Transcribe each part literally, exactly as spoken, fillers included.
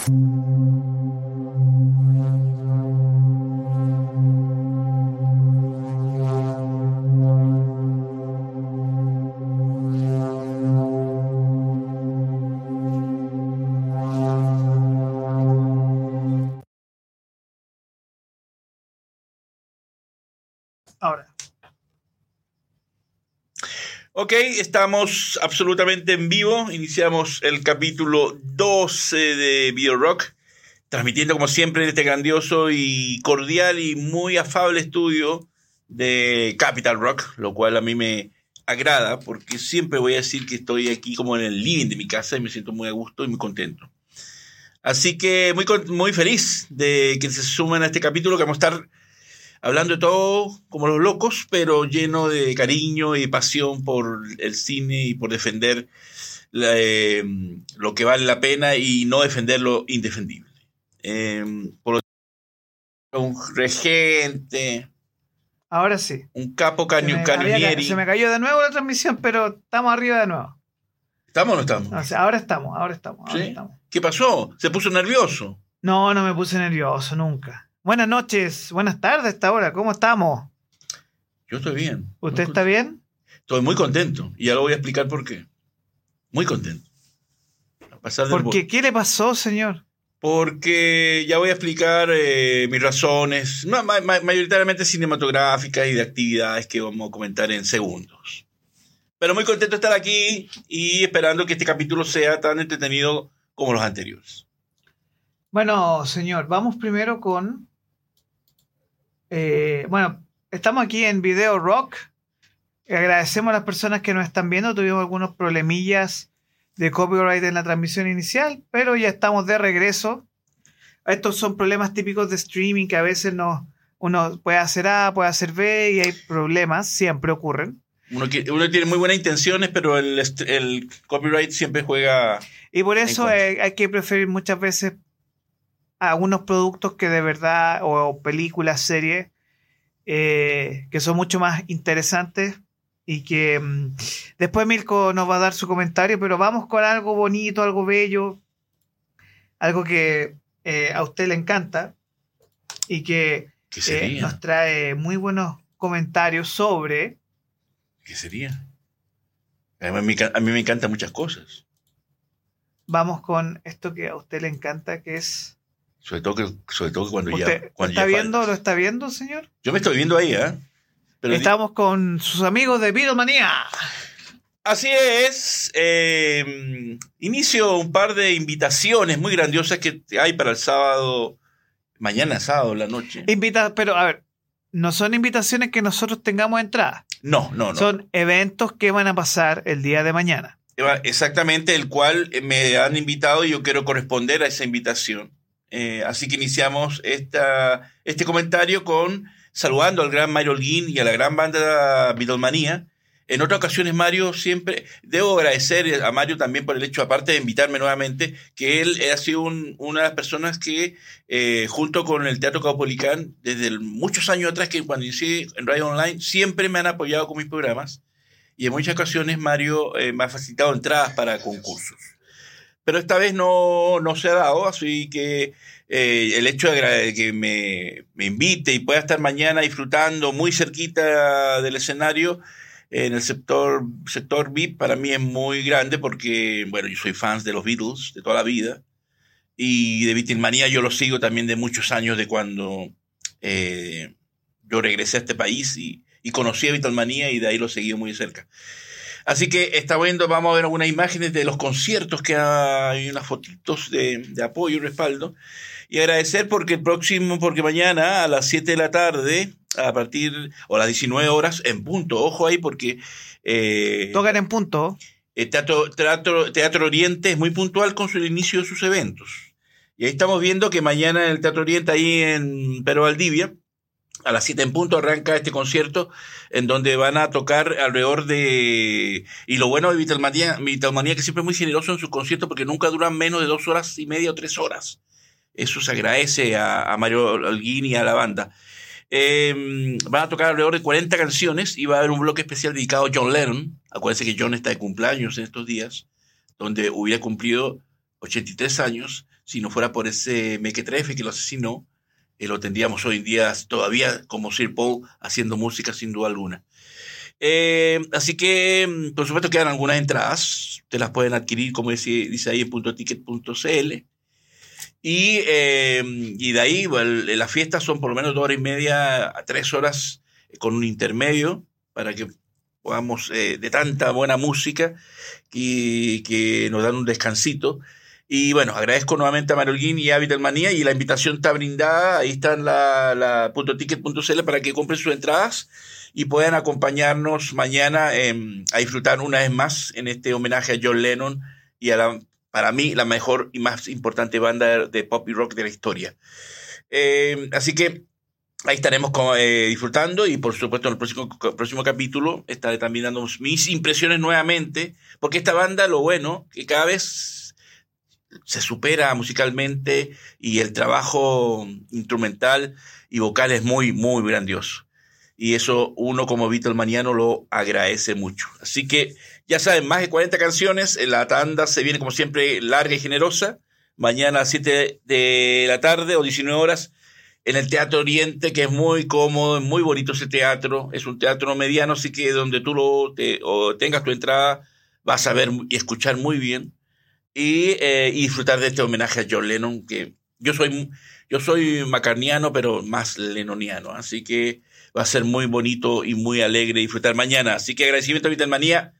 Ahora. Ok, estamos absolutamente en vivo. Iniciamos el capítulo doce de Video Rock, transmitiendo como siempre en este grandioso y cordial y muy afable estudio de Capital Rock, lo cual a mí me agrada porque siempre voy a decir que estoy aquí como en el living de mi casa y me siento muy a gusto y muy contento. Así que muy, muy feliz de que se sumen a este capítulo, que vamos a estar hablando de todo como los locos, pero lleno de cariño y pasión por el cine y por defender la, eh, lo que vale la pena y no defender lo indefendible. Eh, por lo tanto, un regente, ahora sí. Un capo Se me, cañonieri. había, se me cayó de nuevo la transmisión, pero estamos arriba de nuevo. ¿Estamos o no estamos? O sea, ahora estamos, ahora estamos, ahora ¿Sí? estamos. ¿Qué pasó? ¿Se puso nervioso? No, no me puse nervioso nunca. Buenas noches, buenas tardes a esta hora, ¿cómo estamos? Yo estoy bien. ¿Usted está bien? Estoy muy contento y ya lo voy a explicar por qué. Muy contento. A pasar del ¿Por qué? ¿Qué le pasó, señor? Porque ya voy a explicar eh, mis razones, ma- ma- mayoritariamente cinematográficas y de actividades que vamos a comentar en segundos. Pero muy contento de estar aquí y esperando que este capítulo sea tan entretenido como los anteriores. Bueno, señor, vamos primero con... Eh, bueno, estamos aquí en Video Rock. Agradecemos a las personas que nos están viendo. Tuvimos algunos problemillas de copyright en la transmisión inicial, pero ya estamos de regreso. Estos son problemas típicos de streaming que a veces nos, uno puede hacer A, puede hacer B y hay problemas, siempre ocurren. Uno, que, uno tiene muy buenas intenciones, pero el, el copyright siempre juega. Y por eso hay, hay que preferir muchas veces algunos productos que de verdad, o películas, series, eh, que son mucho más interesantes y que mmm, después Mirko nos va a dar su comentario, pero vamos con algo bonito, algo bello, algo que eh, a usted le encanta y que eh, nos trae muy buenos comentarios sobre... ¿Qué sería? A mí, a mí me encantan muchas cosas. Vamos con esto que a usted le encanta, que es... Sobre todo que, sobre todo que cuando ¿Usted ya... Cuando está ya viendo, faltas. ¿Lo está viendo, señor? Yo me estoy viendo ahí, ¿eh? Pero estamos di- con sus amigos de Beatlemanía. Así es. Eh, inicio un par de invitaciones muy grandiosas que hay para el sábado, mañana sábado, la noche. Invita, pero a ver, no son invitaciones que nosotros tengamos entrada. No, no, no. Son eventos que van a pasar el día de mañana. Exactamente, el cual me han invitado y yo quiero corresponder a esa invitación. Eh, así que iniciamos esta, este comentario con saludando al gran Mario Holguín y a la gran banda Beatlemanía. En otras ocasiones, Mario, siempre debo agradecer a Mario también por el hecho, aparte de invitarme nuevamente, que él ha sido un, una de las personas que, eh, junto con el Teatro Caupolicán, desde el, muchos años atrás, que cuando inicié en Radio Online, siempre me han apoyado con mis programas. Y en muchas ocasiones Mario eh, me ha facilitado entradas para concursos. Pero esta vez no, no se ha dado, así que eh, el hecho de que me, me invite y pueda estar mañana disfrutando muy cerquita del escenario en el sector, sector V I P para mí es muy grande porque, bueno, yo soy fan de los Beatles de toda la vida y de Beatlemanía yo lo sigo también de muchos años, de cuando eh, yo regresé a este país y, y conocí a Beatlemanía y de ahí lo seguí muy de cerca. Así que está viendo, vamos a ver algunas imágenes de los conciertos, que hay unas fotitos de, de apoyo y respaldo. Y agradecer porque el próximo, porque mañana a las siete de la tarde, a partir, o a las diecinueve horas, en punto, ojo ahí porque... Eh, Tocan en punto. El Teatro, Teatro, Teatro Oriente es muy puntual con el inicio de sus eventos. Y ahí estamos viendo que mañana en el Teatro Oriente, ahí en Pero Valdivia, a las siete en punto arranca este concierto en donde van a tocar alrededor de... Y lo bueno de Beatlemanía, Beatlemanía que siempre es muy generoso en sus conciertos porque nunca duran menos de dos horas y media o tres horas. Eso se agradece a, a Mario Holguín y a la banda. Eh, van a tocar alrededor de cuarenta canciones y va a haber un bloque especial dedicado a John Lennon. Acuérdense que John está de cumpleaños en estos días, donde hubiera cumplido ochenta y tres años Si no fuera por ese mequetrefe que lo asesinó, eh, lo tendríamos hoy en día todavía como Sir Paul haciendo música sin duda alguna. Eh, así que, por supuesto, quedan algunas entradas. Te las pueden adquirir, como dice, dice ahí, en punto ticket punto c l. Y, eh, y de ahí, bueno, las fiestas son por lo menos dos horas y media a tres horas con un intermedio para que podamos, eh, de tanta buena música que, que nos dan un descansito. Y bueno, agradezco nuevamente a Mario Holguín y a Beatlemanía, y la invitación está brindada. Ahí está en la, la punto ticket punto c l para que compren sus entradas y puedan acompañarnos mañana eh, a disfrutar una vez más en este homenaje a John Lennon y a la, para mí, la mejor y más importante banda de pop y rock de la historia. Eh, así que ahí estaremos con, eh, disfrutando, y por supuesto en el próximo, próximo capítulo estaré también dando mis impresiones nuevamente, porque esta banda, lo bueno, que cada vez se supera musicalmente y el trabajo instrumental y vocal es muy, muy grandioso. Y eso uno como Beatlemaniano lo agradece mucho. Así que ya saben, más de cuarenta canciones. La tanda se viene como siempre larga y generosa. Mañana a las siete de la tarde o diecinueve horas en el Teatro Oriente, que es muy cómodo, muy bonito ese teatro. Es un teatro mediano, así que donde tú lo te, o tengas tu entrada vas a ver y escuchar muy bien. Y, eh, y disfrutar de este homenaje a John Lennon, que yo soy, yo soy macarniano, pero más lennoniano. Así que va a ser muy bonito y muy alegre disfrutar mañana. Así que agradecimiento a Beatlemanía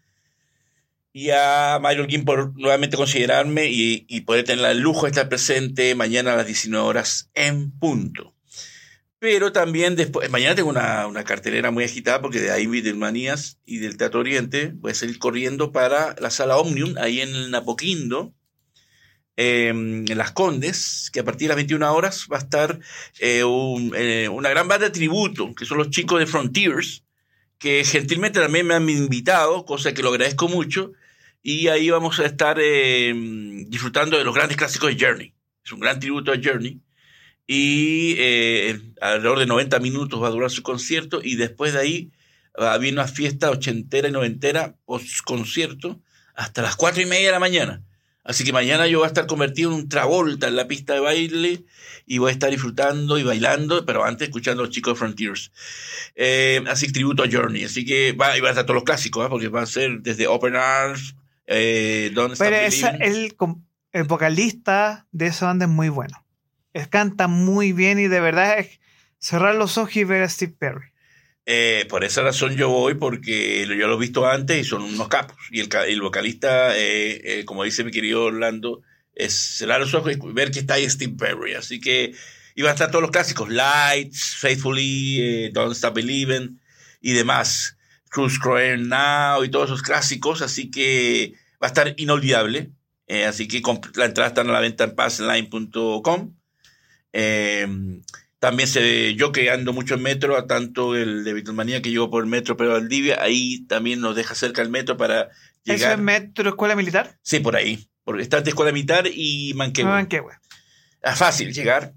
y a Mario Holguín por nuevamente considerarme y, y poder tener el lujo de estar presente mañana a las diecinueve horas en punto. Pero también después, mañana tengo una, una cartelera muy agitada, porque de ahí Beatlemanías y del Teatro Oriente voy a salir corriendo para la Sala Omnium, ahí en el Napoquindo, eh, en Las Condes, que a partir de las veintiuna horas va a estar eh, un, eh, una gran banda de tributo, que son los chicos de Frontiers, que gentilmente también me han invitado, cosa que lo agradezco mucho, y ahí vamos a estar eh, disfrutando de los grandes clásicos de Journey. Es un gran tributo a Journey, y eh, alrededor de noventa minutos va a durar su concierto, y después de ahí va a haber una fiesta ochentera y noventera post concierto hasta las cuatro y media de la mañana. Así que mañana yo voy a estar convertido en un Travolta en la pista de baile, y voy a estar disfrutando y bailando, pero antes escuchando a los chicos de Frontiers. Eh, así que tributo a Journey. Así que va, y va a estar todos los clásicos, ¿eh? Porque va a ser desde Open Arms, eh, Don't Stop Pero esa, Believing. el, el vocalista de esa banda es muy bueno. Él canta muy bien, y de verdad es cerrar los ojos y ver a Steve Perry. Eh, por esa razón yo voy, porque yo lo he visto antes y son unos capos. Y el, el vocalista, eh, eh, como dice mi querido Orlando, es cerrar los ojos y ver que está ahí Steve Perry. Así que iban a estar todos los clásicos: Lights, Faithfully, eh, Don't Stop Believing y demás. Cruise Crying Now y todos esos clásicos. Así que va a estar inolvidable. Eh, así que la entrada está a la venta en passline punto com. Eh, También se, yo que ando mucho en metro, a tanto el de Beatlemanía que llevo por el metro Pedro Valdivia, ahí también nos deja cerca el metro para llegar. ¿Eso es metro, escuela militar? Sí, por ahí. Porque está entre Escuela Militar y Manquehue. Manquehue. Es fácil llegar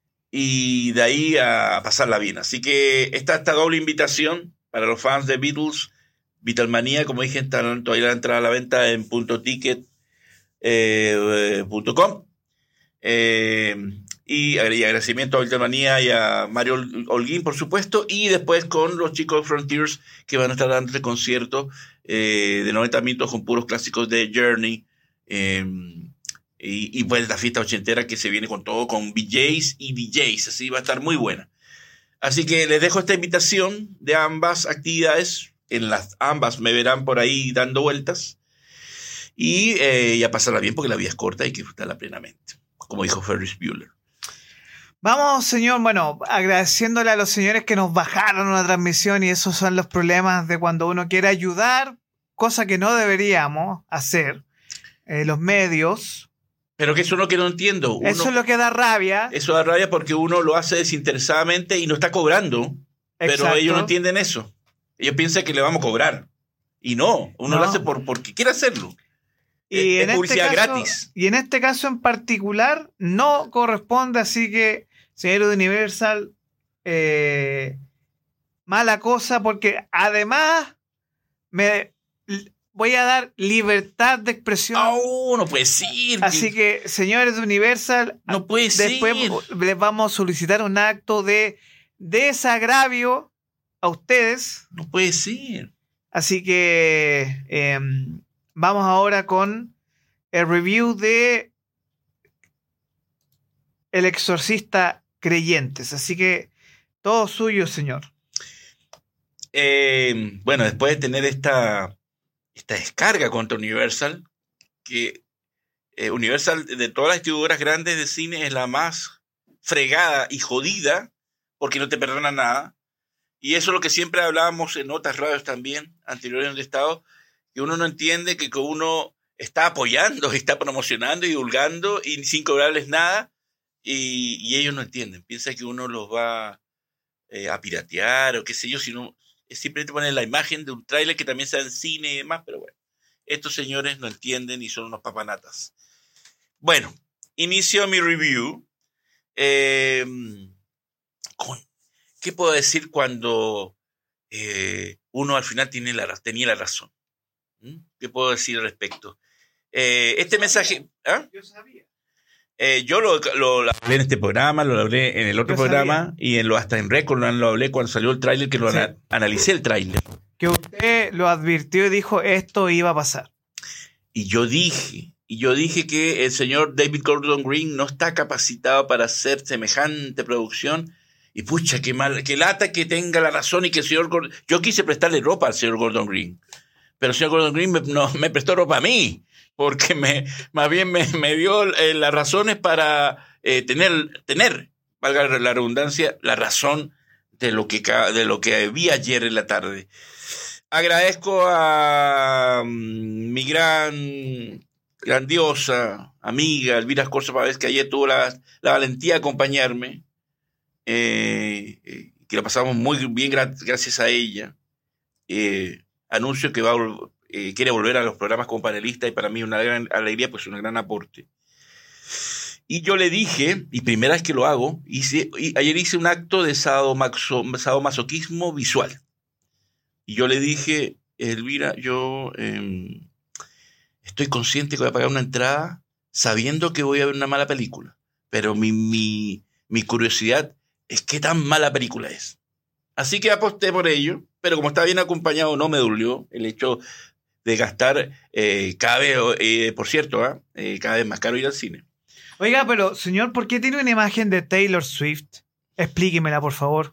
y de ahí a pasarla bien. Así que está esta doble invitación para los fans de Beatles. Beatlemanía, como dije, está todavía la entrada a la venta en punto ticket punto com. Eh, Y agradecimiento a Beatlemanía y a Mario Holguín, por supuesto, y después con los chicos de Frontiers, que van a estar dando este concierto eh, de noventa minutos con puros clásicos de Journey, eh, y, y pues la fiesta ochentera que se viene con todo, con V Js y D Js, así va a estar muy buena. Así que les dejo esta invitación de ambas actividades. En las ambas me verán por ahí dando vueltas, y, eh, y a pasarla bien, porque la vida es corta y hay que disfrutarla plenamente, como dijo Ferris Bueller. Vamos, señor, bueno, agradeciéndole a los señores que nos bajaron una transmisión, y esos son los problemas de cuando uno quiere ayudar, cosa que no deberíamos hacer, eh, los medios. Pero que eso es lo que no entiendo. Uno, eso es lo que da rabia. Eso da rabia porque uno lo hace desinteresadamente y no está cobrando. Exacto. Pero ellos no entienden eso. Ellos piensan que le vamos a cobrar. Y no, uno no. lo hace por, porque quiere hacerlo. Y es en publicidad este caso, gratis. Y en este caso en particular no corresponde, así que, señor de Universal, eh, mala cosa, porque además me voy a dar libertad de expresión. Oh, no puede ser. Así que, señores de Universal, no puede después ser. les vamos a solicitar un acto de desagravio a ustedes. No puede ser. Así que eh, vamos ahora con el review de El Exorcista Creyentes. Así que todo suyo, señor. Eh, bueno, después de tener esta, esta descarga contra Universal, que eh, Universal de todas las distribuidoras grandes de cine es la más fregada y jodida porque no te perdona nada. Y eso es lo que siempre hablábamos en otras radios también, anteriores del Estado, que uno no entiende que uno está apoyando, está promocionando y divulgando y sin cobrarles nada, y, y ellos no entienden. Piensan que uno los va eh, a piratear o qué sé yo, sino simplemente ponen la imagen de un tráiler que también está en cine y demás, pero bueno, estos señores no entienden y son unos papanatas. Bueno, inicio mi review. Eh, con, ¿Qué puedo decir cuando eh, uno al final tiene la, tenía la razón? ¿Mm? ¿Qué puedo decir al respecto? Eh, este Yo mensaje... sabía. ¿Ah? Yo sabía. Eh, yo lo, lo, lo hablé en este programa, lo hablé en el otro Yo programa sabía. y en lo, hasta en Record lo hablé cuando salió el tráiler, que lo Sí. ana, analicé el tráiler. Que usted lo advirtió y dijo esto iba a pasar. Y yo dije, y yo dije que el señor David Gordon Green no está capacitado para hacer semejante producción. Y pucha, qué mal, qué lata que tenga la razón y que el señor Gordon... Yo quise prestarle ropa al señor Gordon Green, pero el señor Gordon Green me, no, me prestó ropa a mí, porque me, más bien me, me dio eh, las razones para eh, tener, tener, valga la redundancia, la razón de lo que, de lo que vi ayer en la tarde. Agradezco a um, mi gran, grandiosa amiga Elvira Escorza Pavés, que ayer tuvo la, la valentía de acompañarme. Eh, eh, que lo pasamos muy bien gra- gracias a ella. Eh, anuncio que va a, eh, quiere volver a los programas como panelista y para mí una gran alegría, pues un gran aporte. Y yo le dije, y primera vez que lo hago, hice, y ayer hice un acto de sadomaso, sadomasoquismo visual. Y yo le dije, Elvira, yo eh, estoy consciente que voy a pagar una entrada sabiendo que voy a ver una mala película, pero mi, mi, mi curiosidad es qué tan mala película es. Así que aposté por ello, pero como estaba bien acompañado no me dolió el hecho de gastar eh, cada vez, eh, por cierto, ¿eh? Eh, cada vez más caro ir al cine. Oiga, pero señor, ¿por qué tiene una imagen de Taylor Swift? Explíquemela, por favor.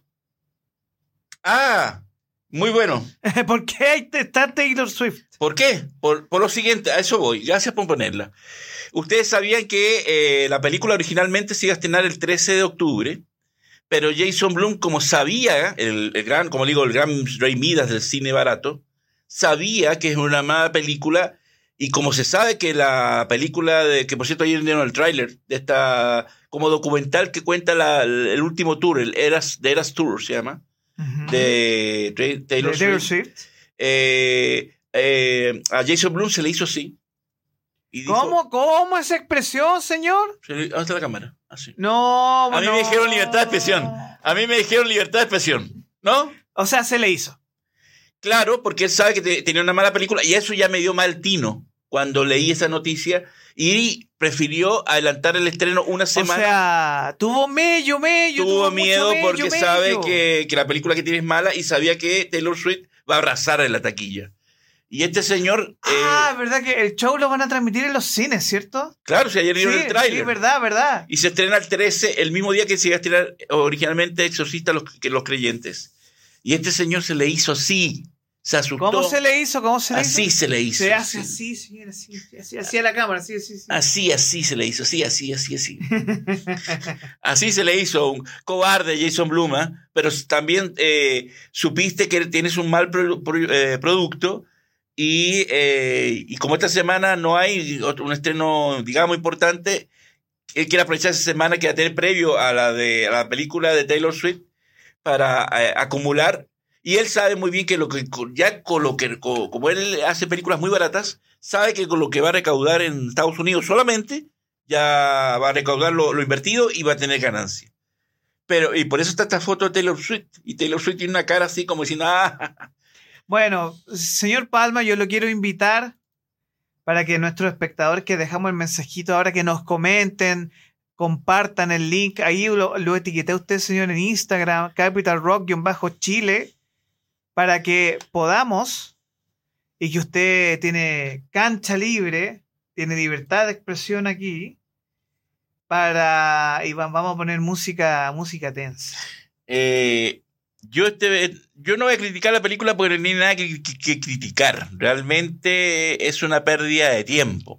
Ah, muy bueno. ¿Por qué ahí está Taylor Swift? ¿Por qué? Por, por lo siguiente, a eso voy. Gracias por ponerla. Ustedes sabían que eh, la película originalmente se iba a estrenar el trece de octubre, pero Jason Blum, como sabía, el, el gran, como digo, el gran Ray Midas del cine barato, sabía que es una mala película, y como se sabe que la película, de, que por cierto ayer dieron el tráiler, de esta como documental que cuenta la, el, el último tour, el Eras, de Eras Tour se llama, uh-huh. de, de Taylor de Taylor Swift, Swift. Eh, eh, a Jason Blum se le hizo así. Y dijo, ¿Cómo? ¿Cómo esa expresión, señor? ¿Dónde está la cámara? Así. No, A mí no. me dijeron libertad de expresión. A mí me dijeron libertad de expresión, ¿no? O sea, se le hizo. Claro, porque él sabe que te, tenía una mala película y eso ya me dio mal tino cuando leí esa noticia y prefirió adelantar el estreno una semana. O sea, tuvo mello, mello. Tuvo, tuvo miedo mello, porque mello. sabe que, que la película que tiene es mala y sabía que Taylor Swift va a arrasar en la taquilla. Y este señor... Ah, eh, verdad que el show lo van a transmitir en los cines, ¿cierto? Claro, si ayer dieron sí, el tráiler. Sí, verdad, verdad. Y se estrena el trece, el mismo día que se iba a estrenar originalmente Exorcista los, que los creyentes. Y este señor se le hizo así, se asustó. ¿Cómo se le hizo? ¿Cómo se le así hizo? se le hizo. Se hace así, señor, así, así, así a la cámara, así, así, así. Así, así se le hizo, así, así, así, así. Así se le hizo, un cobarde Jason Blum, ¿eh? Pero también eh, supiste que tienes un mal pro, pro, eh, producto. Y, eh, y como esta semana no hay otro, un estreno, digamos, importante, él quiere aprovechar esa semana que va a tener previo a la, de, a la película de Taylor Swift para eh, acumular. Y él sabe muy bien que, lo que ya con lo que, como él hace películas muy baratas, sabe que con lo que va a recaudar en Estados Unidos solamente, ya va a recaudar lo, lo invertido y va a tener ganancia. Pero, y por eso está esta foto de Taylor Swift. Y Taylor Swift tiene una cara así como diciendo, ah, Bueno, señor Palma, yo lo quiero invitar para que nuestros espectadores que dejamos el mensajito ahora que nos comenten, compartan el link. Ahí lo, lo etiqueté a usted, señor, en Instagram, Capital Rock-Chile, para que podamos, y que usted tiene cancha libre, tiene libertad de expresión aquí, para y va- vamos a poner música, música tensa. Eh, yo, este, yo no voy a criticar la película porque no hay nada que, que- que criticar. Realmente es una pérdida de tiempo.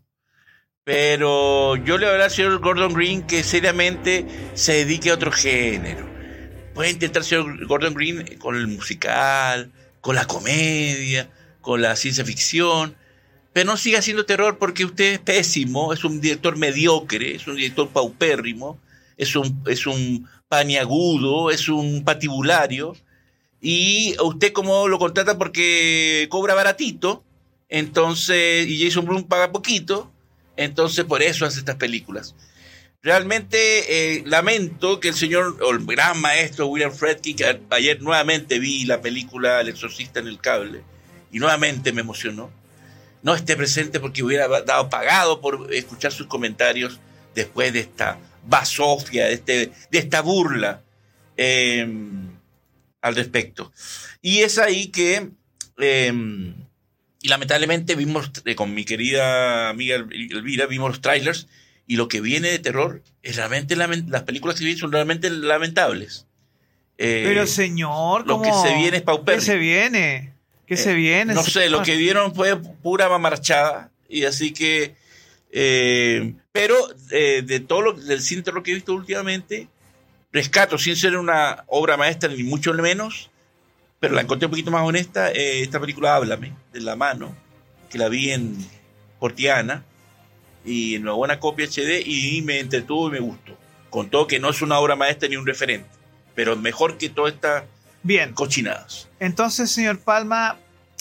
Pero yo le voy a hablar al señor Gordon Green que seriamente se dedique a otro género. Puede intentar, señor Gordon Green, con el musical, con la comedia, con la ciencia ficción, pero no siga haciendo terror porque usted es pésimo, es un director mediocre, es un director paupérrimo, es un, es un paniagudo, es un patibulario, y usted como lo contrata porque cobra baratito, entonces, y Jason Blum paga poquito, entonces por eso hace estas películas. Realmente eh, lamento que el señor, o el gran maestro William Friedkin, que a- ayer nuevamente vi la película El Exorcista en el cable, y nuevamente me emocionó, no esté presente porque hubiera dado pagado por escuchar sus comentarios después de esta basofia, de, este, de esta burla eh, al respecto. Y es ahí que, eh, y lamentablemente vimos, eh, con mi querida amiga Elvira, vimos los trailers, y lo que viene de terror es realmente, lamen- las películas que vienen son realmente lamentables. Eh, Pero señor, lo ¿cómo? que se viene es paupérrimo. ¿Qué se viene? ¿Qué Eh, se viene? No sé, lo señor? que vieron fue pura mamarchada. Y así que. eh, pero eh, de todo lo del cine terror que he visto últimamente, rescato, sin ser una obra maestra, ni mucho menos, pero la encontré un poquito más honesta. eh, esta película Háblame, de La Mano, que la vi en Portiana, y en una buena copia H D, y me entretuvo y me gustó. Con todo que no es una obra maestra ni un referente, pero mejor que todas estas Bien, cochinadas. entonces, señor Palma,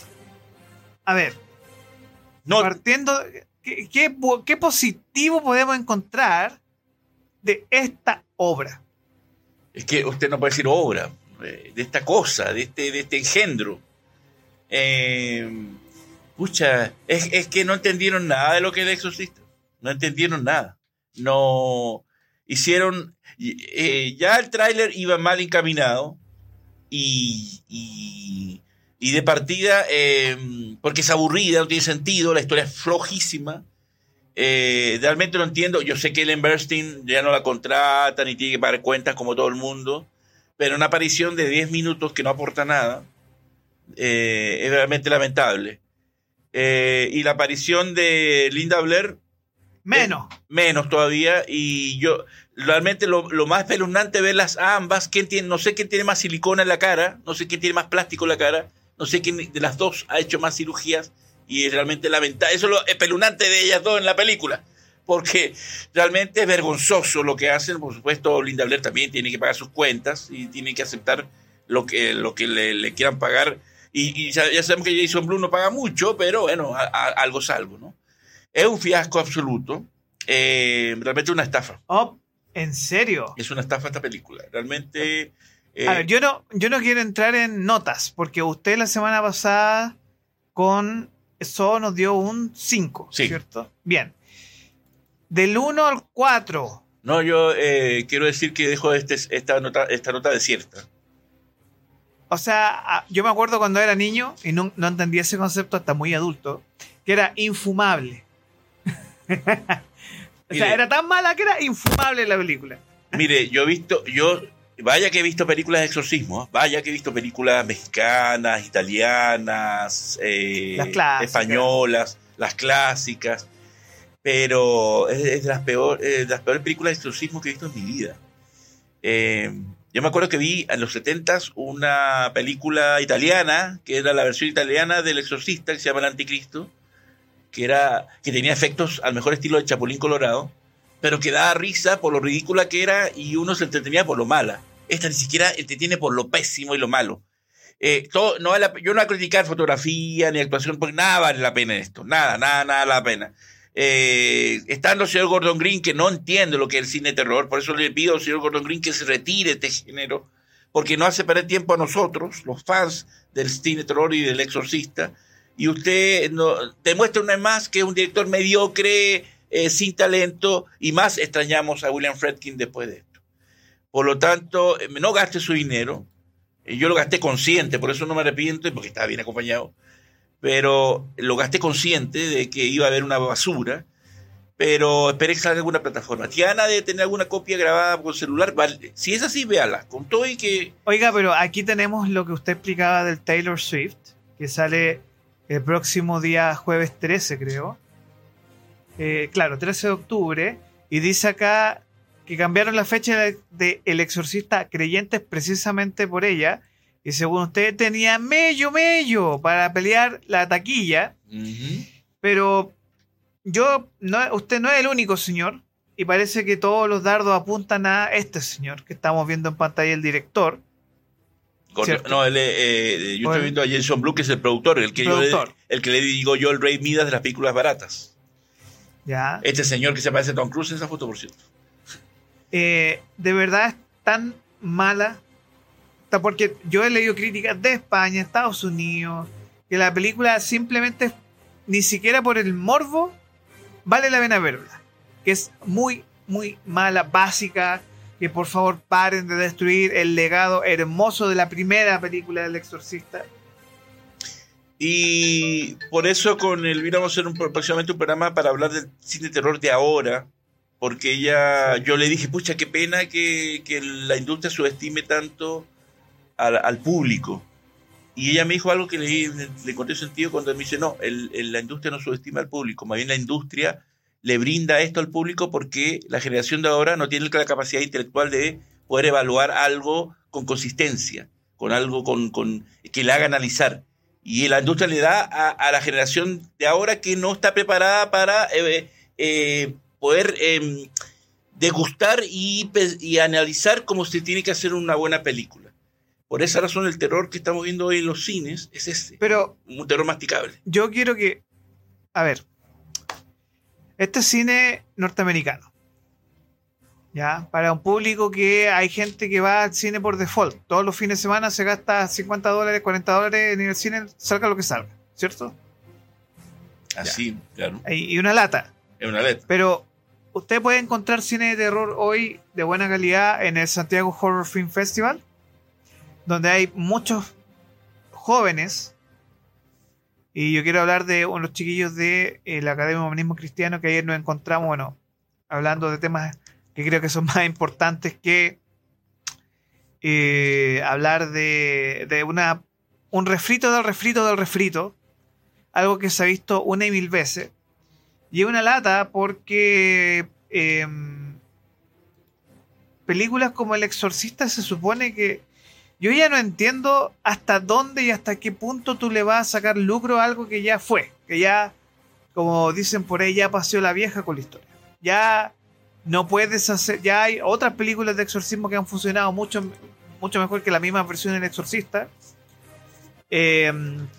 a ver, No, partiendo, ¿qué, qué, po- qué positivo podemos encontrar de esta obra? es que usted no puede decir obra, eh, de esta cosa, de este, de este engendro. Eh, pucha, es, es que no entendieron nada de lo que es El Exorcista. No entendieron nada. No hicieron. eh, ya el tráiler iba mal encaminado y, y, y de partida, eh, porque es aburrida, no tiene sentido, la historia es flojísima. Eh, realmente no entiendo. Yo sé que Ellen Bernstein ya no la contratan y tiene que pagar cuentas como todo el mundo, pero una aparición de diez minutos que no aporta nada eh, es realmente lamentable. Eh, y la aparición de Linda Blair, Menos. eh, menos todavía. Y yo, realmente lo, lo más espeluznante verlas a ambas. ¿Quién tiene, no sé quién tiene más silicona en la cara, no sé quién tiene más plástico en la cara, no sé quién de las dos ha hecho más cirugías. Y es realmente lamentable. Eso es lo espeluznante de ellas dos en la película. Porque realmente es vergonzoso lo que hacen. Por supuesto, Linda Blair también tiene que pagar sus cuentas y tiene que aceptar lo que, lo que le, le quieran pagar. Y, y ya, ya sabemos que Jason Blum no paga mucho, pero bueno, a, a, algo es algo, ¿no? Es un fiasco absoluto. Eh, realmente una estafa. Oh, ¿en serio? Es una estafa esta película. Realmente. Eh, A ver, yo no, yo no quiero entrar en notas, porque usted la semana pasada con eso nos dio un cinco, Sí. ¿cierto? Bien. Del uno al cuatro. no, yo eh, quiero decir que dejo este, esta, nota, esta nota desierta. O sea, a- yo me acuerdo cuando era niño y no, no entendía ese concepto hasta muy adulto, que era infumable. O sea, Mire. era tan mala que era infumable la película. Mire, yo he visto, yo, vaya que he visto películas de exorcismo, ¿eh? Vaya que he visto películas mexicanas, italianas, eh, Las clásicas. españolas, las clásicas, pero es, es de, las peor, eh, de las peores películas de exorcismo que he visto en mi vida. Eh, yo me acuerdo que vi en los setentas una película italiana, que era la versión italiana del Exorcista, que se llama El Anticristo, que, era, que tenía efectos al mejor estilo de Chapulín Colorado, pero que daba risa por lo ridícula que era y uno se entretenía por lo mala. Esta ni siquiera entretiene por lo pésimo y lo malo. Eh, todo, no vale la, yo no voy a criticar fotografía ni actuación, porque nada vale la pena en esto. Nada, nada, nada la pena. Eh, estando el señor Gordon Green, que no entiende lo que es el cine de terror, por eso le pido al señor Gordon Green que se retire de este género, porque nos hace perder tiempo a nosotros, los fans del cine terror y del Exorcista, y usted no, demuestra una vez más que es un director mediocre, eh, sin talento, y más extrañamos a William Friedkin después de esto. Por lo tanto, eh, no gaste su dinero. Eh, yo lo gasté consciente, por eso no me arrepiento, porque estaba bien acompañado, pero lo gasté consciente de que iba a haber una basura. Pero esperé que salga en alguna plataforma. Tiana debe tener alguna copia grabada con celular. Vale. Si es así, véala. Con todo y que... Oiga, pero aquí tenemos lo que usted explicaba del Taylor Swift, que sale el próximo día jueves trece, creo. Eh, claro, trece de octubre. Y dice acá que cambiaron la fecha de, de El Exorcista Creyentes precisamente por ella. Y según usted tenía mello, mello para pelear la taquilla. Uh-huh. Pero... Yo, no, usted no es el único, señor, y parece que todos los dardos apuntan a este señor que estamos viendo en pantalla, el director. ¿Cierto? No, él, eh, yo estoy viendo a Jason Blum, que es el productor, el que, productor. Yo le, el que le digo yo el Rey Midas de las películas baratas. Ya. Este señor que se parece a Tom Cruise en esa foto, por cierto. Eh, de verdad es tan mala, porque yo he leído críticas de España, Estados Unidos, que la película simplemente, ni siquiera por el morbo, vale la pena verla, que es muy, muy mala, básica, que por favor paren de destruir el legado hermoso de la primera película del Exorcista. Y por eso con Elvira vamos a hacer un, próximamente un programa para hablar del cine terror de ahora, porque ella, yo le dije, pucha, qué pena que, que la industria subestime tanto al, al público. Y ella me dijo algo que le, le encontré sentido cuando me dice, no, el, el, la industria no subestima al público, más bien la industria le brinda esto al público porque la generación de ahora no tiene la capacidad intelectual de poder evaluar algo con consistencia, con algo con, con, que le haga analizar. Y la industria le da a, a la generación de ahora que no está preparada para eh, eh, poder eh, degustar y, y analizar cómo se tiene que hacer una buena película. Por esa razón el terror que estamos viendo hoy en los cines es ese. Pero un terror masticable. Yo quiero que... A ver. Este es cine norteamericano. ¿Ya? Para un público que hay gente que va al cine por default. Todos los fines de semana se gasta cincuenta dólares, cuarenta dólares en el cine, salga lo que salga. ¿Cierto? Así, ya. Claro. Y una lata. Es una lata. Pero usted puede encontrar cine de terror hoy de buena calidad en el Santiago Horror Film Festival, donde hay muchos jóvenes, y yo quiero hablar de unos chiquillos de eh, la Academia de Humanismo Cristiano, que ayer nos encontramos, bueno, hablando de temas que creo que son más importantes que eh, hablar de, de una un refrito del refrito del refrito, algo que se ha visto una y mil veces, y es una lata porque eh, películas como El Exorcista se supone que yo ya no entiendo hasta dónde y hasta qué punto tú le vas a sacar lucro a algo que ya fue, que ya, como dicen por ahí, ya paseó la vieja con la historia. Ya no puedes hacer, ya hay otras películas de exorcismo que han funcionado mucho, mucho mejor que la misma versión del Exorcista. Eh,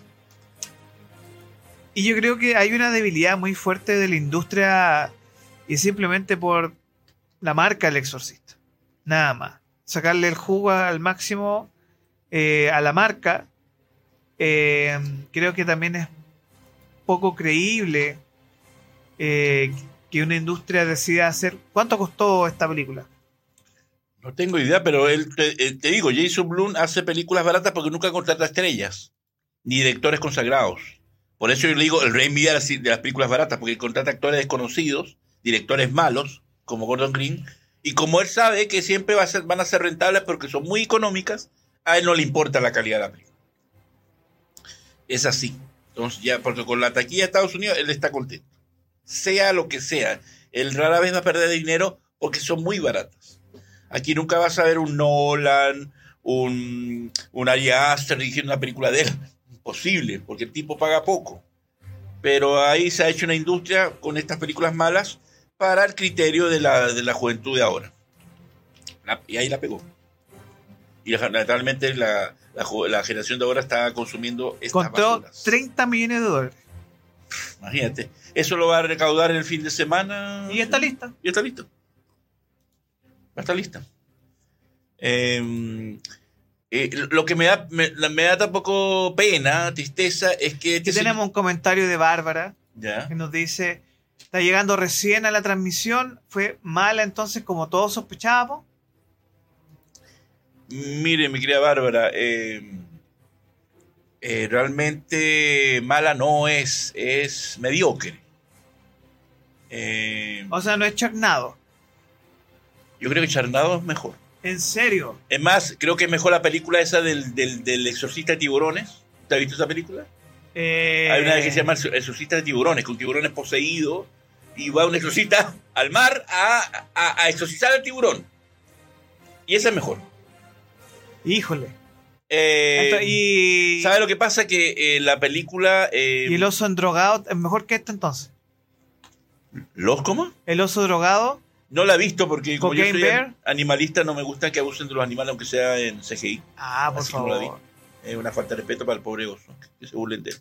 y yo creo que hay una debilidad muy fuerte de la industria y simplemente por la marca El Exorcista. Nada más. Sacarle el jugo al máximo eh, a la marca. Eh, creo que también es poco creíble eh, que una industria decida hacer... ¿Cuánto costó esta película? No tengo idea, pero él, te, te digo, Jason Blum hace películas baratas porque nunca contrata estrellas, ni directores consagrados. Por eso yo le digo el rey Midas de las películas baratas, porque contrata actores desconocidos, directores malos, como Gordon Green. Y como él sabe que siempre va a ser, van a ser rentables porque son muy económicas, a él no le importa la calidad de la película. Es así. Entonces ya, porque con la taquilla de Estados Unidos él está contento. Sea lo que sea. Él rara vez va a perder dinero porque son muy baratas. Aquí nunca vas a ver un Nolan, un, un Ari Aster dirigiendo una película de él. Imposible, porque el tipo paga poco. Pero ahí se ha hecho una industria con estas películas malas para el criterio de la, de la juventud de ahora. La, y ahí la pegó. Y naturalmente la, la, la generación de ahora está consumiendo estas Contó basuras. treinta millones de dólares. Imagínate. Eso lo va a recaudar en el fin de semana. Y está lista. Y está listo. Va a estar lista. Eh, Eh, lo que me da, me, me da tampoco pena, tristeza, es que... Aquí tenemos un comentario de Bárbara ¿Ya? que nos dice, está llegando recién a la transmisión, fue mala entonces como todos sospechábamos. Mire, mi querida Bárbara, eh, eh, realmente mala no es, es mediocre. Eh, O sea, no es chornado. yo creo que Charnado es mejor. ¿En serio? Es más, creo que es mejor la película esa del, del, del exorcista de tiburones. ¿Te has visto esa película? Eh... Hay una que se llama El exorcista de tiburones, con tiburones poseídos, y va un exorcista al mar a, a, a exorcizar al tiburón. Y esa es mejor. Híjole. Eh, Entonces, y... ¿Sabes lo que pasa? Que eh, la película... Eh, ¿Y el oso endrogado es mejor que esta entonces? ¿Los cómo? ¿El oso drogado? No la he visto porque como yo ¿Cocaine soy Bear? animalista no me gusta que abusen de los animales aunque sea en C G I. Ah, por Así que no la vi. favor. Es una falta de respeto para el pobre oso. Que se burlen de él.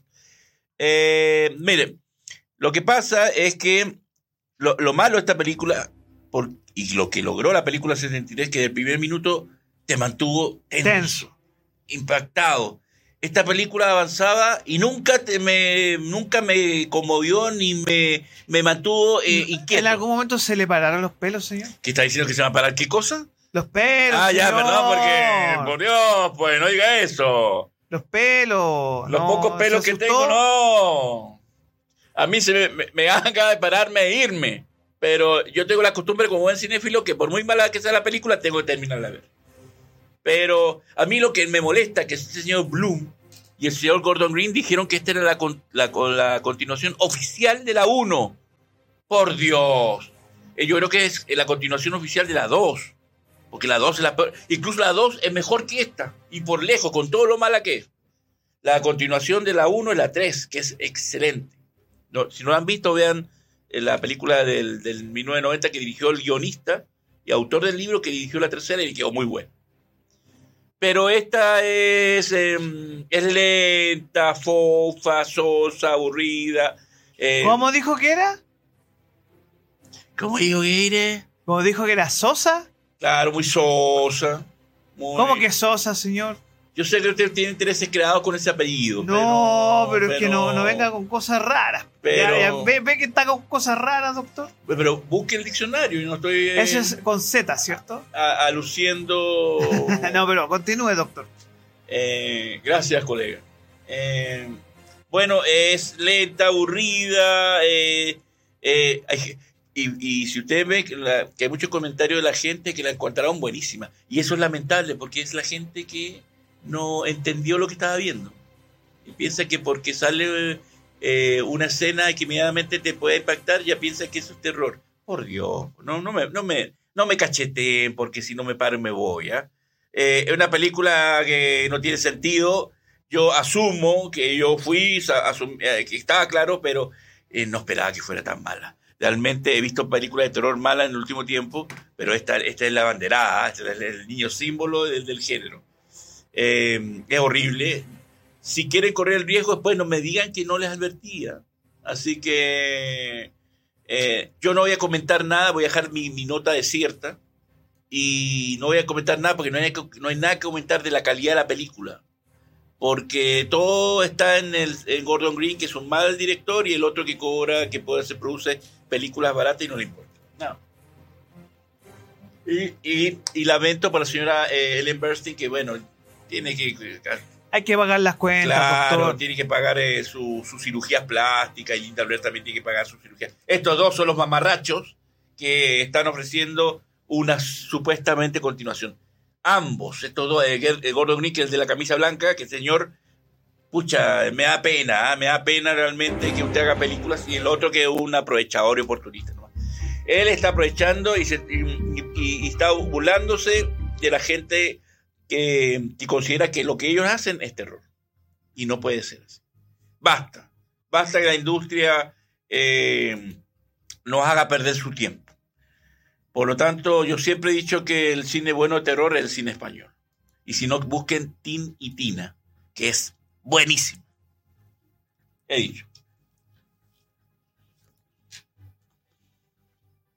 Eh, mire, lo que pasa es que lo, lo malo de esta película, por, y lo que logró la película setenta y tres, que del primer minuto te mantuvo tenso, Tenso. impactado. Esta película avanzaba y nunca te me nunca me conmovió ni me, me mantuvo eh, inquieto. ¿En algún momento se le pararon los pelos, señor? ¿Qué está diciendo que se va a parar? ¿Qué cosa? Los pelos. Ah, ya, señor. perdón, porque por Dios, pues no diga eso. Los pelos. Los no, pocos pelos ¿se que asustó? tengo, no. A mí se me, me, me dan ganas de pararme e irme. Pero yo tengo la costumbre como buen cinéfilo que por muy mala que sea la película, tengo que terminarla de ver. Pero a mí lo que me molesta es que este señor Bloom y el señor Gordon Green dijeron que esta era la, la, la continuación oficial de la uno. Por Dios. Eh, Yo creo que es la continuación oficial de la dos. Porque la dos es la peor. Incluso la dos es mejor que esta. Y por lejos, con todo lo mala que es. La continuación de la uno es la tres, que es excelente. No, si no la han visto, vean la película del, del mil novecientos noventa que dirigió el guionista y autor del libro que dirigió la tercera y quedó muy buena. Pero esta es, eh, es lenta, fofa, sosa, aburrida. Eh, ¿Cómo dijo que era? ¿Cómo digo que era? ¿Cómo dijo que era Sosa? Claro, muy sosa. Muy... ¿Cómo que Sosa, señor? Yo sé que usted tiene intereses creados con ese apellido. No, pero, pero es que no, no venga con cosas raras. Pero- Ya, ya, ve, ve que está con cosas raras, doctor. Pero busque el diccionario, yo no estoy eh, Eso es con Z, ¿cierto? a- aluciendo. No, pero continúe, doctor. Eh, gracias, colega. Eh, bueno, es lenta, aburrida. eh, eh, hay- y, y si usted ve que, la- que hay muchos comentarios de la gente que la encontraron buenísima. Y eso es lamentable porque es la gente que no entendió lo que estaba viendo. Y piensa que porque sale eh, una escena que inmediatamente te puede impactar, ya piensa que eso es terror. Por Dios, no, no, me, no, me, no me cacheteen porque si no me paro y me voy. ¿ah? Eh, es una película que no tiene sentido. Yo asumo que yo fui, asum- eh, que estaba claro, pero eh, no esperaba que fuera tan mala. Realmente he visto películas de terror malas en el último tiempo, pero esta, esta es la banderada, este es el niño símbolo del, del género. Eh, es horrible. Si quieren correr el riesgo, después no me digan que no les advertía. Así que eh, yo no voy a comentar nada, voy a dejar mi, mi nota desierta y no voy a comentar nada porque no hay, no hay nada que comentar de la calidad de la película. Porque todo está en, el, en Gordon Green, que es un mal director, y el otro que cobra, que puede se produce películas baratas y no le importa. No. Y, y, y lamento para la señora eh, Ellen Burstyn, que bueno, tiene que... Hay que pagar las cuentas, Claro, doctor. tiene que pagar eh, sus su cirugías plásticas y Linda Blair también tiene que pagar sus cirugías. Estos dos son los mamarrachos que están ofreciendo una supuestamente continuación. Ambos, estos dos, eh, Gordon Green, que es el de la camisa blanca, que el señor, pucha, me da pena, ¿eh? me da pena realmente que usted haga películas, y el otro que es un aprovechador y oportunista, ¿no? Él está aprovechando y, se, y, y, y está burlándose de la gente que, que considera que lo que ellos hacen es terror. Y no puede ser así. Basta. Basta que la industria eh, nos haga perder su tiempo. Por lo tanto, yo siempre he dicho que el cine bueno de terror es el cine español. Y si no, busquen Tin y Tina, que es buenísimo. He dicho.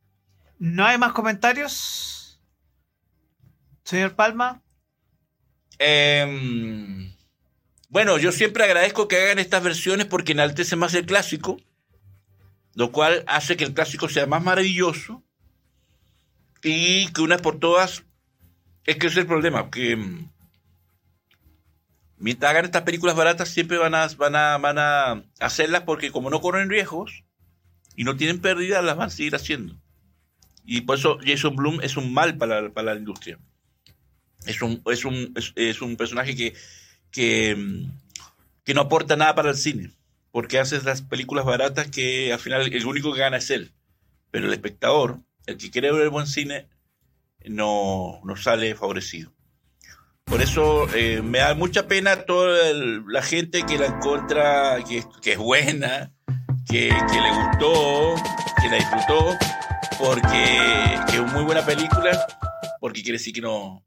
¿No hay más comentarios? Señor Palma. Eh, bueno, yo siempre agradezco que hagan estas versiones porque enaltece más el clásico, lo cual hace que el clásico sea más maravilloso y que una por todas, es que ese es el problema, que mientras hagan estas películas baratas siempre van a, van a, van a hacerlas porque como no corren riesgos y no tienen pérdidas, las van a seguir haciendo. Y por eso Jason Blum es un mal para la, para la industria. Es un, es un, es, es un personaje que, que, que no aporta nada para el cine, porque hace las películas baratas que al final el único que gana es él. Pero el espectador, el que quiere ver buen cine, no, no sale favorecido. Por eso eh, me da mucha pena toda el, la gente que la encuentra, que, que es buena, que, que le gustó, que la disfrutó, porque que es muy buena película, porque quiere decir que no,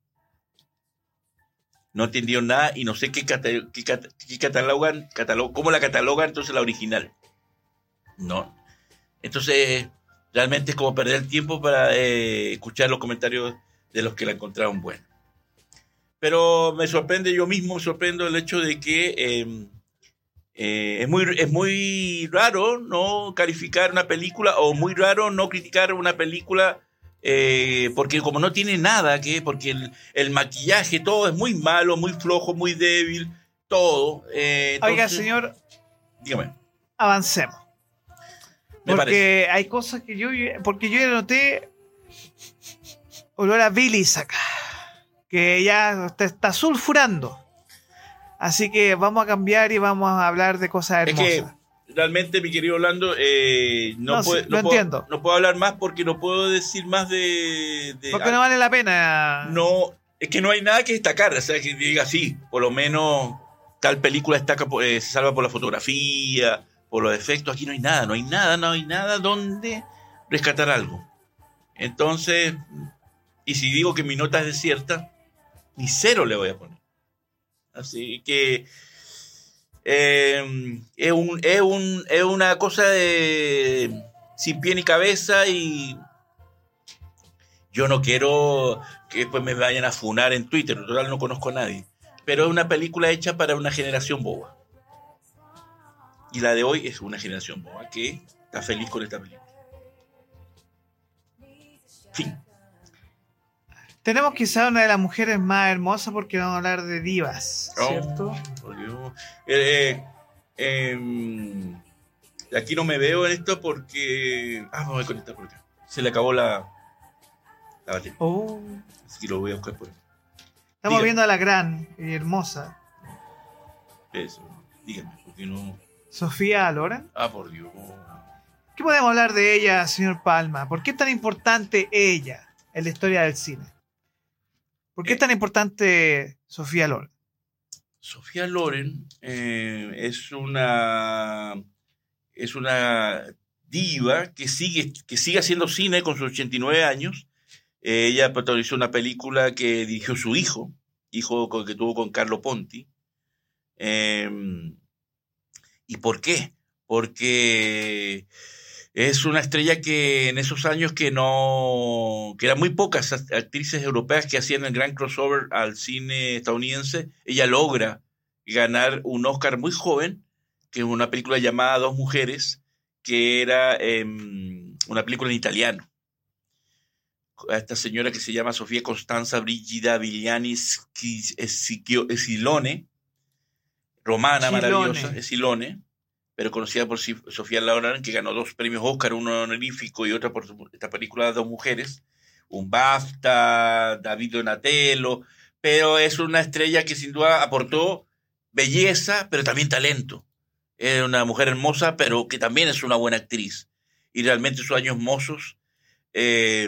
no entendió nada y no sé qué, cata, qué, cat, qué catalogan, catalog, cómo la catalogan entonces la original. No. Entonces, realmente es como perder el tiempo para eh, escuchar los comentarios de los que la encontraron buena. Pero me sorprende, yo mismo me sorprendo el hecho de que eh, eh, es, muy, es muy raro no calificar una película o muy raro no criticar una película eh, porque como no tiene nada, que porque el, el maquillaje, todo es muy malo, muy flojo, muy débil, todo. Eh, entonces, oiga, señor, dígame. Avancemos. Me porque parece. hay cosas que yo, porque yo ya noté olor a bilis acá, que ya te está sulfurando. Así que vamos a cambiar y vamos a hablar de cosas hermosas. Es que realmente, mi querido Orlando, eh, no, no, puede, sí, no, lo puedo, entiendo. no puedo hablar más porque no puedo decir más de... de porque no vale la pena. No, es que no hay nada que destacar. O sea, que diga sí, por lo menos tal película destaca, eh, se salva por la fotografía, por los efectos. Aquí no hay nada, no hay nada, no hay nada donde rescatar algo. Entonces, y si digo que mi nota es desierta, ni cero le voy a poner. Así que eh, es, un, es, un, es una cosa de sin pie ni cabeza y yo no quiero que después me vayan a funar en Twitter, en total no conozco a nadie, pero es una película hecha para una generación boba y la de hoy es una generación boba que está feliz con esta película. Fin. Tenemos quizá una de las mujeres más hermosas porque vamos a hablar de divas, ¿cierto? Oh, eh, eh, eh, aquí no me veo en esto porque... Ah, me voy a conectar por acá. Se le acabó la, la batería. Oh. Así que lo voy a buscar por ahí. Estamos Dígame. viendo a la gran y hermosa Eso, dígame, porque no... Sofía Loren. Ah, por Dios. ¿Qué podemos hablar de ella, señor Palma? ¿Por qué es tan importante ella en la historia del cine? ¿Por qué es tan importante Sofía Loren? Sofía Loren eh, es una es una diva que sigue que sigue haciendo cine con sus ochenta y nueve años. Eh, ella protagonizó una película que dirigió su hijo, hijo con, que tuvo con Carlo Ponti. Eh, ¿Y por qué? Porque es una estrella que en esos años que no, que eran muy pocas actrices europeas que hacían el gran crossover al cine estadounidense, ella logra ganar un Oscar muy joven, que es una película llamada Dos Mujeres, que era eh, una película en italiano. A esta señora que se llama Sofía Costanza Brigida Vigliani Silone, romana Silone. maravillosa, es Silone, pero conocida por Sofía Loren, que ganó dos premios Oscar, uno honorífico y otro por esta película de Dos Mujeres, un BAFTA, David Donatello, pero es una estrella que sin duda aportó belleza, pero también talento. Es una mujer hermosa, pero que también es una buena actriz. Y realmente sus años mozos, eh,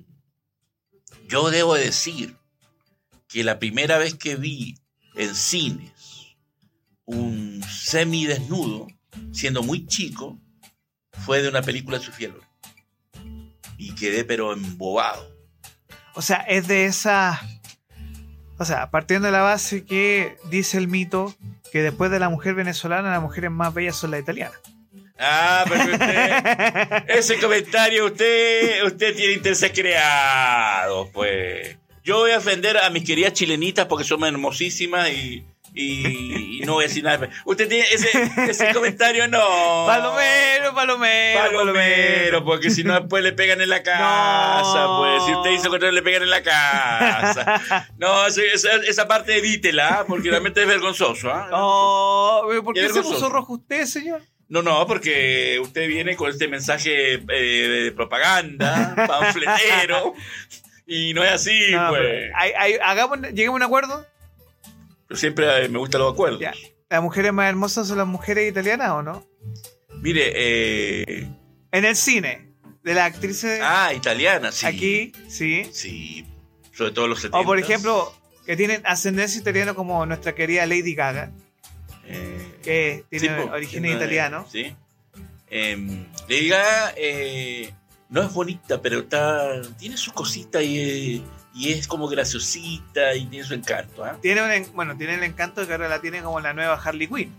yo debo decir que la primera vez que vi en cines un semidesnudo, siendo muy chico, fue de una película de Sofía Loren. Y quedé pero embobado. O sea, es de esa... O sea, partiendo de la base que dice el mito que después de la mujer venezolana, las mujeres más bellas son las italianas. Ah, pero usted... ese comentario, usted, usted tiene intereses creados, pues. Yo voy a ofender a mis queridas chilenitas porque son hermosísimas y, y, y no voy a decir nada. Usted tiene ese, ese comentario, no. Palomero, palomero, Palomero, porque si no después le pegan en la casa, No. pues. Si usted hizo contrario, le pegan en la casa. No, esa, esa, esa parte evítela, porque realmente es vergonzoso. ¿ah? Oh, ¿por Qué qué se vergonzoso. puso rojo usted, señor? No, no, porque usted viene con este mensaje eh, de propaganda, panfletero, y no es así, No, pues. pero hay- hay- hagamos, lleguemos a un acuerdo. Yo siempre eh, me gustan los acuerdos. Ya. ¿Las mujeres más hermosas son las mujeres italianas o no? Mire, eh... En el cine, de las actrices Ah, italiana, sí. aquí, sí. Sí, sobre todo los setenta. O por ejemplo, que tienen ascendencia italiana como nuestra querida Lady Gaga, Eh, que tiene sí, po, origen tiene- italiano. Sí. Eh, Lady Gaga eh, no es bonita, pero está, tiene sus cositas y, eh, y es como graciosita y tiene su encanto. ¿ah? Tiene un en- bueno, tiene el encanto de que ahora la tiene como la nueva Harley Quinn.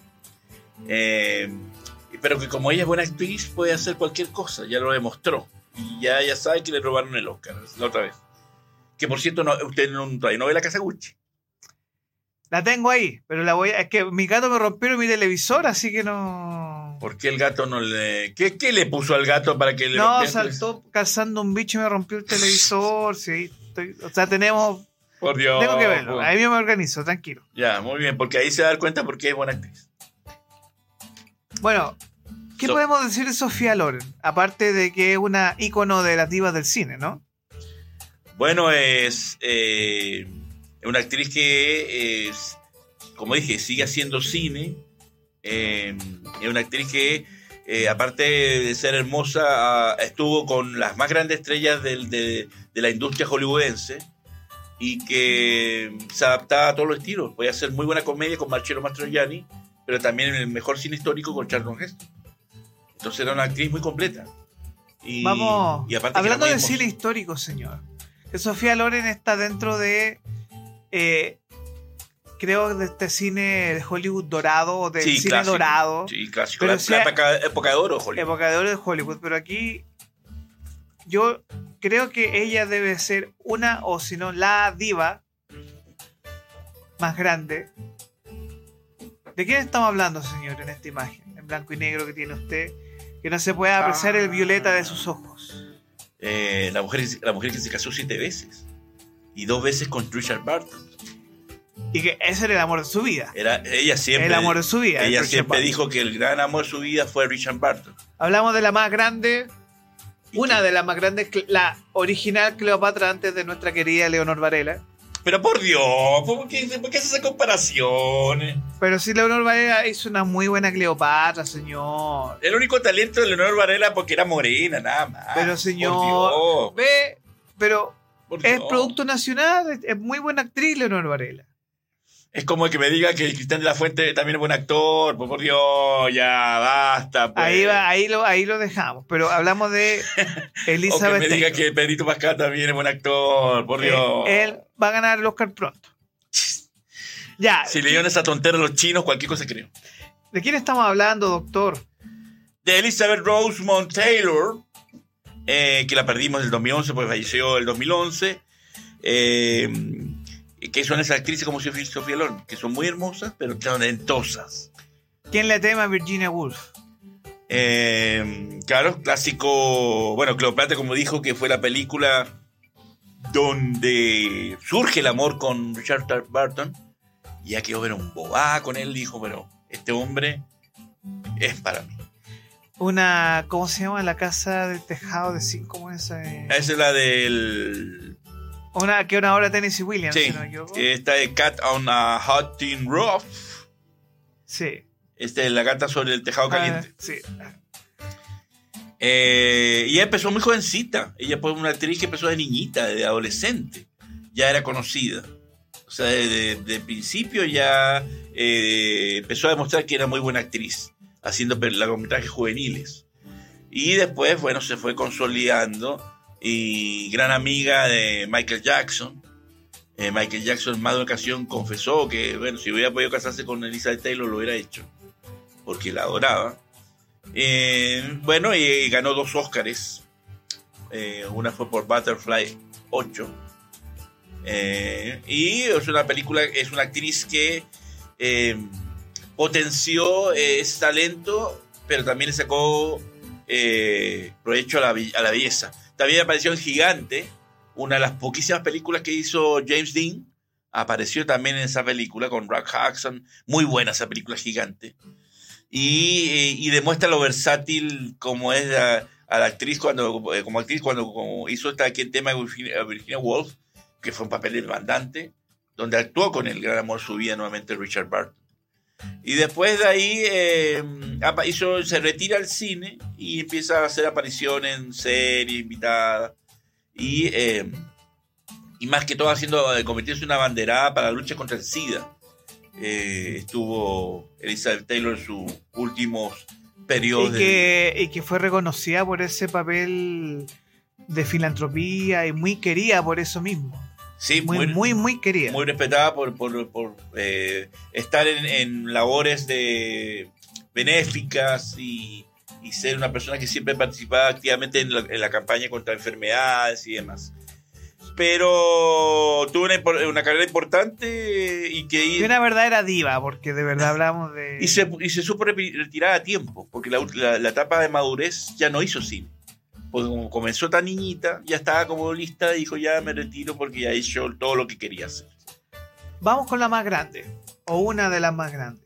Eh, pero que como ella es buena actriz, puede hacer cualquier cosa, ya lo demostró. Y ya, ya sabe que le robaron el Oscar la otra vez. Que por cierto, no, usted no, todavía no ve la Casa Gucci. La tengo ahí, pero la voy a, es que mi gato me rompieron mi televisor, así que no. ¿Por qué el gato no le... ¿Qué, qué le puso al gato para que le No, rompiera? saltó cazando un bicho y me rompió el televisor. Sí, estoy- o sea, tenemos. Por Dios. Tengo que verlo. pues. Ahí mismo me organizo, tranquilo. Ya, muy bien, porque ahí se va a dar cuenta por qué es buena actriz. Bueno, ¿qué So- podemos decir de Sofía Loren? Aparte de que es una ícono de las divas del cine, ¿no? Bueno, es eh, una actriz que es, como dije, sigue haciendo cine. Eh, es una actriz que, eh, aparte de ser hermosa, ah, estuvo con las más grandes estrellas del- de, de la industria hollywoodense y que se adaptaba a todos los estilos. Podía hacer muy buena comedia con Marcello Mastroianni, pero también en el mejor cine histórico con Charlton Heston. Entonces era una actriz muy completa. Y, Vamos, y aparte que hablando era de muy cine hermosa. histórico, señor. Que Sofía Loren está dentro de, eh, creo, de este cine de Hollywood dorado, o del Sí, cine clásico. dorado, Sí, clásico. Pero La, si la hay- época, época de oro, Hollywood. época de oro de Hollywood. Pero aquí yo creo que ella debe ser una, o si no, la diva más grande. ¿De quién estamos hablando, señor, en esta imagen? En blanco y negro que tiene usted, que no se puede apreciar el violeta de sus ojos. Eh, la, mujer, la mujer que se casó siete veces. Y dos veces con Richard Burton. Y que ese era el amor de su vida. Era, ella siempre, El amor de su vida. ella Richard siempre Burton. dijo que el gran amor de su vida fue Richard Burton. Hablamos de la más grande, ¿Y una qué? de las más grandes, Cle- la original Cleopatra antes de nuestra querida Leonor Varela. Pero por Dios, ¿por qué, por qué hace esas comparaciones? Pero sí, Leonor Varela hizo una muy buena Cleopatra, señor. El único talento de Leonor Varela porque era morena, nada más. Pero, señor, Por Dios, Ve, pero por es Dios. producto nacional, es, es muy buena actriz Leonor Varela. Es como que me diga que Cristian de la Fuente también es buen actor. Por, por Dios, ya, basta. Pues. Ahí va, ahí lo, ahí lo dejamos. Pero hablamos de O que Elizabeth me diga Taylor. que Pedrito Pascal también es buen actor, por Eh, Dios. él va a ganar el Oscar pronto. Ya. Si le dieron esa tontera a los chinos, cualquier cosa creo. ¿De quién estamos hablando, doctor? De Elizabeth Rosemont Taylor, eh, que la perdimos en el dos mil once, pues falleció el dos mil once. Eh, que son esas actrices como Sofía, Sofía Loren, que son muy hermosas, pero talentosas. ¿Quién le teme a Virginia Woolf? Eh, claro, clásico. Bueno, Cleopatra, como dijo, que fue la película donde surge el amor con Richard Burton. Y ya quedó ver un bobá con él, dijo, pero este hombre es para mí. Una, ¿cómo se llama? La casa del tejado de cinco, ¿cómo es esa? Eh, Esa es la del. Una, que una obra de Tennessee Williams, Sí, si no me equivoco. esta de Cat on a Hot Tin Roof. Sí. Esta es la gata sobre el tejado Ah, caliente. sí. Eh, y ella empezó muy jovencita. Ella fue una actriz que empezó de niñita, de adolescente. Ya era conocida. O sea, de, de- de principio ya eh, empezó a demostrar que era muy buena actriz, haciendo pe- largometrajes juveniles. Y después, bueno, se fue consolidando. Y gran amiga de Michael Jackson. Eh, Michael Jackson en más de una ocasión confesó que, bueno, si hubiera podido casarse con Elizabeth Taylor lo hubiera hecho, porque la adoraba. Eh, bueno, y, y ganó dos Óscares. Eh, una fue por Butterfly ocho Eh, y es una película, es una actriz que eh, potenció eh, ese talento, pero también le sacó eh, provecho a la, a la belleza. También apareció en Gigante, una de las poquísimas películas que hizo James Dean. Apareció también en esa película con Rock Hudson. Muy buena esa película, Gigante. Y, y demuestra lo versátil como es a, a la actriz cuando, como actriz cuando como hizo esta, aquí el tema de Virginia, Virginia Woolf, que fue un papel demandante, donde actuó con el gran amor de su vida nuevamente Richard Burton. Y después de ahí eh, hizo, se retira al cine y empieza a hacer apariciones en series, invitada. Y, eh, y más que todo haciendo, convirtiéndose en una banderada para la lucha contra el SIDA. Eh, estuvo Elizabeth Taylor en sus últimos periodos. Y que, de... y que fue reconocida por ese papel de filantropía y muy querida por eso mismo. Sí, muy, muy, muy, muy querida. Muy respetada por, por, por eh, estar en, en labores de benéficas y, y ser una persona que siempre participaba activamente en la, en la campaña contra enfermedades y demás. Pero tuvo una, una carrera importante y que... Y una verdadera diva, porque de verdad hablamos de... Y se, y se supo retirar a tiempo, porque la, la, la etapa de madurez ya no hizo cine. Porque como comenzó tan niñita, ya estaba como lista y dijo, ya me retiro porque ya he hecho todo lo que quería hacer. Vamos con la más grande, o una de las más grandes.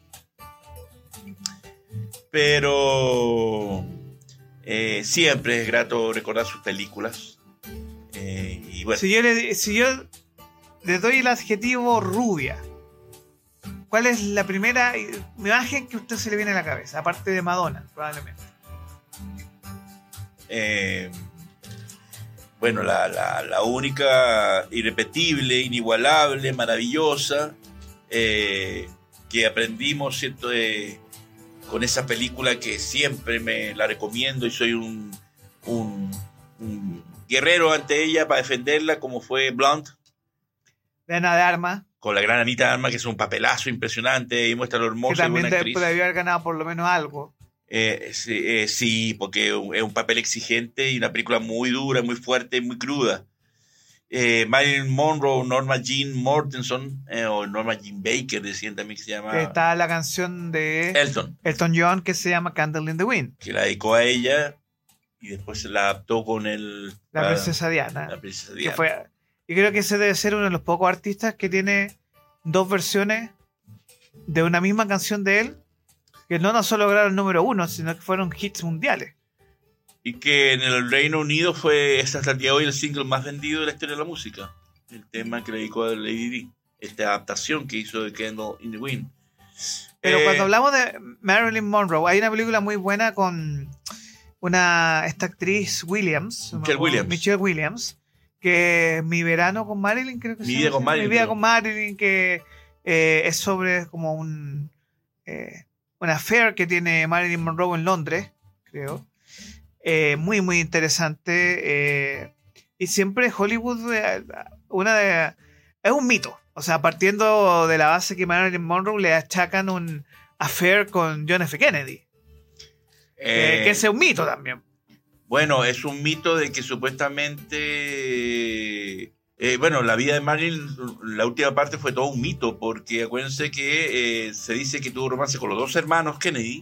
Pero eh, siempre es grato recordar sus películas. Eh, y bueno. Si yo, le, si yo le doy el adjetivo rubia, ¿cuál es la primera imagen que a usted se le viene a la cabeza? Aparte de Madonna, probablemente. Eh, bueno, la, la, la única irrepetible, inigualable, maravillosa eh, que aprendimos, ¿cierto? De, con esa película que siempre me la recomiendo y soy un, un, un guerrero ante ella para defenderla, como fue Blonde. De Ana de Armas. Con la gran Anita de Armas, que es un papelazo impresionante y muestra lo hermoso. Que también de, puede haber ganado por lo menos algo. Eh, sí, eh, sí, porque es un papel exigente y una película muy dura, muy fuerte, muy cruda. Eh, Marilyn Monroe, Norma Jean Mortensen, eh, o Norma Jean Baker, decían también que se llama. Que está la canción de Elton. Elton John que se llama Candle in the Wind. Que la dedicó a ella y después se la adaptó con el. La princesa Diana. La princesa Diana. Que fue, y creo que ese debe ser uno de los pocos artistas que tiene dos versiones de una misma canción de él, que no, no solo lograron el número uno, sino que fueron hits mundiales. Y que en el Reino Unido fue hasta el día de hoy el single más vendido de la historia de la música. El tema que le dedicó a Lady Di. Esta adaptación que hizo de Candle in the Wind. Pero eh, cuando hablamos de Marilyn Monroe, hay una película muy buena con una esta actriz Williams. Michelle Williams. Michelle Williams. Que Mi verano con Marilyn, creo que Mi se vida llama. con Marilyn. Mi vida con Marilyn, que eh, es sobre como un... Eh, una affair que tiene Marilyn Monroe en Londres, creo. Eh, muy, muy interesante. Eh, y siempre Hollywood, eh, una de, es un mito. O sea, partiendo de la base que Marilyn Monroe le achacan un affair con John F. Kennedy. Eh, eh, que ese es un mito también. Bueno, es un mito de que supuestamente... Eh, bueno, la vida de Marilyn, la última parte fue todo un mito, porque acuérdense que eh, se dice que tuvo romance con los dos hermanos Kennedy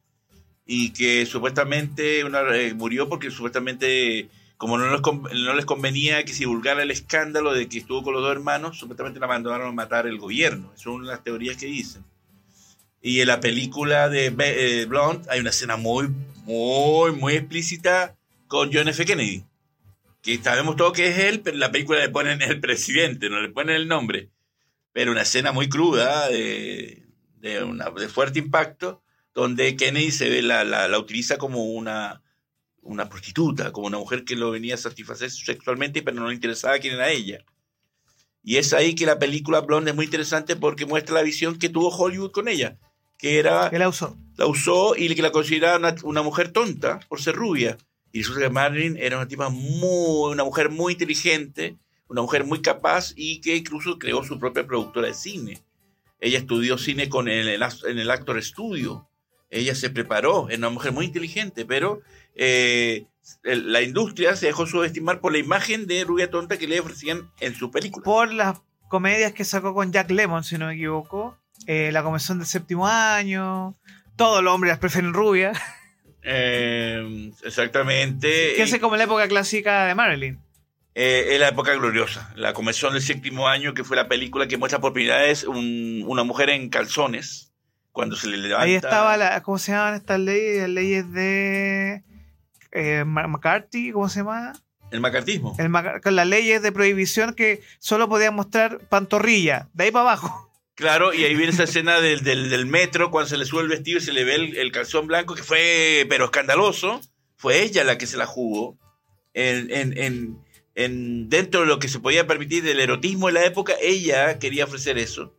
y que supuestamente una, eh, murió porque supuestamente, como no les, no les convenía que se divulgara el escándalo de que estuvo con los dos hermanos, supuestamente la mandaron a matar el gobierno. Esas son las teorías que dicen. Y en la película de eh, Blonde hay una escena muy, muy, muy explícita con John F. Kennedy. Que sabemos todo que es él, pero en la película le ponen el presidente, no le ponen el nombre. Pero una escena muy cruda, de, de, una, de fuerte impacto, donde Kennedy se ve, la, la, la utiliza como una, una prostituta, como una mujer que lo venía a satisfacer sexualmente, pero no le interesaba quién era ella. Y es ahí que la película Blonde es muy interesante porque muestra la visión que tuvo Hollywood con ella, que era... Que la usó. La usó y que la consideraba una, una mujer tonta por ser rubia. Y resulta que Marilyn era una tipa muy, una mujer muy inteligente, una mujer muy capaz y que incluso creó su propia productora de cine. Ella estudió cine con el, en el Actor Studio. Ella se preparó, era una mujer muy inteligente, pero eh, el, la industria se dejó subestimar por la imagen de rubia tonta que le ofrecían en su película. Por las comedias que sacó con Jack Lemmon, si no me equivoco. Eh, la Comezón del Séptimo Año. Todos los hombres las prefieren rubia. Eh, exactamente. Que es como la época clásica de Marilyn. Eh, es la época gloriosa. La Comezón del Séptimo Año, que fue la película que muestra por primera vez un, una mujer en calzones. Cuando se le levanta. Ahí estaba, la, ¿cómo se llaman estas leyes? Las leyes de eh, McCarthy, ¿cómo se llama? El macartismo. El, con las leyes de prohibición que solo podían mostrar pantorrilla, de ahí para abajo. Claro, y ahí viene esa escena del, del, del metro, cuando se le sube el vestido y se le ve el, el calzón blanco, que fue, pero escandaloso. Fue ella la que se la jugó. En, en, en, en, dentro de lo que se podía permitir del erotismo de la época, ella quería ofrecer eso.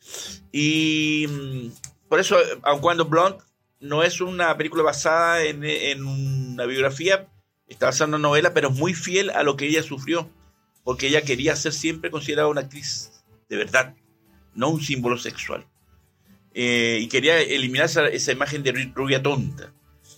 Y por eso, aun cuando Blonde no es una película basada en, en una biografía, está basada en una novela, pero es muy fiel a lo que ella sufrió, porque ella quería ser siempre considerada una actriz de verdad, no un símbolo sexual. Eh, y quería eliminar esa, esa imagen de rubia tonta.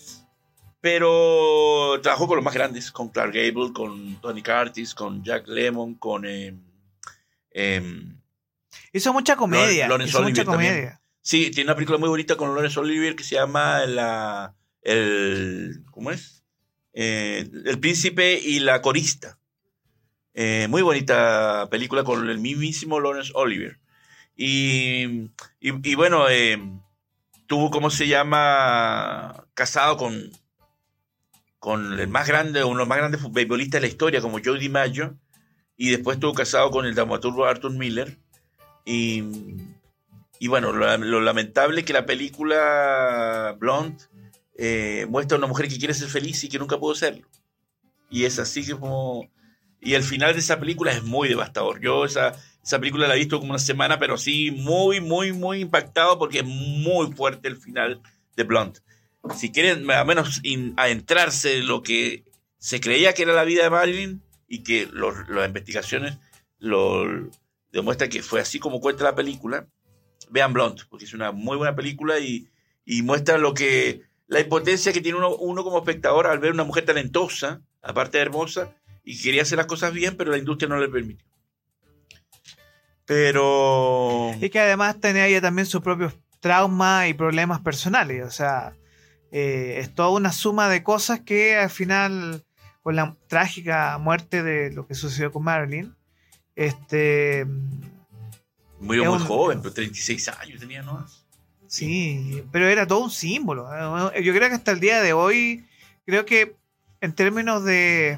Pero trabajó con los más grandes, con Clark Gable, con Tony Curtis, con Jack Lemmon, con... Eh, eh, hizo mucha comedia. Laurence hizo Olivier mucha comedia. También. Sí, tiene una película muy bonita con Laurence Olivier que se llama la, el, ¿cómo es? Eh, El Príncipe y la Corista. Eh, muy bonita película con el mismísimo Laurence Olivier. Y, y, y bueno, eh, tuvo, ¿cómo se llama? Casado con, con el más grande, uno de los más grandes beisbolistas de la historia, como Joe DiMaggio. Y después estuvo casado con el dramaturgo Arthur Miller. Y, y bueno, lo, lo lamentable es que la película Blonde eh, muestra a una mujer que quiere ser feliz y que nunca pudo serlo. Y es así como... Y el final de esa película es muy devastador. Yo esa, esa película la he visto como una semana, pero sí muy, muy, muy impactado porque es muy fuerte el final de Blonde. Si quieren, al menos in, adentrarse en lo que se creía que era la vida de Marilyn y que lo, las investigaciones lo demuestran que fue así como cuenta la película, vean Blonde, porque es una muy buena película y, y muestra lo que la impotencia que tiene uno, uno como espectador al ver una mujer talentosa, aparte de hermosa, y quería hacer las cosas bien, pero la industria no le permitió. Pero... Y que además tenía ella también sus propios traumas y problemas personales. O sea, eh, es toda una suma de cosas que al final, con la trágica muerte de lo que sucedió con Marilyn, este... murió muy un, joven, pero treinta y seis años tenía, ¿no? Sí, pero era todo un símbolo. Yo creo que hasta el día de hoy, creo que en términos de...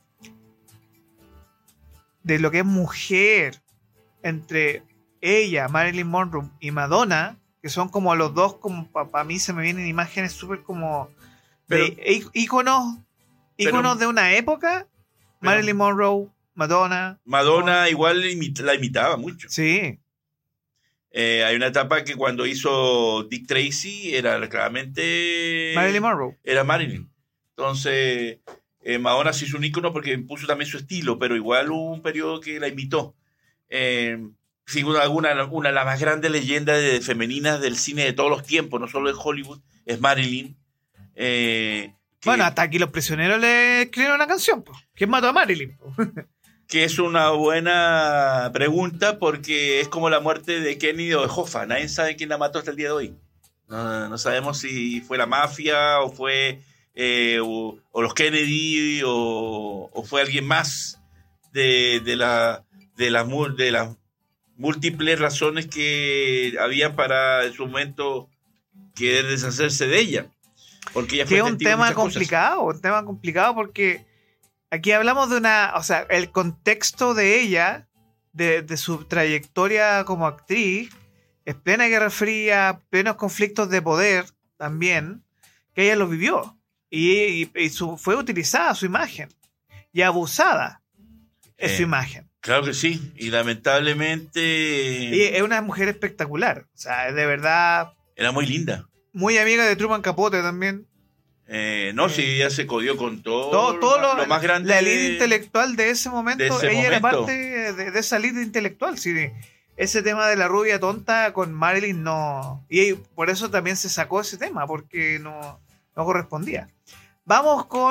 de lo que es mujer entre ella, Marilyn Monroe y Madonna, que son como los dos, como para pa mí se me vienen imágenes súper como pero, de íconos, íconos de una época. Pero, Marilyn Monroe, Madonna. Madonna oh. igual imita, la imitaba mucho. Sí. Eh, hay una etapa que cuando hizo Dick Tracy era claramente Marilyn Monroe. Era Marilyn. Entonces... Eh, Madonna sí es un ícono porque impuso también su estilo, pero igual hubo un periodo que la imitó. Eh, sin duda alguna, una de las más grandes leyendas de, femeninas del cine de todos los tiempos, no solo de Hollywood, es Marilyn. Eh, que, bueno, hasta aquí Los Prisioneros le escribieron una canción. Po. ¿Quién mató a Marilyn? Po? Que es una buena pregunta porque es como la muerte de Kennedy o de Hoffa. Nadie sabe quién la mató hasta el día de hoy. No, no sabemos si fue la mafia o fue... Eh, o, o los Kennedy o, o fue alguien más de, de, la, de, las, de las múltiples razones que había para en su momento querer deshacerse de ella, porque ella fue que es un tema complicado cosas. un tema complicado porque aquí hablamos de una, o sea, el contexto de ella, de, de su trayectoria como actriz, es plena Guerra Fría, plenos conflictos de poder también, que ella los vivió. Y, y, y su, fue utilizada su imagen y abusada es eh, su imagen. Claro que sí, y lamentablemente... Y es una mujer espectacular, o sea, de verdad... Era muy linda. Muy amiga de Truman Capote también. Eh, no, eh, sí, ella se codió con todo, todo, todo lo, lo, lo más grande. La elite intelectual de ese momento, de ese ella momento. era parte de, de esa elite intelectual, sí. Ese tema de la rubia tonta con Marilyn no... Y por eso también se sacó ese tema, porque no, no correspondía. Vamos con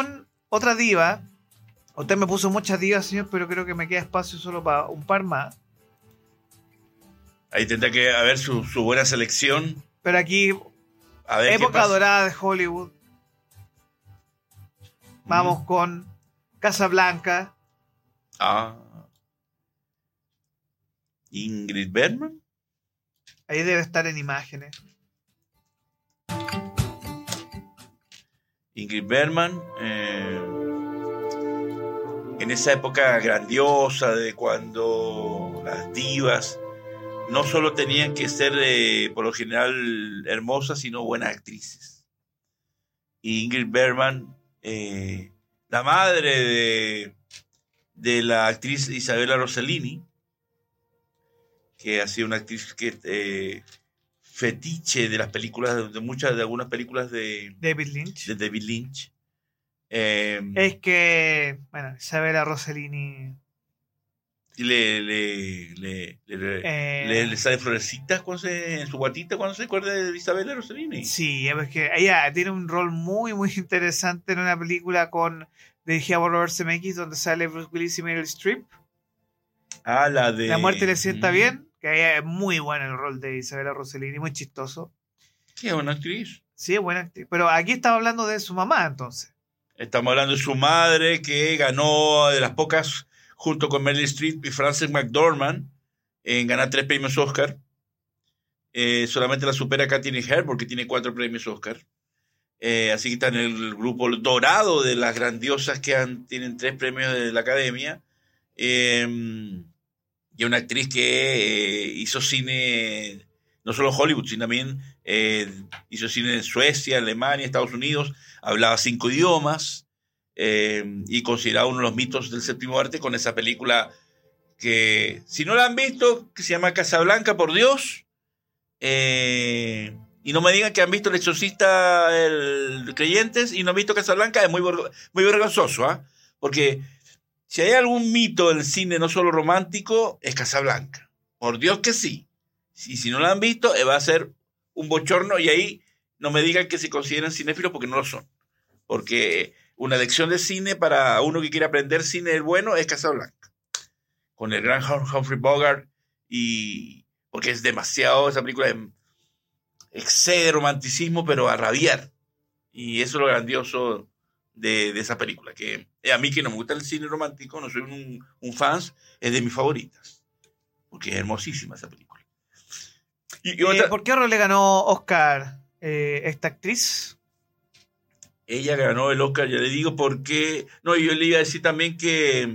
otra diva. Usted me puso muchas divas, señor, pero creo que me queda espacio solo para un par más. Ahí tendrá que haber su, su buena selección. Pero aquí, A ver, época dorada de Hollywood. Vamos Mm. con Casablanca. Ah. Ingrid Bergman. Ahí debe estar en imágenes. Ingrid Bergman. Eh, en esa época grandiosa de cuando las divas no solo tenían que ser eh, por lo general hermosas, sino buenas actrices. Y Ingrid Bergman, eh, la madre de, de la actriz Isabella Rossellini, que ha sido una actriz que eh, fetiche de las películas, de muchas, de algunas películas de, David Lynch. de David Lynch. Eh, Es que, bueno, Isabella Rossellini. y le, le, le, le, Eh, le, le sale florecitas cuando se, en su guatita cuando se acuerda de Isabella Rossellini. Sí, es que ella tiene un rol muy, muy interesante en una película con dirigida por Robert Zemeckis donde sale Bruce Willis y Meryl Streep. Ah, la de... La muerte le sienta Mm. bien, que ella es muy buena el rol de Isabella Rossellini, muy chistoso. ¿Qué es una actriz? Sí, es buena actriz. Pero aquí estaba hablando de su mamá, entonces. Estamos hablando de su madre, que ganó de las pocas, junto con Meryl Streep y Frances McDormand, en ganar tres premios Oscar. Eh, solamente la supera Katharine Hepburn, que tiene cuatro premios Oscar. Eh, así que está en el grupo dorado de las grandiosas que han, tienen tres premios de la Academia. Eh, y una actriz que eh, hizo cine, no solo en Hollywood, sino también eh, hizo cine en Suecia, Alemania, Estados Unidos, hablaba cinco idiomas eh, y consideraba uno de los mitos del séptimo arte con esa película que, si no la han visto, que se llama Casablanca, por Dios, eh, y no me digan que han visto El Exorcista el Creyentes y no han visto Casablanca, es muy, muy vergonzoso, ¿ah? ¿eh? Porque si hay algún mito del cine no solo romántico, es Casablanca. Por Dios que sí. Y si no la han visto, va a ser un bochorno y ahí no me digan que se consideran cinéfilos porque no lo son. Porque una lección de cine para uno que quiere aprender cine del bueno es Casablanca. Con el gran Humphrey Bogart y... porque es demasiado, esa película excede romanticismo, pero a rabiar. Y eso es lo grandioso de, de esa película, que a mí que no me gusta el cine romántico, no soy un, un fan, es de mis favoritas, porque es hermosísima esa película. Y, y otra, eh, ¿Por qué rol le ganó Oscar eh, esta actriz? Ella ganó el Oscar, ya le digo, porque... No, yo le iba a decir también que...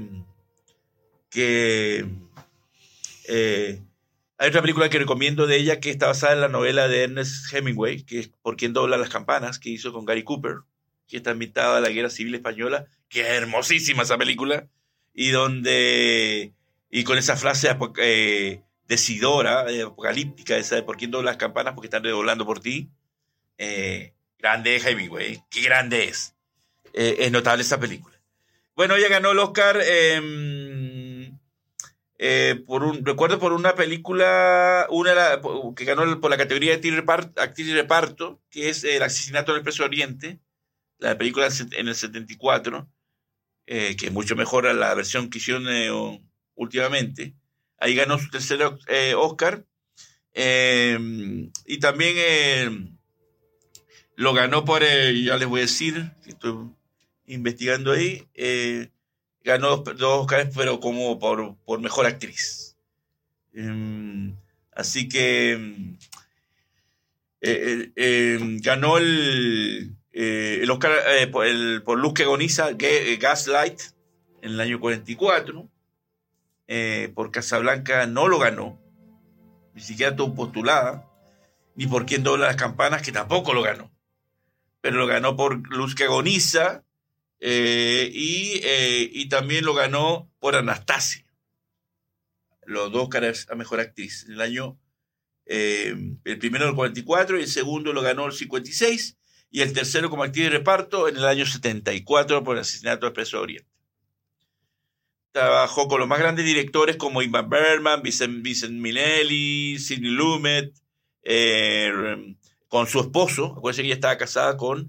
que eh, hay otra película que recomiendo de ella que está basada en la novela de Ernest Hemingway, que es Por quién dobla las campanas, que hizo con Gary Cooper, que está ambientada a la Guerra Civil Española, que es hermosísima esa película, y donde... y con esa frase eh, decidora, eh, apocalíptica, esa de Por quién dobla las campanas, porque están redoblando por ti. Eh, grande es Hemingway, qué grande es. Eh, es notable esa película. Bueno, ella ganó el Oscar... Eh, Eh, por un, recuerdo por una película una que ganó por la categoría de actriz y reparto, que es El asesinato del Expreso Oriente, la película en el setenta y cuatro, eh, que es mucho mejor a la versión que hicieron eh, últimamente. Ahí ganó su tercer eh, Oscar, eh, y también eh, lo ganó por, eh, ya les voy a decir, estoy investigando ahí, eh, ganó dos, dos Oscars, pero como por, por mejor actriz. Um, así que um, eh, eh, ganó el, eh, el Oscar eh, por, el, por Luz que agoniza, Gaslight, en el año cuarenta y cuatro. Eh, por Casablanca no lo ganó, ni siquiera tuvo postulada, ni por Quién dobla las campanas, que tampoco lo ganó. Pero lo ganó por Luz que agoniza, Eh, y, eh, y también lo ganó por Anastasia, los dos caras a mejor actriz en el año, eh, el primero en el cuarenta y cuatro y el segundo lo ganó el cincuenta y seis y el tercero como actriz de reparto en el año setenta y cuatro por el asesinato del Expreso Oriente. Trabajó con los más grandes directores como Ingmar Bergman, Vincent, Vincent Minnelli, Sidney Lumet, eh, con su esposo. Acuérdense que ella estaba casada con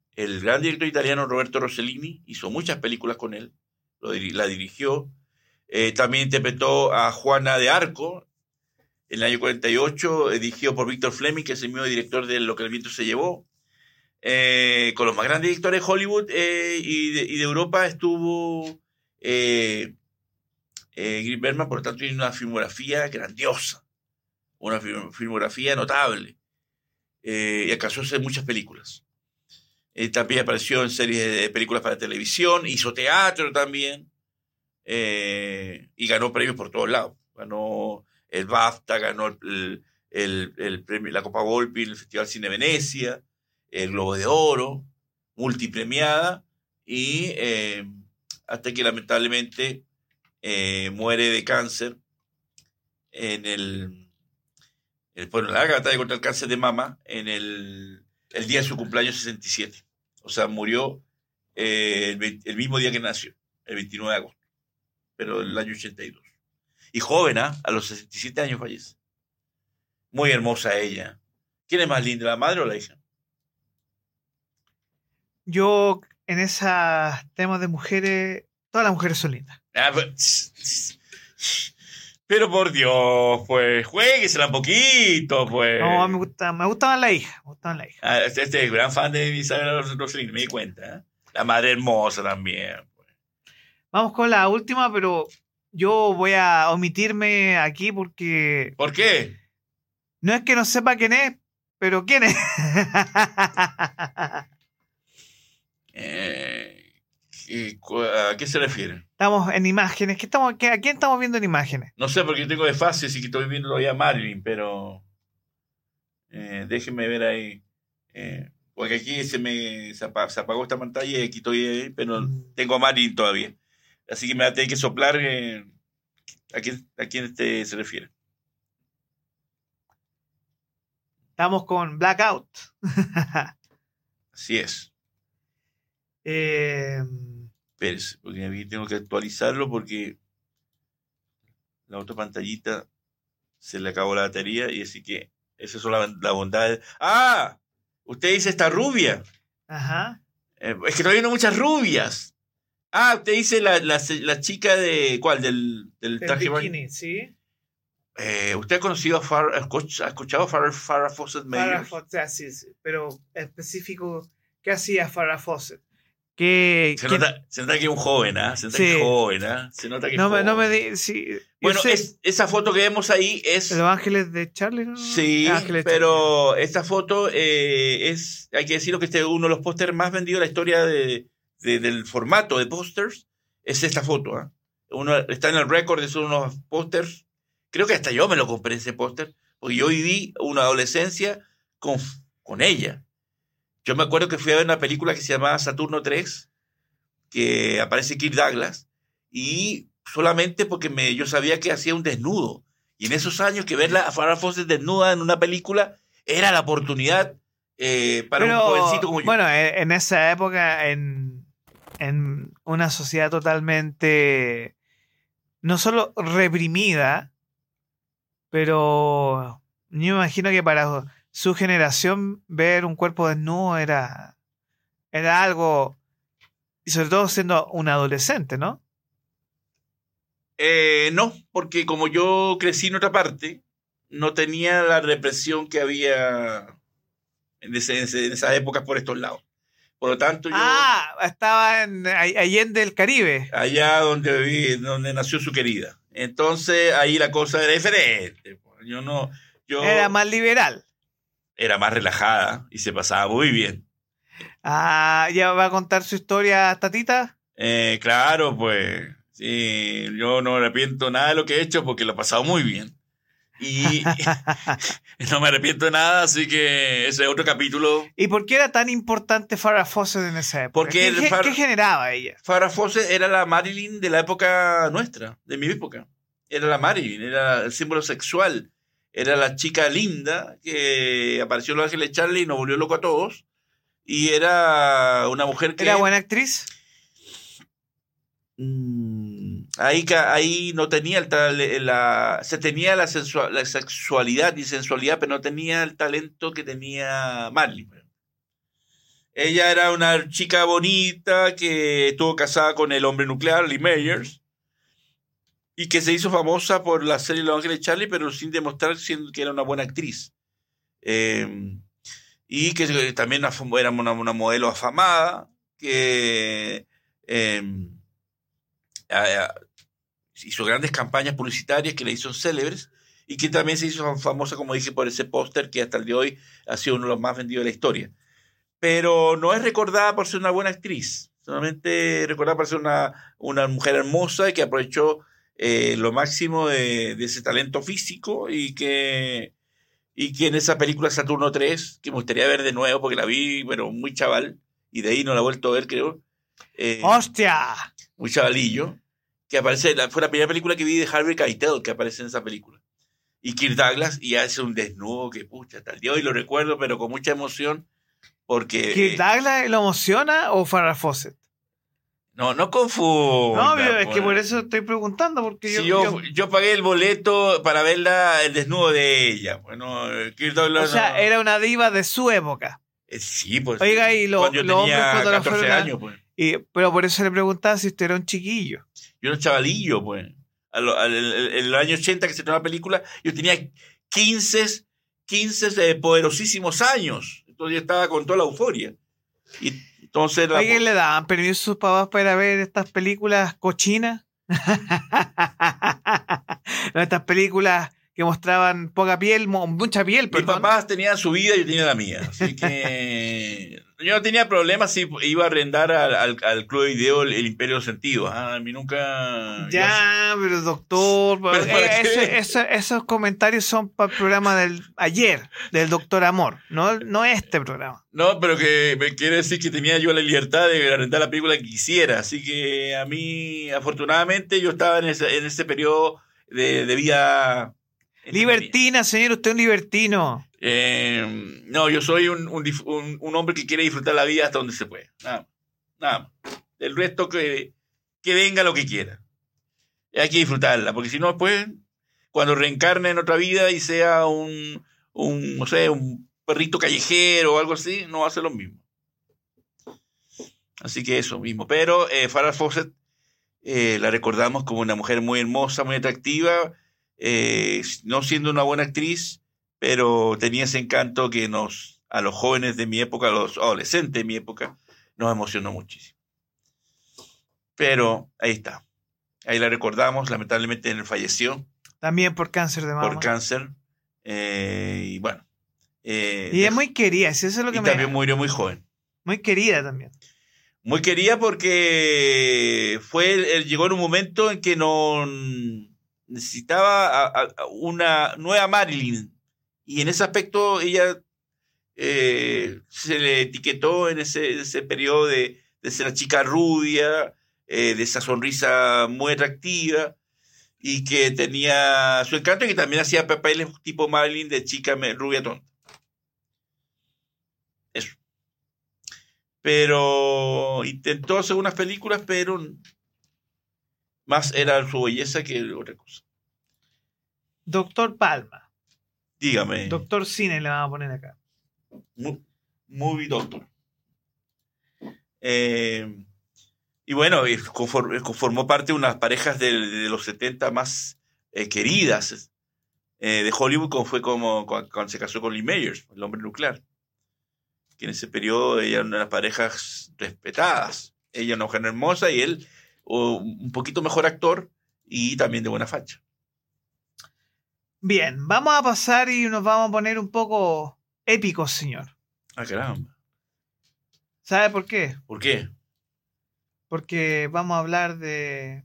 El gran director italiano Roberto Rossellini hizo muchas películas con él, lo, la dirigió. Eh, también interpretó a Juana de Arco en el año cuarenta y ocho, eh, dirigido por Victor Fleming, que es el mismo director de Lo que el viento se llevó. Eh, con los más grandes directores de Hollywood eh, y, de, y de Europa estuvo eh, eh, Ingrid Bergman, por lo tanto tiene una filmografía grandiosa, una film, filmografía notable, eh, y alcanzó a hacer muchas películas. Eh, también apareció en series de películas para televisión, hizo teatro también, eh, y ganó premios por todos lados. Ganó el BAFTA, ganó el, el, el premio, la Copa Volpi en el Festival Cine Venecia, el Globo de Oro, multipremiada, y eh, hasta que lamentablemente eh, muere de cáncer en el, el bueno, la larga batalla contra el cáncer de mama en el, el día de su cumpleaños sesenta y siete. O sea, murió eh, el, el mismo día que nació, el veintinueve de agosto, pero del año ochenta y dos. Y joven, ¿eh? A los sesenta y siete años fallece. Muy hermosa ella. ¿Quién es más linda, la madre o la hija? Yo, en esos temas de mujeres, todas las mujeres son lindas. Ah, pues, pero por Dios, pues, juéguesela un poquito, pues. No, me gusta, me gustaba la hija, me gustaba la hija. Ah, este, este es gran fan de Isabel Rossellini, me di cuenta. ¿eh? La madre hermosa también. Pues. Vamos con la última, pero yo voy a omitirme aquí porque... ¿Por qué? No es que no sepa quién es, pero ¿quién es? Eh, ¿A qué se refiere? Estamos en imágenes. ¿Qué estamos, qué, ¿A quién estamos viendo en imágenes? No sé, porque yo tengo desfase, así que estoy viendo todavía a Marilyn, pero eh, déjenme ver ahí. Eh, porque aquí se me se apagó, se apagó esta pantalla y aquí estoy ahí, pero mm. tengo a Marilyn todavía. Así que me va a tener que soplar eh, a quién, a quién este se refiere. Estamos con Blackout. Así es. Eh... Espérese, porque aquí tengo que actualizarlo porque la otra pantallita se le acabó la batería y así que esas son las la bondades. ¡Ah! Usted dice esta rubia. Ajá. Eh, es que estoy viendo muchas rubias. Ah, usted dice la, la, la chica de... ¿Cuál? Del, del traje bikini, sí. Eh, ¿Usted ha conocido a Farrah, ha escuchado a Farrah, Farrah Fawcett Mayers? Farrah Fawcett, sí, sí, pero específico, ¿qué hacía Farrah Fawcett? Que, se, nota, se nota que es un joven, ¿eh? Se nota sí. que es joven, ¿eh? Se nota que no es joven. Me, no me di, sí, bueno, es, esa foto que vemos ahí es... Los Ángeles de Charlie, ¿no? Sí, Ángeles pero Charlie. Esta foto eh, es... Hay que decirlo que este es uno de los pósters más vendidos de la historia de, de, del formato de pósters. Es esta foto, ¿eh? Uno está en el récord de son unos pósters. Creo que hasta yo me lo compré ese póster, porque yo viví una adolescencia con, con ella. Yo me acuerdo que fui a ver una película que se llamaba Saturno tres, que aparece Kirk Douglas, y solamente porque me, yo sabía que hacía un desnudo. Y en esos años que verla a Farrah Fawcett desnuda en una película era la oportunidad eh, para Pero, un jovencito como yo. Bueno, en esa época, en, en una sociedad totalmente, no solo reprimida, pero yo me imagino que para su generación ver un cuerpo desnudo era, era algo, y sobre todo siendo un adolescente, ¿no? Eh, no, porque como yo crecí en otra parte, no tenía la represión que había en, ese, en esas épocas por estos lados. Por lo tanto, yo... Ah, estaba en Allende del Caribe. Allá donde viví, donde nació su querida. Entonces, ahí la cosa era diferente. Yo no... Yo era más liberal. Era más relajada y se pasaba muy bien. Ah, ¿ya va a contar su historia, Tatita? Eh, claro, pues... Sí, yo no me arrepiento nada de lo que he hecho porque lo he pasado muy bien. Y no me arrepiento de nada, así que ese es otro capítulo. ¿Y por qué era tan importante Farrah Fawcett en esa época? Porque ¿Qué, Far- ¿Qué generaba ella? Farrah Fawcett era la Marilyn de la época nuestra, de mi época. Era la Marilyn, era el símbolo sexual. Era la chica linda que apareció en Los Ángeles de Charlie y nos volvió loco a todos. Y era una mujer que... ¿Era buena actriz? Ahí, ahí no tenía el la se tenía la, sensual, la sexualidad y sensualidad, pero no tenía el talento que tenía Marley. Ella era una chica bonita que estuvo casada con el hombre nuclear, Lee Mayers, y que se hizo famosa por la serie Los Ángeles de Charlie, pero sin demostrar siendo que era una buena actriz. Eh, y que también era una, una modelo afamada, que eh, hizo grandes campañas publicitarias que le hizo célebres, y que también se hizo famosa, como dije, por ese póster que hasta el día de hoy ha sido uno de los más vendidos de la historia. Pero no es recordada por ser una buena actriz, solamente recordada por ser una, una mujer hermosa y que aprovechó eh, lo máximo de, de ese talento físico, y que, y que en esa película Saturno tres, que me gustaría ver de nuevo porque la vi, bueno, muy chaval, y de ahí no la he vuelto a ver, creo. Eh, ¡Hostia! Muy chavalillo, que aparece, fue la primera película que vi de Harvey Keitel que aparece en esa película. Y Kirk Douglas, y hace un desnudo que, pucha, hasta el día de hoy lo recuerdo, pero con mucha emoción. Porque, ¿Kirk Douglas lo emociona o Farrah Fawcett? No, no confunda. No, es pues. que por eso estoy preguntando. Porque Si yo, yo, yo... yo pagué el boleto para verla, el desnudo de ella. Bueno, Kirk Douglas. O sea, no... era una diva de su época. Eh, sí, pues. Oiga, y lo, cuando yo los tenía hombres cuando catorce fueron a... años, pues. Y, pero por eso le preguntaba si usted era un chiquillo. Yo era un chavalillo, pues. En el año ochenta que se estrenó la película, yo tenía quince, quince eh, poderosísimos años. Entonces yo estaba con toda la euforia. Y entonces la... ¿Alguien le daban permiso a sus papás para ver estas películas cochinas? No, estas películas que mostraban poca piel, mucha piel, Mis perdón. papás tenían su vida y yo tenía la mía. Así que yo no tenía problemas si iba a arrendar al, al, al club de video el, el Imperio de los Sentidos. Ah, a mí nunca... Ya, yo... pero doctor, ¿Pero eh, ese, ese, esos comentarios son para el programa del ayer, del Doctor Amor, no, no este programa. No, pero que me quiere decir que tenía yo la libertad de arrendar la película que quisiera. Así que a mí, afortunadamente, yo estaba en ese, en ese periodo de, de vida... Libertina, señor, usted es un libertino. Eh, no, yo soy un, un, un, un hombre que quiere disfrutar la vida hasta donde se puede. Nada, nada más. El resto que, que venga lo que quiera. Hay que disfrutarla, porque si no, después, cuando reencarne en otra vida y sea un, un, no sé, un perrito callejero o algo así, no va a ser lo mismo. Así que eso mismo. Pero eh, Farrah Fawcett eh, la recordamos como una mujer muy hermosa, muy atractiva, eh, no siendo una buena actriz, pero tenía ese encanto que nos, a los jóvenes de mi época, a los adolescentes de mi época, nos emocionó muchísimo. Pero ahí está. Ahí la recordamos, lamentablemente falleció. También por cáncer de mama. Por cáncer. Eh, y bueno. Eh, y es muy querida, si eso es lo que y me... también murió muy joven. Muy querida también. Muy querida porque fue, llegó en un momento en que no necesitaba a, a una nueva Marilyn. Y en ese aspecto ella eh, se le etiquetó en ese, ese periodo de, de ser la chica rubia, eh, de esa sonrisa muy atractiva, y que tenía su encanto, y que también hacía papeles tipo Marilyn de chica rubia tonta. Eso. Pero intentó hacer unas películas, pero más era su belleza que otra cosa. Doctor Palma. Dígame. Doctor Cine le vamos a poner acá. Movie Doctor. Eh, y bueno, conformó parte de unas parejas de, de los setenta más eh, queridas eh, de Hollywood, como fue como cuando, cuando se casó con Lee Mayers, el hombre nuclear. Que en ese periodo ella era una de las parejas respetadas. Ella una mujer hermosa y él un poquito mejor actor y también de buena facha. Bien, vamos a pasar y nos vamos a poner un poco épicos, señor. Ah, caramba. ¿Sabe por qué? ¿Por qué? Porque vamos a hablar de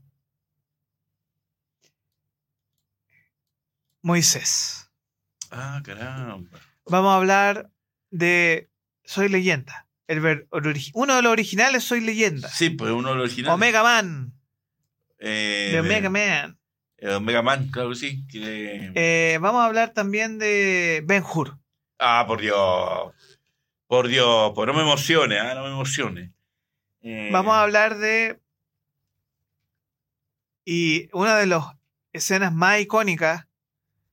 Moisés. Ah, caramba. Vamos a hablar de Soy Leyenda. El ver, el, uno de los originales, Soy Leyenda. Sí, pues uno de los originales. Omega Man. Eh, de Omega Man. Eh, Omega Man, claro que sí. Que... Eh, vamos a hablar también de Ben-Hur. Ah, por Dios. Por Dios, pues no me emocione, ¿eh? no me emocione. Eh... Vamos a hablar de... Y una de las escenas más icónicas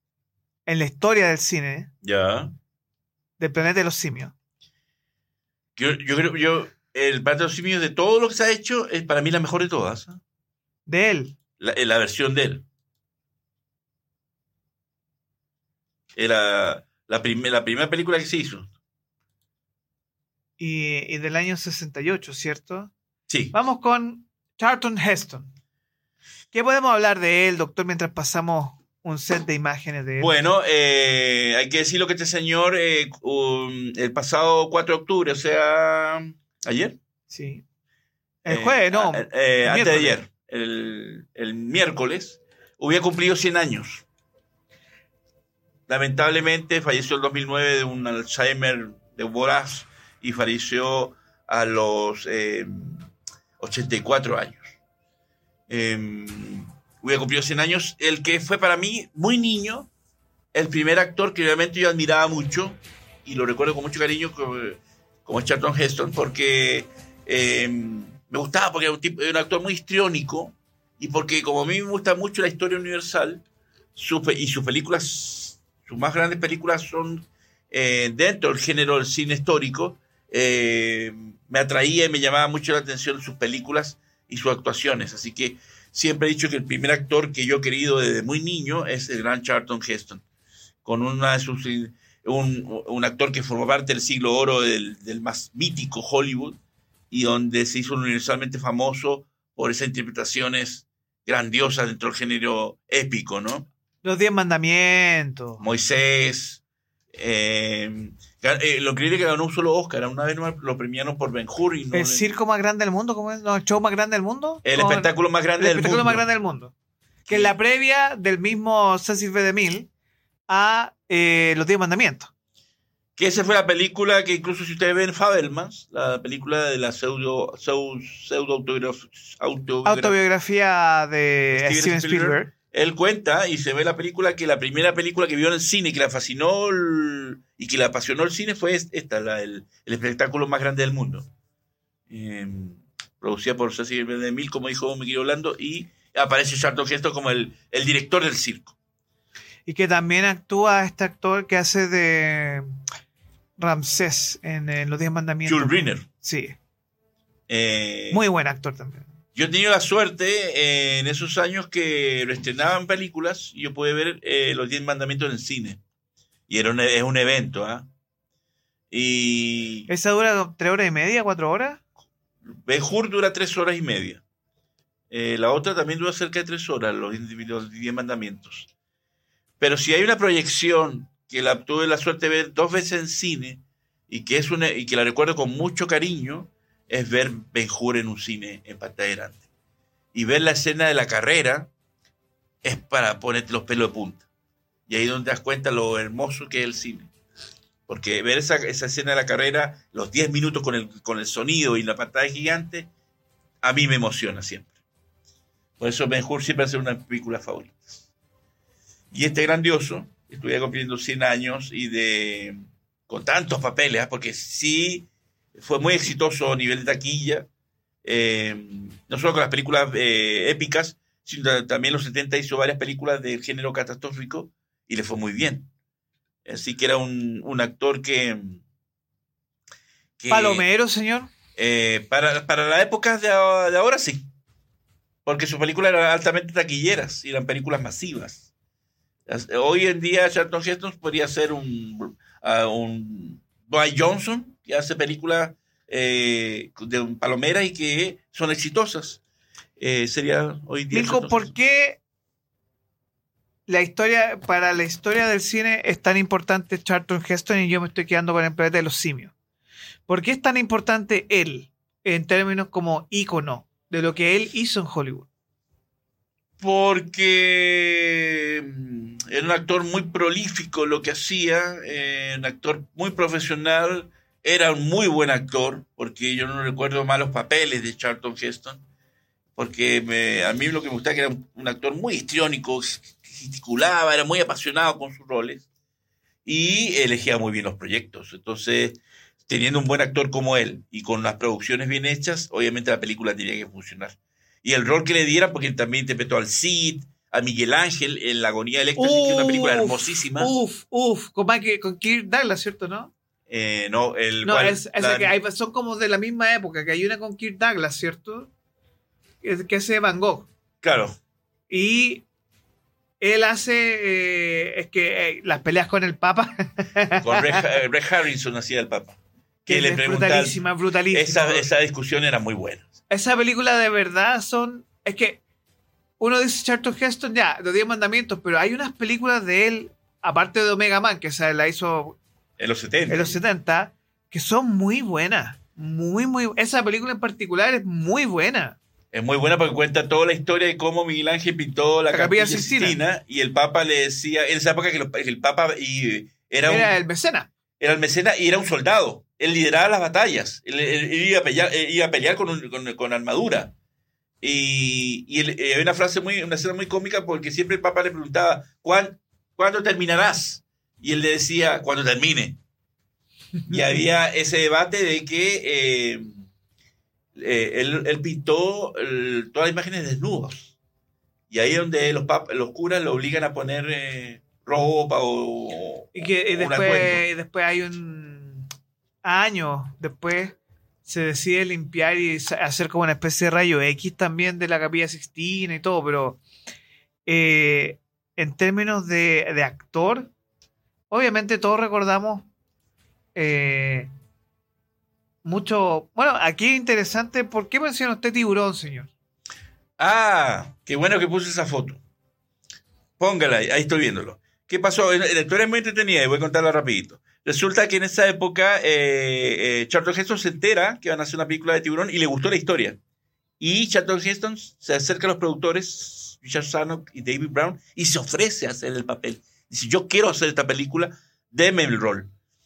en la historia del cine. Ya. Del planeta de los simios. Yo, yo creo yo el Planeta de los Simios de todo lo que se ha hecho es para mí la mejor de todas. ¿eh? De él. La, la versión de él. Era la, prim la primera película que se hizo. Y, y del año sesenta y ocho, ¿cierto? Sí. Vamos con Charlton Heston. ¿Qué podemos hablar de él, doctor, mientras pasamos un set de imágenes de él? Bueno, eh, hay que decirlo que este señor, eh, um, el pasado cuatro de octubre, o sea, ayer. Sí. El jueves, eh, no. Eh, eh, el antes de miércoles. ayer, el, el miércoles, hubiera cumplido cien años. Lamentablemente falleció en el dos mil nueve de un Alzheimer de voraz y falleció a los eh, ochenta y cuatro años. Eh, hubiera cumplido cien años, el que fue para mí muy niño, el primer actor que realmente yo admiraba mucho y lo recuerdo con mucho cariño como, como es Charlton Heston, porque eh, me gustaba, porque era un, tipo, era un actor muy histriónico y porque como a mí me gusta mucho la historia universal su, y sus películas, sus más grandes películas son eh, dentro del género del cine histórico, eh, me atraía y me llamaba mucho la atención sus películas y sus actuaciones, así que siempre he dicho que el primer actor que yo he querido desde muy niño es el gran Charlton Heston, con una de sus, un, un actor que formó parte del siglo oro del, del más mítico Hollywood y donde se hizo universalmente famoso por esas interpretaciones grandiosas dentro del género épico, ¿no? Los Diez Mandamientos. Moisés, eh, eh, lo increíble que ganó un solo Oscar, una vez lo premiaron por Ben-Hur. Y no el le... circo más grande del mundo, ¿cómo es? No, el show más grande del mundo. El Con... espectáculo más grande el del espectáculo mundo. más grande del mundo. Que sí. es la previa del mismo Cecil B. DeMille a eh, Los Diez Mandamientos. Que esa fue la película que incluso si ustedes ven Fabelmans, la película de la pseudo, pseudo, pseudo autobiografía, autobiografía de Steven, Steven Spielberg. Spielberg. Él cuenta y se ve la película que la primera película que vio en el cine que la fascinó el, y que le apasionó el cine fue esta, la, el, el espectáculo más grande del mundo. Eh, producida por Cecil B. DeMille, como dijo mi querido Orlando, y aparece Charlton Heston como el, el director del circo. Y que también actúa este actor que hace de Ramsés en, en Los Diez Mandamientos. Jules Briner. Sí. Eh, Muy buen actor también. Yo he tenido la suerte eh, en esos años que lo estrenaban películas y yo pude ver eh, Los Diez Mandamientos en el cine. Y era un, es un evento, ¿ah? ¿eh? Y... ¿Esa dura tres horas y media, cuatro horas? Ben-Hur dura tres horas y media. Eh, la otra también dura cerca de tres horas, Los, los Diez Mandamientos. Pero si hay una proyección que la tuve la suerte de ver dos veces en cine y que, es una, y que la recuerdo con mucho cariño, es ver Ben-Hur en un cine en pantalla grande. Y ver la escena de la carrera es para ponerte los pelos de punta. Y ahí es donde te das cuenta lo hermoso que es el cine. Porque ver esa, esa escena de la carrera, los diez minutos con el, con el sonido y la pantalla gigante, a mí me emociona siempre. Por eso Ben-Hur siempre va a ser una película favorita. Y este grandioso, estuviera cumpliendo cien años y de con tantos papeles, ¿eh? Porque sí fue muy exitoso a nivel de taquilla, eh, no solo con las películas eh, épicas, sino también en los setenta hizo varias películas del género catastrófico y le fue muy bien. Así que era un, un actor que, que... ¿Palomero, señor? Eh, para, para la época de, de ahora sí, porque sus películas eran altamente taquilleras y eran películas masivas. Hoy en día Charlton Heston podría ser un, uh, un Dwight Johnson que hace películas eh, de palomeras y que son exitosas. Eh, sería hoy día. Nico, ¿por qué la historia, para la historia del cine es tan importante Charlton Heston y yo me estoy quedando con el planeta de los simios? ¿Por qué es tan importante él en términos como ícono de lo que él hizo en Hollywood? Porque era un actor muy prolífico lo que hacía, eh, un actor muy profesional, era un muy buen actor, porque yo no recuerdo malos papeles de Charlton Heston, porque me, a mí lo que me gustaba que era un, un actor muy histriónico, gesticulaba, era muy apasionado con sus roles y elegía muy bien los proyectos. Entonces, teniendo un buen actor como él y con las producciones bien hechas, obviamente la película tenía que funcionar. Y el rol que le diera, porque él también interpretó al Cid, a Miguel Ángel en La agonía del éxtasis, que es una película hermosísima. Uf, uf, con, Michael, con Kirk Douglas, ¿cierto, no? Eh, no, el No, cual, es, es la, que hay, son como de la misma época, que hay una con Kirk Douglas, ¿cierto? Que, que es de Van Gogh. Claro. Y él hace, eh, es que eh, las peleas con el Papa. Con Red, eh, Red Harrison hacía el Papa. Que es le pregunta, brutalísima, brutalísima. Esa, esa discusión era muy buena. Esa película de verdad son, es que uno dice Charlton Heston, ya, los diez mandamientos, pero hay unas películas de él, aparte de Omega Man, que esa la hizo En los setenta. en los setenta, que son muy buenas. Muy, muy. Esa película en particular es muy buena. Es muy buena porque cuenta toda la historia de cómo Miguel Ángel pintó la, La Capilla Capilla Sixtina. Sixtina. Y el Papa le decía, en esa época que, los- que el Papa y, era, Era un, el mecena. era el mecena y era un soldado. Él lideraba las batallas. Él, él- él iba a pelear, él iba a pelear con, un- con, con armadura. Y, y él- eh, había una frase muy, una escena muy cómica porque siempre el Papa le preguntaba, ¿cuán- ¿cuándo terminarás? Y él le decía, cuando termine. Y había ese debate de que eh, eh, él, él pintó el- todas las imágenes desnudos. Y ahí es donde los, pap- los curas lo obligan a poner eh, ropa o, Y que y o un atuendo. después, y después hay un año después se decide limpiar y sa- hacer como una especie de rayo X también de la Capilla Sixtina y todo, pero eh, en términos de, de actor, obviamente todos recordamos eh, mucho. Bueno, aquí es interesante, ¿por qué menciona usted Tiburón, señor? Ah, qué bueno que puse esa foto. Póngala ahí, ahí estoy viéndolo. ¿Qué pasó? La historia es muy entretenida y voy a contarla rapidito. Resulta que en esa época eh, eh, Charlton Heston se entera que van a hacer una película de Tiburón y le gustó la historia. Y Charlton Heston se acerca a los productores, Richard Sarnock y David Brown, y se ofrece a hacer el papel. Dice, yo quiero hacer esta película, denme el rol.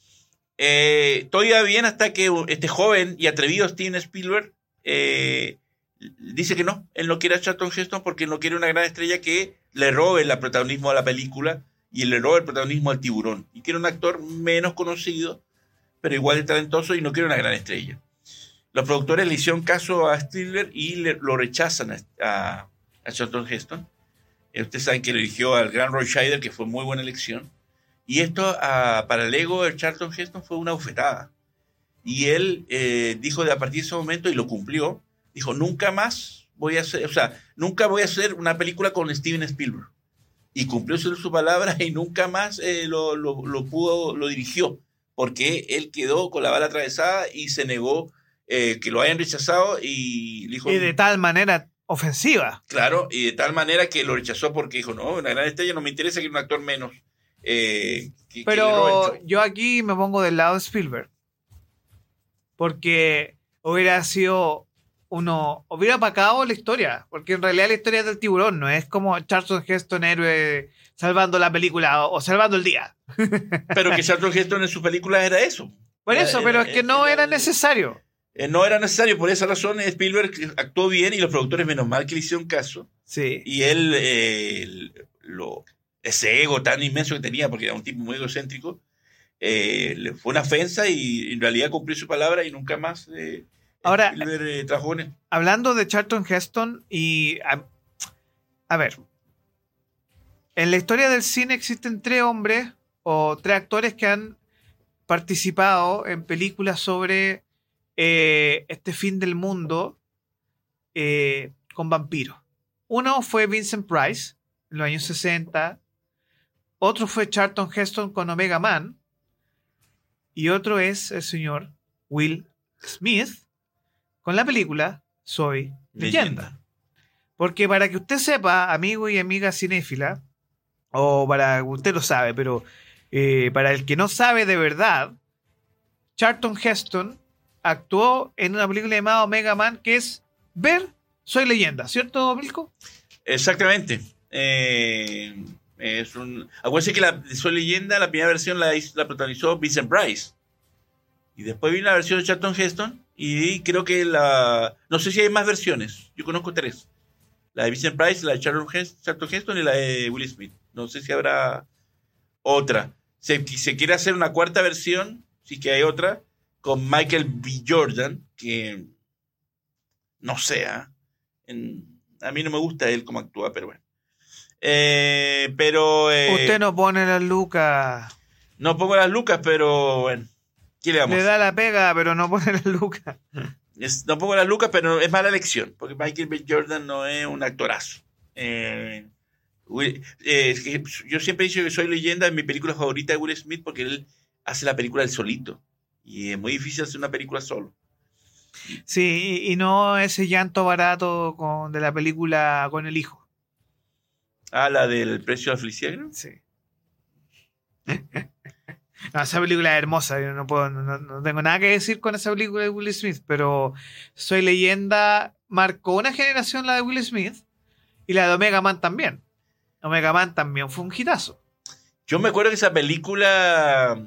Eh, todo iba bien hasta que este joven y atrevido Steven Spielberg eh, dice que no, él no quiere a Charlton Heston porque no quiere una gran estrella que le robe el protagonismo a la película y le robe el protagonismo al Tiburón. Y quiere un actor menos conocido, pero igual de talentoso y no quiere una gran estrella. Los productores le hicieron caso a Spielberg y le, lo rechazan a, a, a Charlton Heston. Eh, ustedes saben que lo eligió al gran Roy Scheider, que fue muy buena elección. Y esto a, para el ego de Charlton Heston fue una bofetada. Y él eh, dijo de a partir de ese momento, y lo cumplió, dijo, nunca más voy a hacer, o sea, nunca voy a hacer una película con Steven Spielberg. Y cumplió su, su palabra y nunca más eh, lo, lo, lo pudo, lo dirigió, porque él quedó con la bala atravesada y se negó eh, que lo hayan rechazado y dijo... Y de tal manera ofensiva. Claro, y de tal manera que lo rechazó porque dijo, no, una gran estrella no me interesa que un actor menos... Eh, que, Pero que yo aquí me pongo del lado de Spielberg. Porque hubiera sido uno. Hubiera apacado la historia. Porque en realidad la historia es del tiburón. No es como Charlton Heston, héroe, salvando la película o, o salvando el día. Pero que Charlton Heston en sus películas era eso. Por Era- eso, era- pero es que no era era- necesario. Eh, no era necesario, por esa razón Spielberg actuó bien y los productores menos mal que le hicieron caso. Sí. Y él, eh, lo, ese ego tan inmenso que tenía, porque era un tipo muy egocéntrico, eh, le fue una ofensa y en realidad cumplió su palabra y nunca más eh, Ahora, Spielberg eh, trabajó en él. Hablando de Charlton Heston y... A, a ver. En la historia del cine existen tres hombres o tres actores que han participado en películas sobre eh, este fin del mundo eh, con vampiros. Uno fue Vincent Price en los años sesenta. Otro fue Charlton Heston con Omega Man. Y otro es el señor Will Smith con la película Soy Leyenda. Leyenda. Porque para que usted sepa, amigo y amiga cinéfila, o para usted lo sabe, pero eh, para el que no sabe de verdad, Charlton Heston actuó en una película llamada Omega Man, que es ver Soy Leyenda, ¿cierto, Milko? Exactamente. Eh, es un, acuérdense que la de Soy Leyenda, la primera versión la, hizo- la protagonizó Vincent Price. Y después vino la versión de Charlton Heston. Y creo que la... No sé si hay más versiones. Yo conozco tres. La de Vincent Price, la de Charlton Heston, Charlton Heston y la de Will Smith. No sé si habrá otra. Se, se quiere hacer una cuarta versión, sí que hay otra, con Michael B. Jordan, que no sé, ¿ah? En- a mí no me gusta él como actúa, pero bueno. Eh, pero... eh, Usted no pone las lucas. no pongo las lucas, pero bueno. ¿Qué le vamos Le a da hacer? la pega, pero no pone la luca. Es- no pongo las lucas, pero es mala elección, porque Michael B. Jordan no es un actorazo. Eh, Will- eh, es que yo siempre he dicho que Soy Leyenda es mi película favorita de Will Smith porque él hace la película él solito. Y es muy difícil hacer una película solo. Sí, y, y no ese llanto barato con, de la película con el hijo. Ah, la del precio de la felicidad, creo. Sí. No, esa película es hermosa. Yo no puedo, no, no tengo nada que decir con esa película de Will Smith, pero Soy Leyenda marcó una generación, la de Will Smith, y la de Omega Man también. Omega Man también fue un hitazo. Yo me acuerdo que esa película.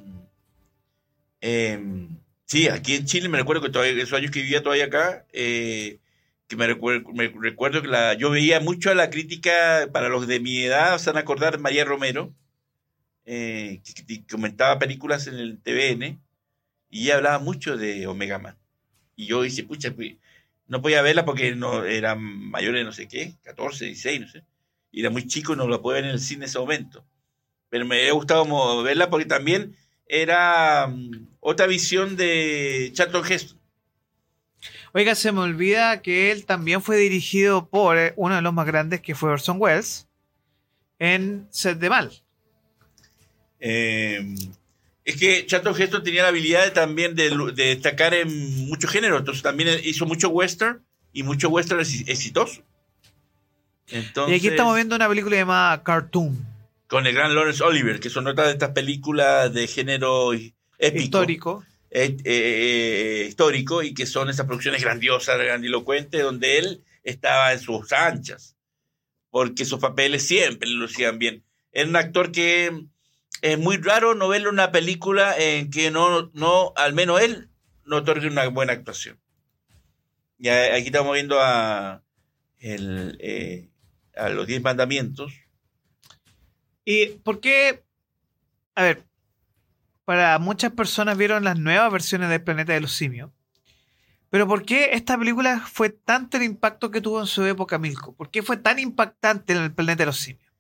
eh, sí, aquí en Chile me recuerdo que todavía, esos años que vivía todavía acá, eh, que me recuerdo, me recuerdo que la, yo veía mucho a la crítica para los de mi edad, se van a acordar María Romero, eh, que, que comentaba películas en el T V N y ella hablaba mucho de Omega Man. Y yo dije, pucha, pues, no podía verla porque no eran mayores de no sé qué, catorce, dieciséis, no sé. Y era muy chico y no la pude ver en el cine en ese momento. Pero me había gustado como verla porque también era um, otra visión de Charlton Heston. Oiga, se me olvida que él también fue dirigido por eh, uno de los más grandes, que fue Orson Welles, en Set de Mal. Eh, es que Charlton Heston tenía la habilidad de, también de, de destacar en muchos géneros. Entonces también hizo mucho western y mucho western exitoso. Entonces, Y aquí estamos viendo una película llamada Cartoon. Con el gran Laurence Olivier, que son otras de estas películas de género épico, Histórico. eh, eh, histórico, y que son esas producciones grandiosas, grandilocuentes, donde él estaba en sus anchas, porque sus papeles siempre le lucían bien. Era un actor que es muy raro no verlo en una película en que no, no al menos él, no otorgue una buena actuación. Y aquí estamos viendo a, el, eh, a los Diez Mandamientos. ¿Y por qué? A ver, para muchas personas vieron las nuevas versiones del Planeta de los Simios. Pero ¿por qué esta película fue tanto el impacto que tuvo en su época, Milko? ¿Por qué fue tan impactante en el Planeta de los Simios?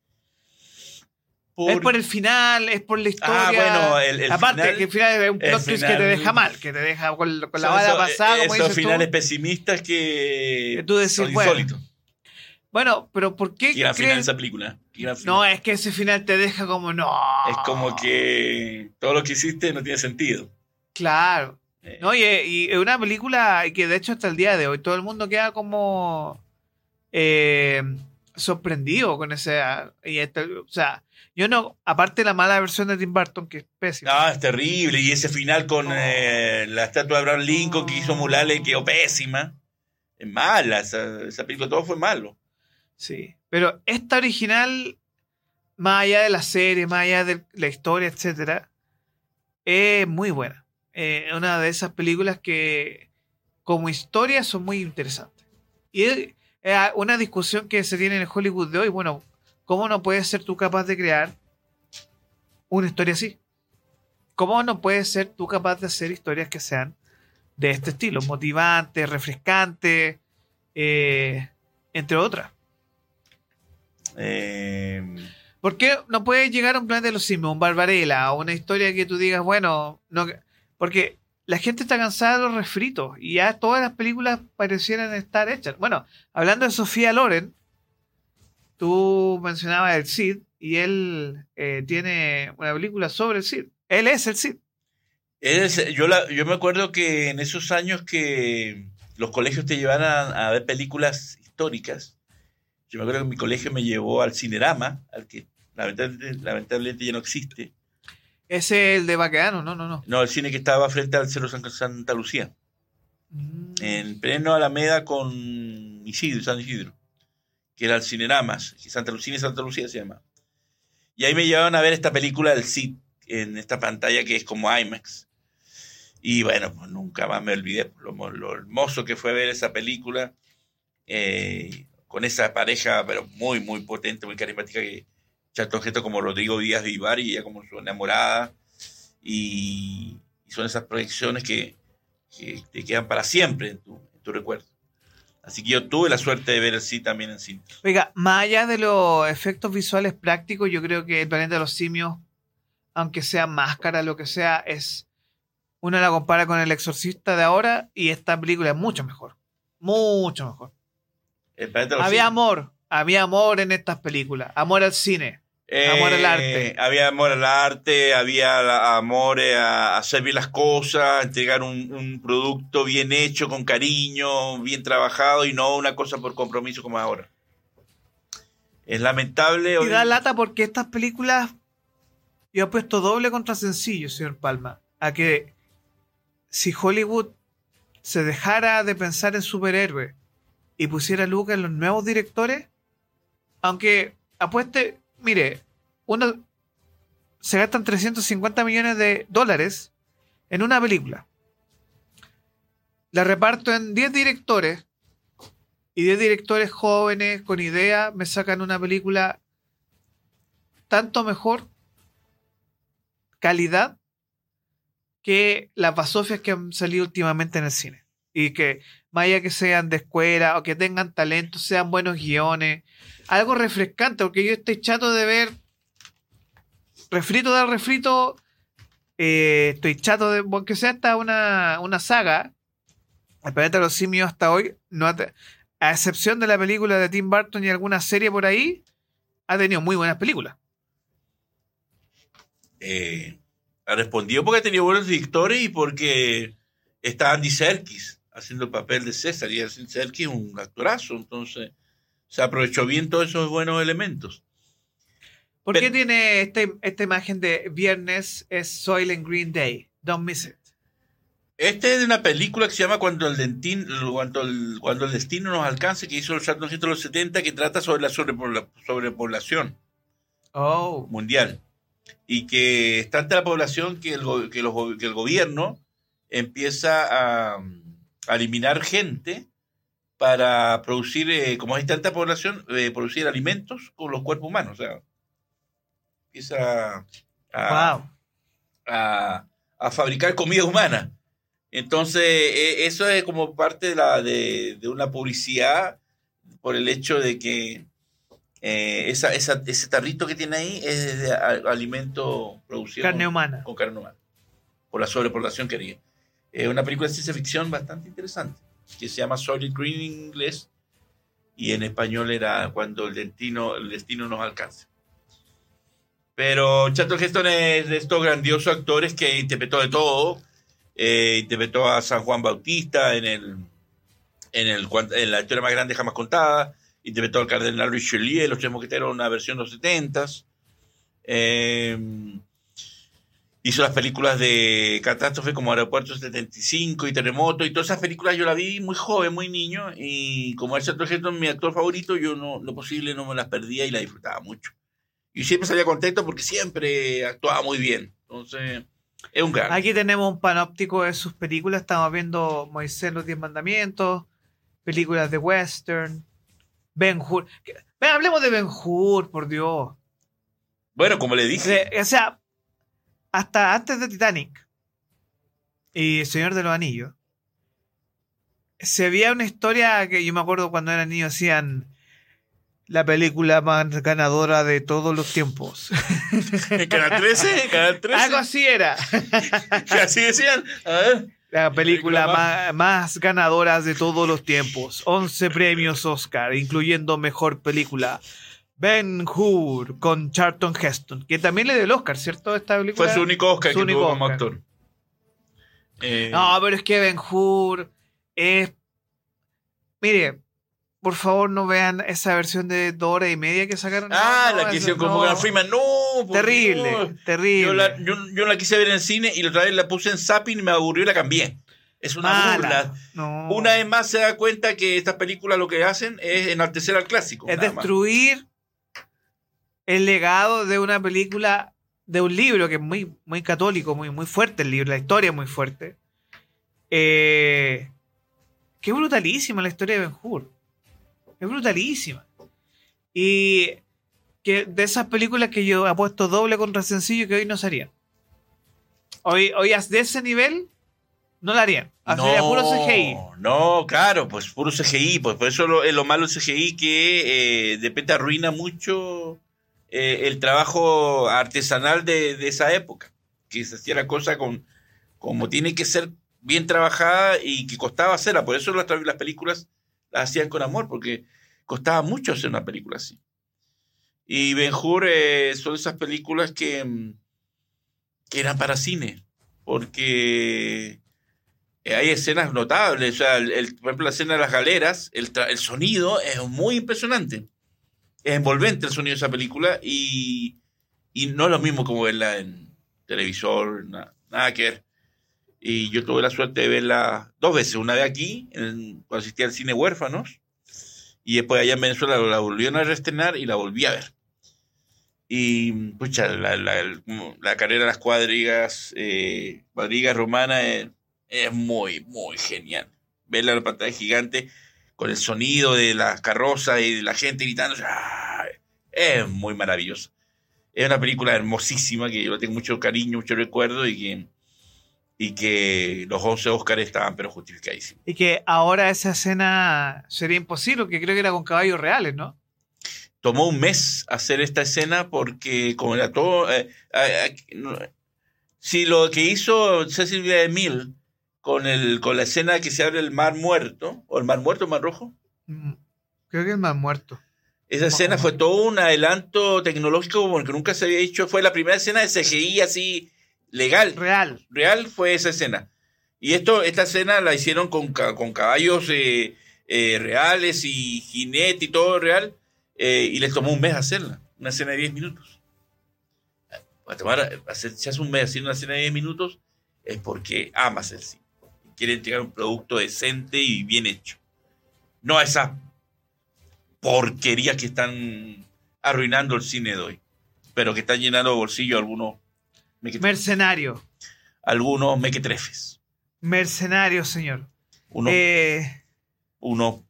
Por... ¿Es por el final? ¿Es por la historia? Ah, bueno, el, el Aparte, final, que el final es un plot twist que te deja mal, que te deja con, con la bala pasada, como esos dices finales tú, pesimistas que, que tú decís, son bueno, insólitos. Bueno, pero ¿por qué? ¿Qué gran creen... final de esa película? Final? No, es que ese final te deja como no. Es como que todo lo que hiciste no tiene sentido. Claro. Eh. No, y, y es una película que de hecho hasta el día de hoy todo el mundo queda como eh, sorprendido con ese. Y este, o sea, yo no, aparte de la mala versión de Tim Burton, que es pésima. Ah, es terrible. Y ese final con oh. eh, la estatua de Abraham Lincoln que hizo Mulale quedó pésima. Es mala, esa, esa película, todo fue malo. Sí, pero esta original, más allá de la serie, más allá de la historia, etcétera, es muy buena. Es eh, una de esas películas que, como historia, son muy interesantes. Y es eh, una discusión que se tiene en el Hollywood de hoy. Bueno, ¿cómo no puedes ser tú capaz de crear una historia así? ¿Cómo no puedes ser tú capaz de hacer historias que sean de este estilo, motivantes, refrescantes, eh, entre otras? Eh... ¿Por qué no puedes llegar a un Planeta de los Simios, un Barbarella, o una historia que tú digas, bueno, no, porque la gente está cansada de los refritos y ya todas las películas parecieran estar hechas? Bueno, hablando de Sofía Loren, tú mencionabas el Cid y él eh, tiene una película sobre el Cid. Él es el Cid. Es, yo, la, yo me acuerdo que en esos años que los colegios te llevaban a, a ver películas históricas, yo me acuerdo que mi colegio me llevó al Cinerama, al que lamentablemente, lamentablemente ya no existe. Ese es el de Baqueano, no, no, no. No, el cine que estaba frente al Cerro San, Santa Lucía. Mm. En pleno Alameda con Isidro, San Isidro, que era el Cineramas, Santa Lucía y Santa Lucía se llama. Y ahí me llevaban a ver esta película del Cid, en esta pantalla que es como IMAX. Y bueno, pues nunca más me olvidé lo, lo hermoso que fue ver esa película, eh, con esa pareja, pero muy, muy potente, muy carismática, que Charlton Heston como Rodrigo Díaz Vivar y ella como su enamorada. Y, y son esas proyecciones que, que te quedan para siempre en tu, en tu recuerdo. Así que yo tuve la suerte de ver el Cid también en cine. Oiga, más allá de los efectos visuales prácticos, yo creo que el Planeta de los Simios, aunque sea máscara, lo que sea, es uno la compara con El Exorcista de ahora y esta película es mucho mejor. Mucho mejor. Había amor, había amor en estas películas. Amor al cine. Eh, amor al arte. Había amor al arte, había la- amor eh, a hacer bien las cosas, a entregar un, un producto bien hecho, con cariño, bien trabajado y no una cosa por compromiso como ahora. Es lamentable. Y hoy- da lata porque estas películas yo he puesto doble contra sencillo, señor Palma, a que si Hollywood se dejara de pensar en superhéroes y pusiera lucas en los nuevos directores, aunque apueste, mire, uno se gastan trescientos cincuenta millones de dólares en una película. La reparto en diez directores y diez directores jóvenes con idea me sacan una película tanto mejor calidad que las basofias que han salido últimamente en el cine. Y que, más allá que sean de escuela o que tengan talento, sean buenos guiones, algo refrescante, porque yo estoy chato de ver refrito de refrito, eh, estoy chato de, aunque sea hasta una, una saga, El planeta de los simios hasta hoy, no ha te- a excepción de la película de Tim Burton y alguna serie por ahí, ha tenido muy buenas películas. Eh, ha respondido porque ha tenido buenos directores y porque está Andy Serkis haciendo el papel de César, y Andy Serkis es un actorazo, entonces se aprovechó bien todos esos buenos elementos. ¿Por Pero- qué tiene este, esta imagen de viernes es Soylent Green Day? Don't miss it. Este es de una película que se llama Cuando el, dentín, cuando el, cuando el destino nos alcance, que hizo Charlton Heston en los setenta, que trata sobre la sobrepobla- sobrepoblación Oh, mundial. Y que es tanta la población que el, go- que los go- que el gobierno empieza a, a eliminar gente para producir, eh, como hay tanta población, eh, producir alimentos con los cuerpos humanos. O sea, empieza a, wow. a, a fabricar comida humana. Entonces, eh, eso es como parte de, la, de, de una publicidad por el hecho de que eh, esa, esa, ese tarrito que tiene ahí es de a- alimento producido Carne con, humana. con carne humana, por la sobrepoblación que había. Es una película de ciencia ficción bastante interesante, que se llama Solid Green en inglés, y en español era Cuando el destino, el destino nos alcance. Pero Charlton Heston es de estos grandiosos actores que interpretó de todo. Eh, interpretó a San Juan Bautista en, el, en, el, en la historia más grande jamás contada. Interpretó al cardenal Richelieu, Los Tres Mosqueteros, una versión de los setentas. Eh, hizo las películas de catástrofe como Aeropuerto setenta y cinco y Terremoto, y todas esas películas yo las vi muy joven, muy niño, y como el Charlton Heston mi actor favorito, yo no, lo posible no me las perdía y las disfrutaba mucho. Y siempre salía contento porque siempre actuaba muy bien. Entonces, es un gran. Aquí tenemos un panóptico de sus películas. Estamos viendo Moisés, los Diez Mandamientos, películas de western, Ben-Hur. Ven, hablemos de Ben-Hur, por Dios. Bueno, como le dije. De- o sea, hasta antes de Titanic y El Señor de los Anillos, se veía una historia que yo me acuerdo cuando era niño, decían la película más ganadora de todos los tiempos. Canal trece, Canal trece. Algo así era. Que así decían. A ver. La película película más, más ganadora de todos los tiempos. once premios Oscar, incluyendo mejor película. Ben-Hur con Charlton Heston, que también le dio el Oscar, ¿cierto? Esta película. Fue su único Oscar Su que único tuvo como Oscar. actor. Eh, No, pero es que Ben-Hur es... Mire, por favor no vean esa versión de dos horas y media que sacaron. ah, No, no, la que eso hicieron con no. Morgan Freeman. No, por Terrible, Dios. terrible. Yo la, yo, yo la quise ver en cine y la otra vez la puse en Zapping y me aburrió y la cambié. Es una Mala. burla. No. Una vez más se da cuenta que estas películas lo que hacen es enaltecer al clásico. Es nada más. destruir el legado de una película, de un libro que es muy, muy católico, muy, muy fuerte el libro, la historia es muy fuerte. Eh, qué brutalísima la historia de Ben-Hur. Es brutalísima. Y que de esas películas que yo apuesto doble contra sencillo que hoy no se harían. Hoy, hoy de ese nivel no la harían. Sería puro C G I. No, claro, pues puro C G I. Pues por eso lo, es lo malo del C G I, que eh, de repente arruina mucho eh, el trabajo artesanal de, de esa época. Que se hacía la cosa con, como tiene que ser bien trabajada y que costaba hacerla. Por eso las, las películas las hacían con amor, porque costaba mucho hacer una película así. Y Ben-Hur eh, son esas películas que, que eran para cine, porque hay escenas notables. O sea, el, el, por ejemplo, la escena de las galeras, el, el sonido es muy impresionante. Es envolvente el sonido de esa película y, y no es lo mismo como verla en televisor, na, nada que ver. Y yo tuve la suerte de verla dos veces, una vez aquí, en, cuando asistí al cine Huérfanos, y después allá en Venezuela la volvieron a reestrenar y la volví a ver. Y, pucha, la, la, la carrera de las cuadrigas, eh, cuadrigas romanas es, es muy, muy genial. Verla en la pantalla gigante con el sonido de las carrozas y de la gente gritando, ¡ah! Es muy maravilloso. Es una película hermosísima que yo tengo mucho cariño, mucho recuerdo y que, y que los once Óscar estaban pero justificadísimos. Y que ahora esa escena sería imposible, porque creo que era con caballos reales, ¿no? Tomó un mes hacer esta escena porque como era todo... Eh, eh, eh, no, si lo que hizo Cecil B. DeMille con, el, con la escena que se abre el Mar Muerto, o el Mar Muerto o el Mar Rojo. Creo que el Mar Muerto. Esa escena fue todo un adelanto tecnológico porque nunca se había hecho. Fue la primera escena de C G I así legal. Real. Real fue esa escena. Y esto, esta escena la hicieron con, con caballos eh, eh, reales y jinete y todo real. Eh, y les tomó un mes hacerla. Una escena de diez minutos. Para tomar, hacer, si hace un mes haciendo una escena de diez minutos es porque amas el cine. Quiere entregar un producto decente y bien hecho. No a esas porquerías que están arruinando el cine de hoy, pero que están llenando bolsillo algunos mercenarios. Algunos mequetrefes. Mercenarios, señor. Unos, eh... unos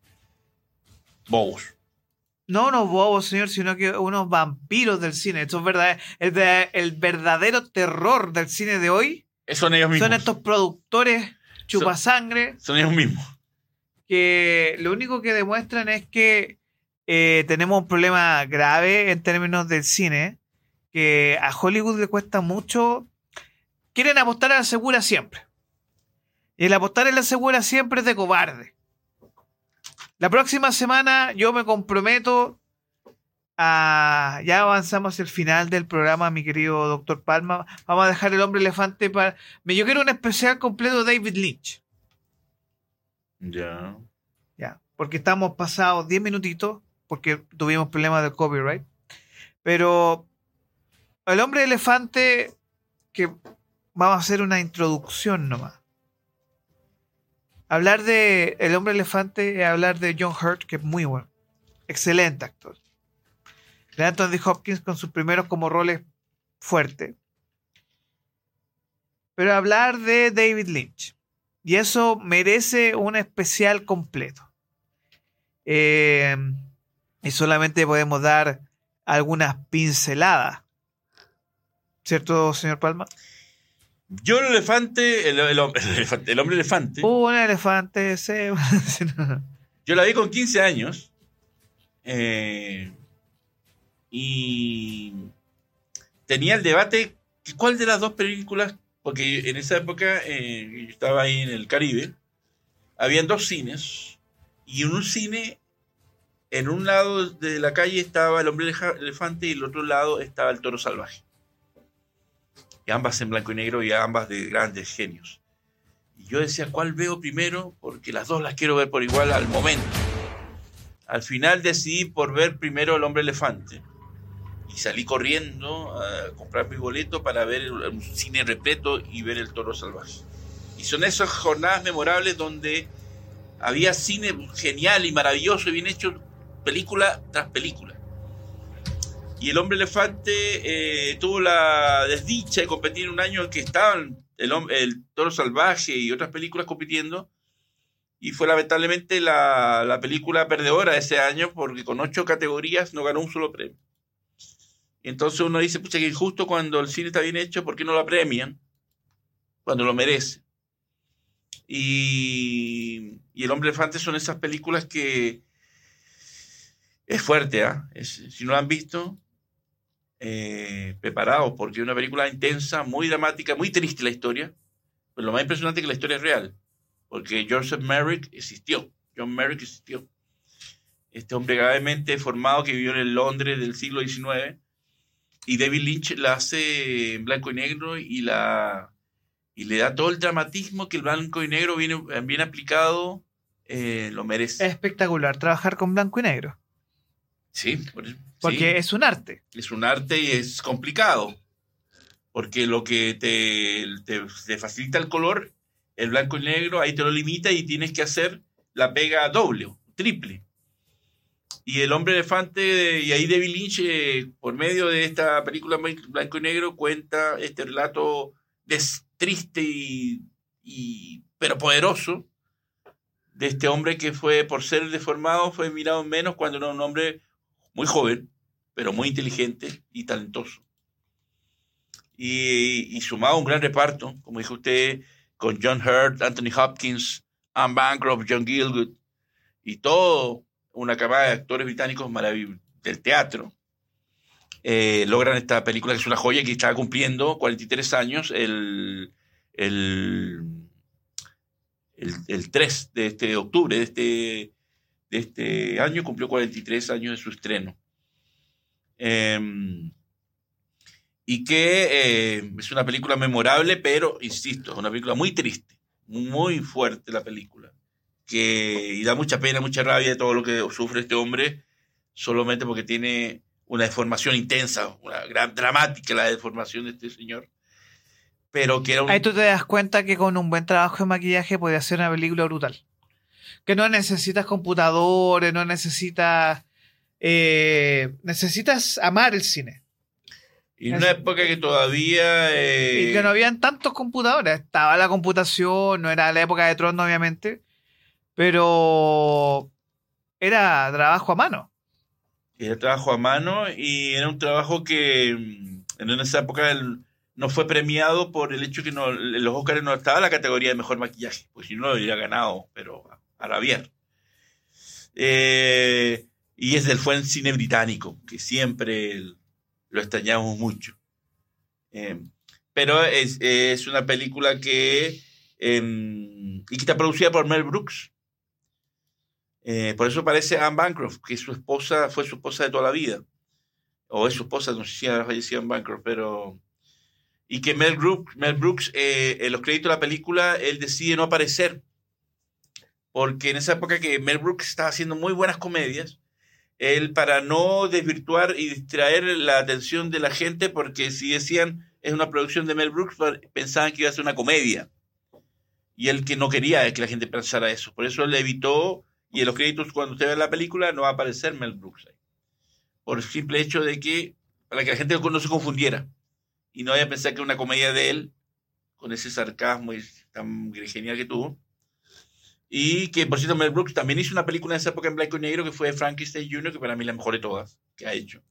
bobos. No unos bobos, señor, sino que unos vampiros del cine. Esto es verdad. El, el verdadero terror del cine de hoy son ellos mismos. Son estos productores chupasangre. Son, son ellos mismos. Que lo único que demuestran es que eh, tenemos un problema grave en términos del cine, que a Hollywood le cuesta mucho. Quieren apostar a la segura siempre. Y el apostar en la segura siempre es de cobarde. La próxima semana yo me comprometo a... Ya avanzamos hacia el final del programa, mi querido doctor Palma. Vamos a dejar el hombre elefante para... Yo quiero un especial completo de David Lynch. Ya. Ya, porque estamos pasados diez minutitos, porque tuvimos problemas de copyright. Pero el hombre elefante, que vamos a hacer una introducción nomás. Hablar de El hombre elefante es hablar de John Hurt, que es muy bueno. Excelente actor. De Anthony Hopkins con sus primeros como roles fuertes. Pero hablar de David Lynch. Y eso merece un especial completo. Eh, y solamente podemos dar algunas pinceladas. ¿Cierto, señor Palma? Yo el elefante, el, el, el, elefante, el hombre elefante. Un elefante. Se... Yo la vi con quince años. Eh, y tenía el debate, ¿cuál de las dos películas? Porque en esa época eh, yo estaba ahí en el Caribe. Habían dos cines. Y en un cine, en un lado de la calle estaba el hombre elefante y en el otro lado estaba el toro salvaje. Y ambas en blanco y negro y ambas de grandes genios. Y yo decía, ¿cuál veo primero? Porque las dos las quiero ver por igual al momento. Al final decidí por ver primero el hombre elefante. Y salí corriendo a comprar mi boleto para ver un cine repleto y ver el toro salvaje. Y son esas jornadas memorables donde había cine genial y maravilloso y bien hecho, película tras película. Y el hombre elefante eh, tuvo la desdicha de competir en un año en que estaban el, el toro salvaje y otras películas compitiendo. Y fue lamentablemente la, la película perdedora de ese año porque con ocho categorías no ganó un solo premio. Y entonces uno dice, pucha, que injusto cuando el cine está bien hecho, ¿por qué no lo premian? Cuando lo merece. Y, y El hombre elefante son esas películas que es fuerte, ¿ah? ¿eh? Si no lo han visto, eh, preparados, porque es una película intensa, muy dramática, muy triste la historia, Pero lo más impresionante es que la historia es real, porque Joseph Merrick existió. John Merrick existió. Este hombre gravemente formado que vivió en el Londres del siglo diecinueve, y David Lynch la hace en blanco y negro y, la, y le da todo el dramatismo que el blanco y negro viene bien aplicado, eh, lo merece. Es espectacular trabajar con blanco y negro. Sí, por eso, porque sí. es un arte. Es un arte y es complicado, porque lo que te, te, te facilita el color, el blanco y negro, ahí te lo limita y tienes que hacer la pega doble, triple. Y el hombre elefante, y ahí David Lynch, eh, por medio de esta película blanco y negro, cuenta este relato des, triste y, y pero poderoso de este hombre que fue, por ser deformado, fue mirado menos cuando era un hombre muy joven, pero muy inteligente y talentoso. Y, y sumado a un gran reparto, como dijo usted, con John Hurt, Anthony Hopkins, Anne Bancroft, John Gielgud, y todo una camada de actores británicos maravillosos del teatro, eh, logran esta película que es una joya, que está cumpliendo cuarenta y tres años el, el, el, el tres de este octubre de este, de este año, cumplió cuarenta y tres años de su estreno. Eh, y que eh, es una película memorable, pero, insisto, es una película muy triste, muy fuerte la película. Que, y da mucha pena, mucha rabia de todo lo que sufre este hombre, solamente porque tiene una deformación intensa, una gran dramática la deformación de este señor. Pero que era un... Ahí tú te das cuenta que con un buen trabajo de maquillaje puede hacer una película brutal. Que no necesitas computadores, no necesitas... Eh, necesitas amar el cine. Y en una época que todavía... Eh... Y que no habían tantos computadores. Estaba la computación, no era la época de Tron, obviamente, pero era trabajo a mano. Era trabajo a mano y era un trabajo que en esa época no fue premiado por el hecho que no, los Oscars no estaba en la categoría de mejor maquillaje, pues si no lo hubiera ganado, pero a rabiar. Eh, y es del fue en cine británico, que siempre lo extrañamos mucho. Eh, pero es, es una película que, eh, y que está producida por Mel Brooks. Eh, por eso parece Anne Bancroft, que su esposa fue su esposa de toda la vida. O es su esposa, no sé si ha fallecido Anne Bancroft, pero... Y que Mel Brooks, Mel Brooks eh, en los créditos de la película, él decide no aparecer. Porque en esa época que Mel Brooks estaba haciendo muy buenas comedias, él, para no desvirtuar y distraer la atención de la gente, porque si decían es una producción de Mel Brooks, pensaban que iba a ser una comedia. Y él que no quería que la gente pensara eso. Por eso él evitó... Y en los créditos, cuando usted ve la película, no va a aparecer Mel Brooks ahí. Por el simple hecho de que, para que la gente no se confundiera. Y no vaya a pensar que es una comedia de él, con ese sarcasmo y tan genial que tuvo. Y que, por cierto, Mel Brooks también hizo una película en esa época en blanco y negro, que fue Frankenstein junior, que para mí es la mejor de todas que ha hecho.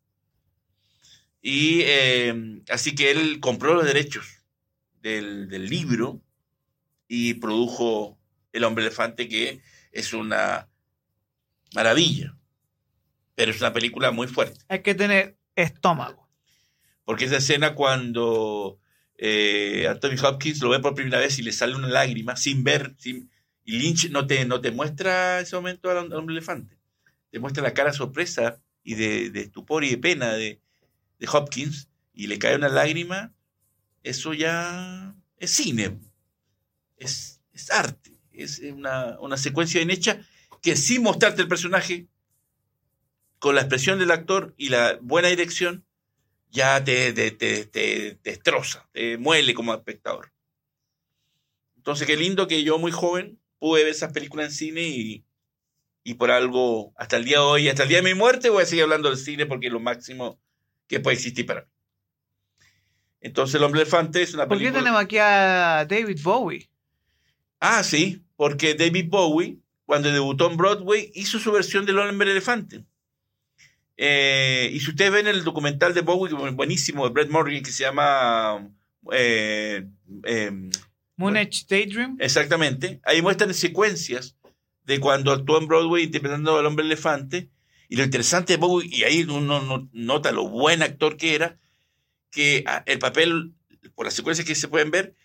Y eh, así que él compró los derechos del, del libro y produjo El hombre elefante, que es una maravilla, pero es una película muy fuerte. Hay que tener estómago. Porque esa escena cuando eh, Anthony Hopkins lo ve por primera vez y le sale una lágrima sin ver, sin, y Lynch no te, no te muestra ese momento al hombre elefante, te muestra la cara sorpresa y de, de estupor y de pena de, de Hopkins, y le cae una lágrima. Eso ya es cine, es, es arte. Es una, una secuencia bien hecha que sin mostrarte el personaje, con la expresión del actor y la buena dirección, ya te, te, te, te, te destroza, te muele como espectador. Entonces, qué lindo que yo, muy joven, pude ver esas películas en cine y, y por algo, hasta el día de hoy, hasta el día de mi muerte, voy a seguir hablando del cine porque es lo máximo que puede existir para mí. Entonces, El hombre elefante es una película... ¿Por qué tenemos aquí a David Bowie? Ah, sí, porque David Bowie, cuando debutó en Broadway, hizo su versión del hombre elefante. Eh, y si ustedes ven el documental de Bowie, buenísimo, de Brett Morgan, que se llama... Eh, eh, Moonage Daydream. Exactamente. Ahí muestran secuencias de cuando actuó en Broadway interpretando al hombre elefante. Y lo interesante de Bowie, y ahí uno nota lo buen actor que era, que el papel, por las secuencias que se pueden ver,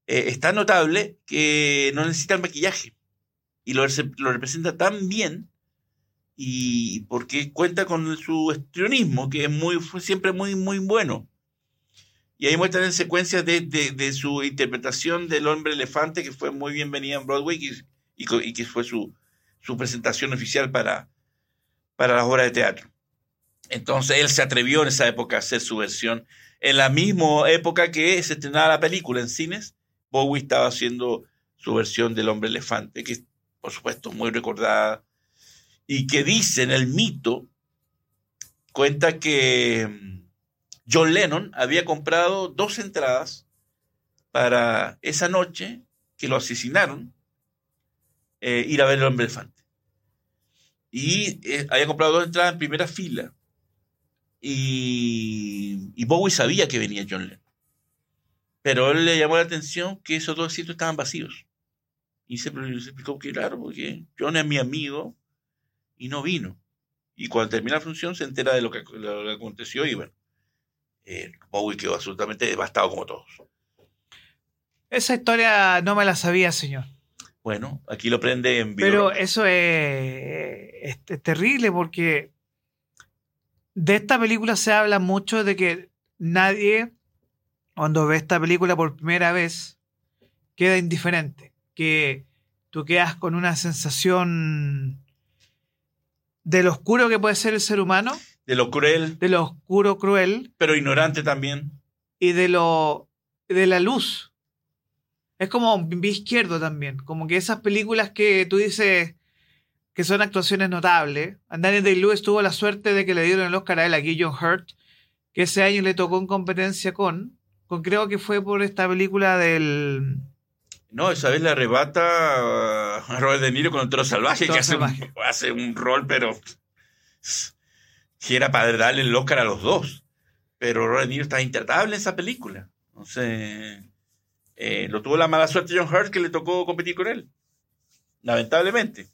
eh, es tan notable que no necesita el maquillaje. Y lo, lo representa tan bien, y porque cuenta con su histrionismo, que es muy, fue siempre muy, muy bueno. Y ahí muestran en secuencias de, de, de su interpretación del hombre elefante, que fue muy bienvenida en Broadway, y, y, y que fue su, su presentación oficial para, para las obras de teatro. Entonces él se atrevió en esa época a hacer su versión. En la misma época que se estrenaba la película en cines, Bowie estaba haciendo su versión del hombre elefante, que es, por supuesto, muy recordada, y que dice en el mito, cuenta que John Lennon había comprado dos entradas para esa noche que lo asesinaron, eh, ir a ver el hombre elefante. Y eh, había comprado dos entradas en primera fila. Y, y Bowie sabía que venía John Lennon. Pero él le llamó la atención que esos dos asientos estaban vacíos. Y se, se explicó que claro, porque John es mi amigo y no vino. Y cuando termina la función se entera de lo que, lo que aconteció y bueno, eh, Bowie quedó absolutamente devastado como todos. Esa historia no me la sabía, señor. Bueno, aquí lo prende en vivo. Pero eso es, es, es terrible porque de esta película se habla mucho de que nadie, cuando ve esta película por primera vez, queda indiferente. Que tú quedas con una sensación de lo oscuro que puede ser el ser humano. De lo cruel. De lo oscuro, cruel. Pero ignorante también. Y de lo de la luz. Es como un pie izquierdo también. Como que esas películas que tú dices que son actuaciones notables. Daniel Day-Lewis tuvo la suerte de que le dieron el Oscar a él, aquí John Hurt, que ese año le tocó en competencia con, con creo que fue por esta película del... No, esa vez le arrebata a Robert De Niro con el Toro Salvaje, Toro que hace un, hace un rol, pero... que era para darle el Oscar a los dos. Pero Robert De Niro está intratable en esa película. Entonces... Eh, lo tuvo la mala suerte John Hurt, que le tocó competir con él, lamentablemente.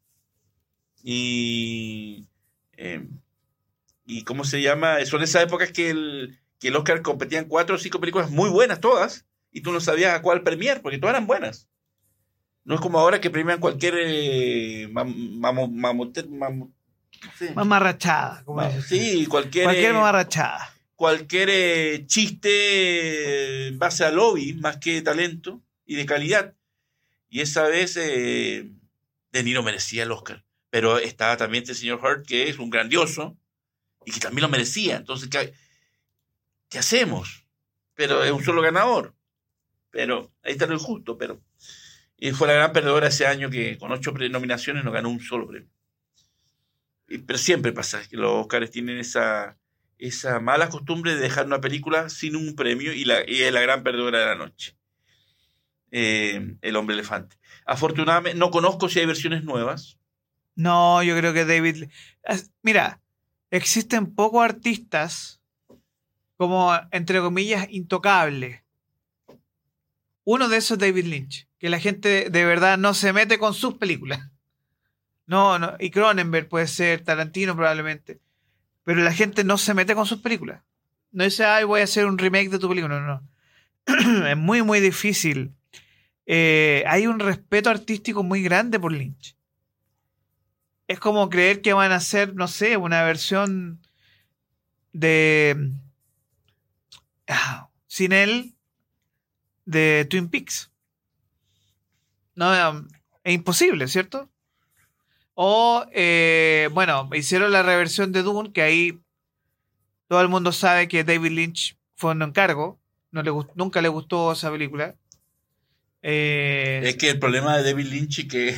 Y eh, y cómo se llama, son esas épocas que el, que el Oscar competían cuatro o cinco películas muy buenas todas, y tú no sabías a cuál premiar, porque todas eran buenas. No es como ahora que premian cualquier eh, mam, mamo, mamote, mam, sí. mamarrachada, como Ma, sí, cualquier cualquier eh, mamarrachada. cualquier eh, chiste en base a lobby más que de talento y de calidad. Y esa vez eh, De Niro merecía el Oscar. Pero estaba también este señor Hurt, que es un grandioso y que también lo merecía. Entonces, ¿qué, qué hacemos? Pero es un solo ganador. Pero ahí está lo injusto. Pero y fue la gran perdedora ese año, que con ocho nominaciones no ganó un solo premio. Y, pero siempre pasa que los Oscars tienen esa... esa mala costumbre de dejar una película sin un premio, y, la, y es la gran perdedora de la noche. Eh, El hombre elefante. Afortunadamente, no conozco si hay versiones nuevas. No, yo creo que David... Mira, existen pocos artistas como, entre comillas, intocables. Uno de esos es David Lynch, que la gente de verdad no se mete con sus películas. No, no, y Cronenberg puede ser, Tarantino probablemente. Pero la gente no se mete con sus películas. No dice, ay, voy a hacer un remake de tu película. No, no. Es muy, muy difícil. Eh, hay un respeto artístico muy grande por Lynch. Es como creer que van a hacer, no sé, una versión de... Ah, sin él, de Twin Peaks. No, es imposible, ¿cierto? O, eh, bueno, hicieron la reversión de Dune, que ahí todo el mundo sabe que David Lynch fue un encargo. No le gust- nunca le gustó esa película. Eh, Es que el problema de David Lynch es que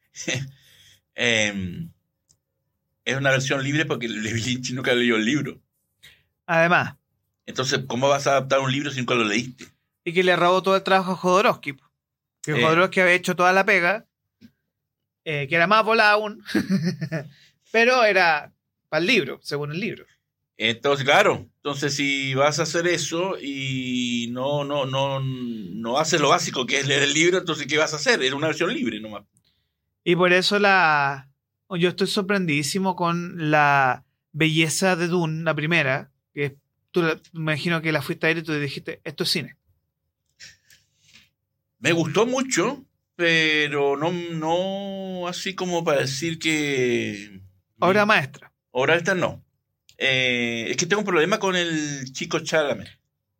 eh, es una versión libre, porque David Lynch nunca leyó el libro. además, Entonces, ¿cómo vas a adaptar un libro si nunca lo leíste? y que le robó todo el trabajo a Jodorowsky. Que Eh. Jodorowsky había hecho toda la pega, eh, que era más volada aún, pero era para el libro, según el libro. Entonces, claro, entonces si vas a hacer eso y no, no, no, no haces lo básico, que es leer el libro, entonces ¿qué vas a hacer? Era una versión libre nomás. Y por eso la yo estoy sorprendidísimo con la belleza de Dune, la primera, que tú la, me imagino que la fuiste a ver y tú dijiste, esto es cine. Me gustó mucho, pero no, no así como para decir que... Obra maestra. Obra maestra no. Eh, es que tengo un problema con el chico Chalamet.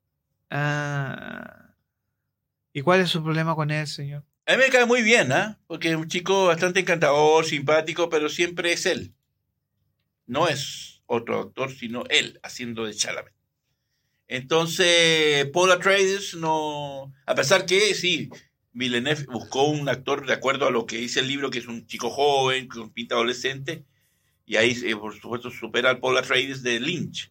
Ah, ¿y cuál es su problema con él, señor? A mí me cae muy bien, ¿ah? ¿eh? Porque es un chico bastante encantador, simpático, pero siempre es él. No es otro actor, sino él haciendo de Chalamet. Entonces, Paul Atreides no... A pesar que, sí, Villeneuve buscó un actor de acuerdo a lo que dice el libro, que es un chico joven, con pinta adolescente, y ahí, eh, por supuesto, supera al Paul Atreides de Lynch.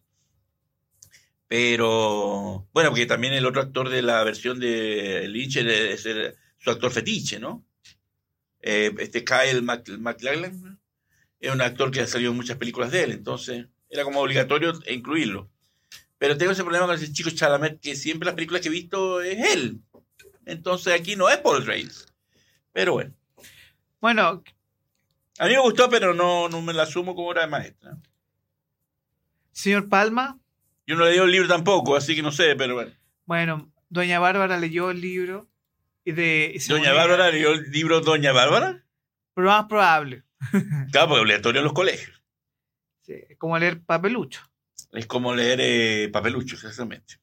Pero, bueno, porque también el otro actor de la versión de Lynch es el, su actor fetiche, ¿no? Eh, este Kyle MacLachlan es un actor que ha salido en muchas películas de él, entonces era como obligatorio incluirlo. Pero tengo ese problema con ese chico Chalamet, que siempre las películas que he visto es él. Entonces aquí no es Paul Atreides. Pero bueno. Bueno. A mí me gustó, pero no, no me la asumo como obra maestra. Señor Palma. Yo no leí el libro tampoco, así que no sé, pero bueno. Bueno, doña Bárbara leyó el libro. Y de, y ¿Doña Bárbara leyó el libro Doña Bárbara? Pero más probable. Claro, porque obligatorio en los colegios. Sí, es como leer Papelucho. Es como leer eh, Papelucho, exactamente.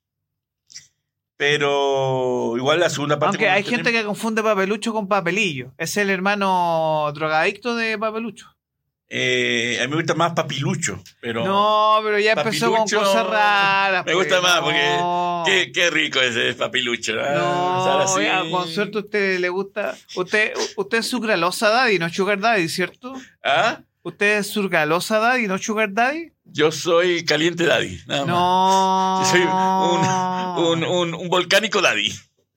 Pero igual la segunda parte... Aunque hay tenemos... gente que confunde Papelucho con Papelillo. Es el hermano drogadicto de Papelucho. Eh, a mí me gusta más Papilucho, pero... No, pero ya empezó Papilucho, con cosas raras. Me pues, gusta más, no. porque qué, qué rico ese Papilucho. ¿eh? No, así. Ya, con suerte a usted le gusta... Usted, usted es Sucralosa Daddy, no Sugar Daddy, ¿cierto? ¿Ah? ¿Usted es Sucralosa Daddy, no Sugar Daddy? Yo soy Caliente Daddy, nada no. más. Yo soy un, un, un, un volcánico Daddy.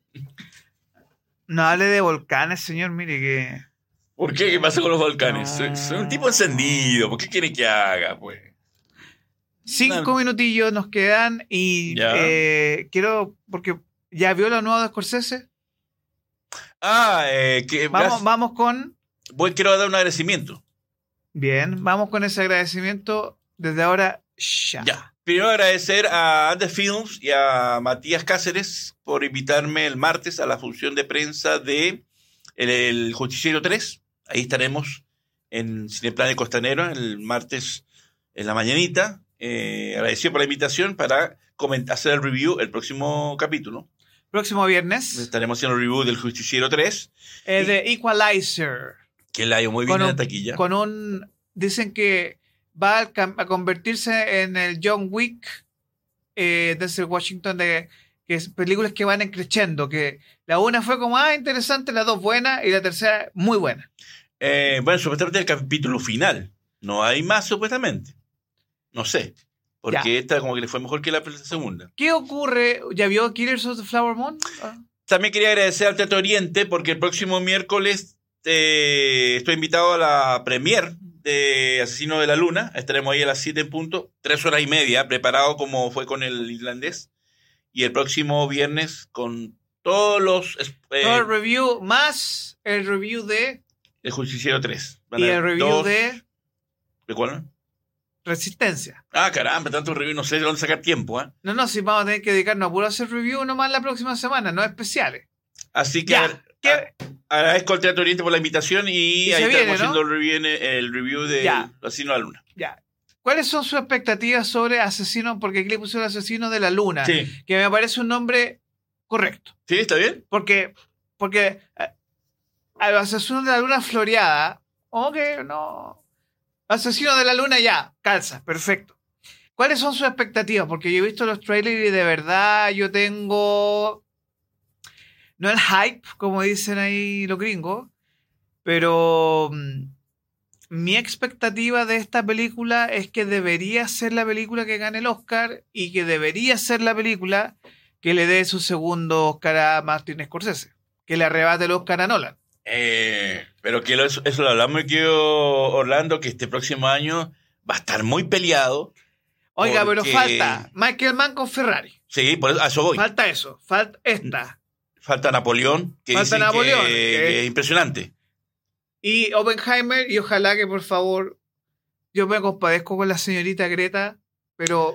No hable de volcanes, señor, mire que... ¿Por qué? ¿Qué pasa con los volcanes? No. Soy, soy un tipo encendido. ¿Por qué quiere que haga, pues? Cinco no. minutillos nos quedan y eh, quiero... Porque ya vio la nueva de Scorsese. Ah, eh, que... Vamos, vamos con... Voy, quiero dar un agradecimiento. Bien, vamos con ese agradecimiento desde ahora ya. Ya. Primero agradecer a Andes Films y a Matías Cáceres por invitarme el martes a la función de prensa de El, el Justiciero tres. Ahí estaremos en Cineplan de Costanera el martes en la mañanita. Eh, agradecido por la invitación para comentar, hacer el review el próximo capítulo. Próximo viernes. Estaremos haciendo el review del Justiciero tres. Eh, de Equalizer. Que la ha ido muy bien con en un, la taquilla. Con un... Dicen que va a, a convertirse en el John Wick eh, desde Washington, de que es películas que van creciendo, que la una fue como, ah, interesante, la dos buena, y la tercera muy buena. Eh, bueno, supuestamente el capítulo final. No hay más, supuestamente. No sé. Porque ya. Esta como que le fue mejor que la segunda. ¿Qué ocurre? ¿Ya vio Killers of the Flower Moon? Ah. También quería agradecer al Teatro Oriente, porque el próximo miércoles eh, estoy invitado a la premiere de Asesino de la Luna. Estaremos ahí a las siete en punto, tres horas y media, preparado como fue con el irlandés. Y el próximo viernes con todos los... Eh, Todo el review más el review de... El Justiciero tres. Van y el review dos... de... ¿De cuál? Resistencia. Ah, caramba, tantos reviews, no sé de dónde sacar tiempo. ¿eh? No, no, si vamos a tener que dedicarnos a puro hacer review nomás la próxima semana, no especiales. Así que ya, a, a, agradezco al Teatro Oriente por la invitación y, y ahí estamos viene, haciendo ¿no? el, review, el review de Asesino de la Luna. Ya. ¿Cuáles son sus expectativas sobre Asesino? Porque aquí le pusieron Asesino de la Luna, sí. que me parece un nombre correcto. Sí, está bien. Porque, porque a, a los Asesinos de la Luna floreada, ok, no. Asesino de la Luna ya, calza, perfecto. ¿Cuáles son sus expectativas? Porque yo he visto los trailers y de verdad yo tengo... No el hype, como dicen ahí los gringos, pero... Mi expectativa de esta película es que debería ser la película que gane el Oscar y que debería ser la película que le dé su segundo Oscar a Martin Scorsese, que le arrebate el Oscar a Nolan. Eh, pero que lo, eso, eso lo hablamos aquí, Orlando, que este próximo año va a estar muy peleado. Oiga, porque... pero falta Michael Mann con Ferrari. Sí, por eso, a eso voy. Falta eso, falta esta. Falta Napoleón, que, falta Napoleón, que, que... que es impresionante. Y Oppenheimer, y ojalá que por favor, yo me compadezco con la señorita Greta, pero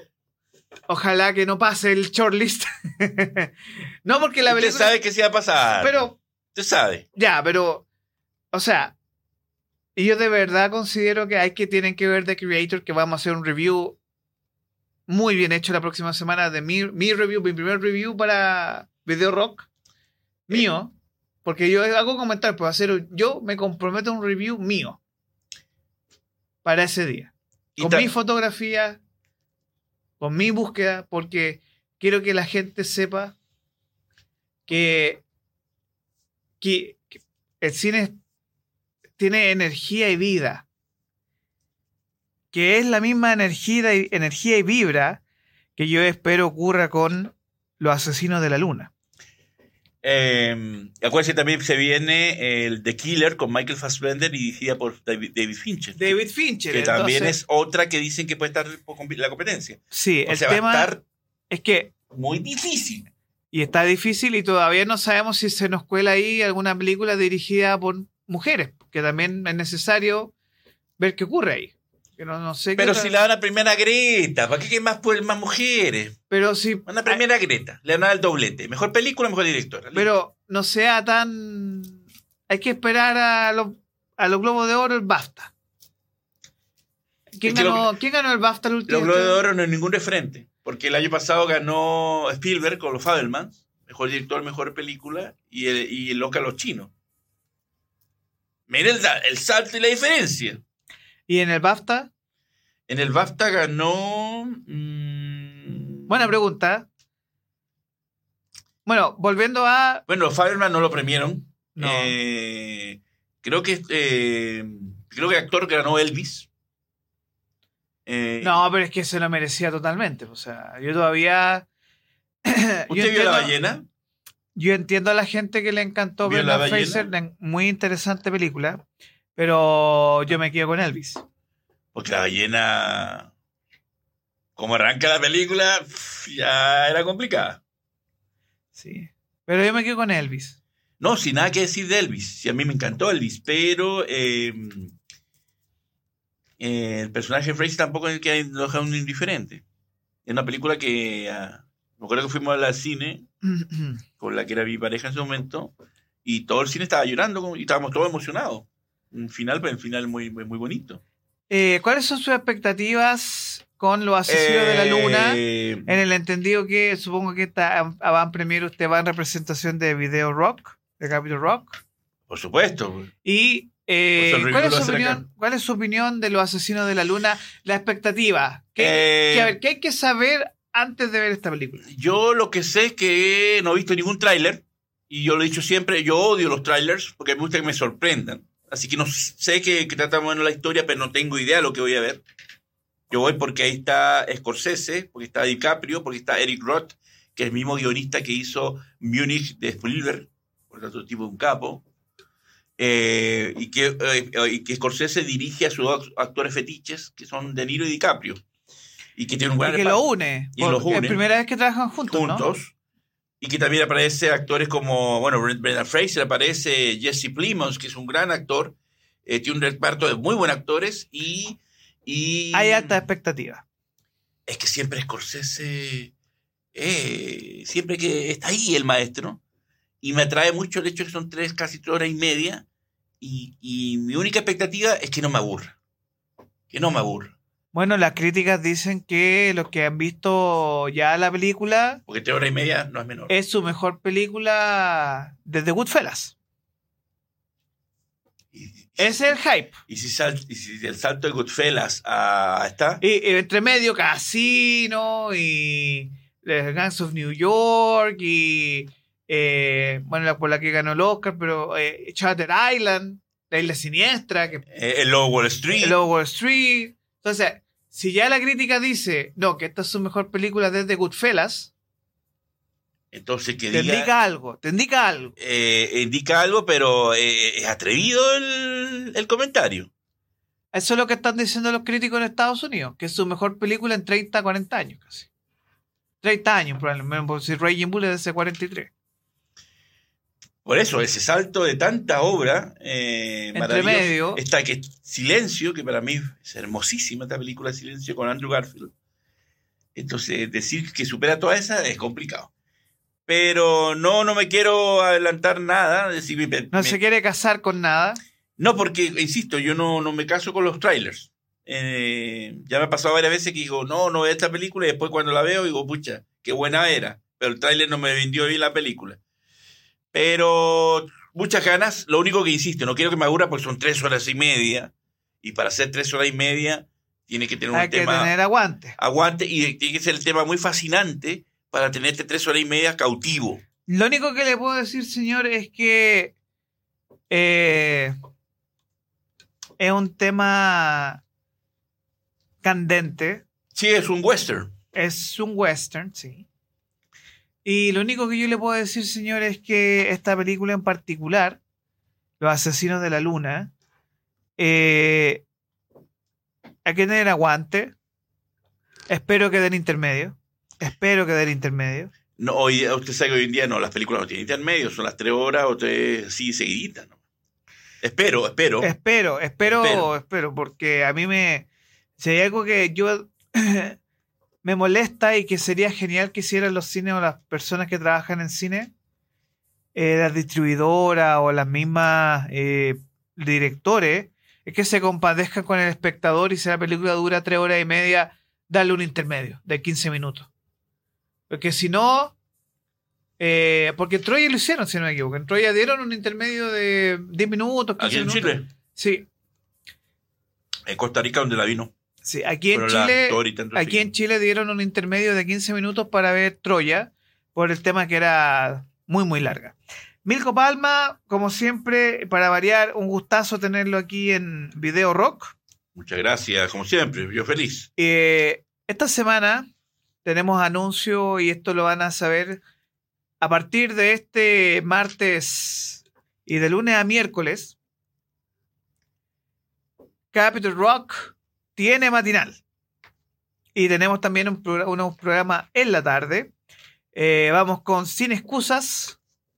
ojalá que no pase el shortlist. No, porque la película... Usted sabe que sí va a pasar. Pero, Usted sabe. Ya, pero, o sea, yo de verdad considero que hay que tienen que ver The Creator, que vamos a hacer un review muy bien hecho la próxima semana de mi, mi review, mi primer review para Video Rock, mío, porque yo hago comentar, pues hacer, yo me comprometo a un review mío para ese día. Con mi fotografía, con mi búsqueda, porque quiero que la gente sepa que, que, que el cine tiene energía y vida, que es la misma energía y, energía y vibra que yo espero ocurra con Los Asesinos de la Luna. Eh, acuérdense, también se viene el The Killer con Michael Fassbender y dirigida por David, David Fincher. David Fincher. Que entonces, también es otra que dicen que puede estar la competencia. Sí, o el sea, tema va a estar es que... muy difícil. Y está difícil y todavía no sabemos si se nos cuela ahí alguna película dirigida por mujeres, que también es necesario ver qué ocurre ahí. Que no, no sé Pero otra... si le dan a primera Greta, ¿para qué hay más, más mujeres? Pero si... Una primera Greta, le dan al doblete. Mejor película, mejor directora. Pero no sea tan... Hay que esperar a los, a los Globos de Oro el BAFTA. ¿Quién, es ganó, lo, ¿Quién ganó el BAFTA el último? Los Globos de Oro no es ningún referente, porque el año pasado ganó Spielberg con los Fabelmans, mejor director, mejor película, y el, y el Oscar los chinos. Miren el, el salto y la diferencia. ¿Y en el BAFTA? En el BAFTA ganó... Mmm... Buena pregunta. Bueno, volviendo a... Bueno, los Fabelman no lo premiaron. No. Eh, creo que eh, creo que actor que ganó Elvis. Eh, no, pero es que se lo merecía totalmente. O sea, yo todavía... ¿Usted yo vio entiendo, La Ballena? Yo entiendo a la gente que le encantó ¿Vio Brendan La Fraser, Ballena? muy interesante película, pero yo me quedo con Elvis. Porque La Ballena, como arranca la película, ya era complicada. Sí, pero yo me quedo con Elvis. No, sin nada que decir de Elvis. Sí, a mí me encantó Elvis, pero eh, eh, el personaje de Fraser tampoco es el que lo deja un indiferente. Es una película que... Uh, me acuerdo que fuimos al cine con la que era mi pareja en ese momento y todo el cine estaba llorando y estábamos todos emocionados. Un final, pero el final muy, muy, muy bonito. Eh, ¿Cuáles son sus expectativas con Los Asesinos eh, de la Luna? En el entendido que supongo que está, van premier usted va en representación de Video Rock, de Capitol Rock. Por supuesto. Y eh, ¿cuál, es su opinión, ¿cuál es su opinión de Los Asesinos de la Luna? La expectativa. ¿Qué, eh, que, a ver, ¿qué hay que saber antes de ver esta película? Yo lo que sé es que no he visto ningún tráiler y yo lo he dicho siempre, yo odio los trailers porque me gusta que me sorprendan. Así que no sé que, que trata bueno la historia, pero no tengo idea de lo que voy a ver. Yo voy porque ahí está Scorsese, porque está DiCaprio, porque está Eric Roth, que es el mismo guionista que hizo Múnich de Spielberg, por tanto tipo de un capo. Eh, y, que, eh, y que Scorsese dirige a sus actores fetiches, que son De Niro y DiCaprio. Y que tiene un gran y que lo une. Y los une. Es la primera vez que trabajan juntos, juntos ¿no? Y que también aparece actores como, bueno, Brendan Fraser, aparece Jesse Plemons, que es un gran actor, eh, tiene un reparto de muy buenos actores y, y... hay alta expectativa. Es que siempre Scorsese, eh, siempre que está ahí el maestro, y me atrae mucho el hecho de que son tres, casi tres horas y media, y, y mi única expectativa es que no me aburra, que no me aburra. Bueno, las críticas dicen que los que han visto ya la película... Porque tres horas y media no es menor. Es su mejor película desde Goodfellas. Y, y, es el hype. Y si, sal, y si el salto de Goodfellas a esta... Y, y entre medio Casino y Gangs of New York y... Eh, bueno, la, por la que ganó el Oscar, pero eh, Shutter Island, La Isla Siniestra. Que, eh, el Lobo Wall Street. El Lobo Wall Street. Entonces... Si ya la crítica dice, no, que esta es su mejor película desde Goodfellas, entonces que te diga, indica algo, te indica algo. Eh, indica algo, pero eh, es atrevido el, el comentario. Eso es lo que están diciendo los críticos en Estados Unidos, que es su mejor película en treinta, cuarenta años casi. treinta años probablemente, por si Raging Bull es de ese cuarenta y tres. Por eso, ese salto de tanta obra eh, entre medio está que Silencio, que para mí es hermosísima esta película Silencio con Andrew Garfield. Entonces, decir que supera toda esa es complicado. Pero no, no me quiero adelantar nada. Es decir, me, No me, se quiere casar con nada. No, porque, insisto, yo no, no me caso con los trailers. Eh, ya me ha pasado varias veces que digo, no, no veo esta película, y después cuando la veo digo, pucha, qué buena era. Pero el tráiler no me vendió bien la película. Pero muchas ganas. Lo único que insisto, no quiero que me aburra porque son tres horas y media. Y para hacer tres horas y media tiene que tener Hay un que tema... tener aguante. Aguante, y tiene que ser el tema muy fascinante para tenerte tres horas y media cautivo. Lo único que le puedo decir, señor, es que eh, es un tema candente. Sí, es un western. Es un western, sí. Y lo único que yo le puedo decir, señor, es que esta película en particular, Los Asesinos de la Luna, eh, hay que tener aguante. Espero que den intermedio. Espero que den intermedio. No, hoy, usted sabe que hoy en día no, las películas no tienen intermedio, son las tres horas o tres, sí, seguiditas, ¿no? Espero, espero. Espero, espero, Espero. espero, porque a mí me... Si hay algo que yo me molesta y que sería genial que hicieran los cines o las personas que trabajan en cine, eh, las distribuidoras o las mismas eh, directores, es que se compadezcan con el espectador y si la película dura tres horas y media, darle un intermedio de quince minutos. Porque si no... Eh, porque en Troya lo hicieron, si no me equivoco. En Troya dieron un intermedio de diez minutos, Aquí quince en minutos. Chile, Sí, en Costa Rica, donde la vino. sí. Aquí en Pero la Chile, actor y tanto aquí así. en Chile dieron un intermedio de quince minutos para ver Troya, por el tema que era muy, muy larga. Milko Palma, como siempre, para variar, un gustazo tenerlo aquí en Video Rock. Muchas gracias, como siempre, yo feliz. Eh, esta semana tenemos anuncio y esto lo van a saber a partir de este martes y de lunes a miércoles. Capitol Rock tiene matinal y tenemos también un programa, unos programas en la tarde. Eh, vamos con Sin Excusas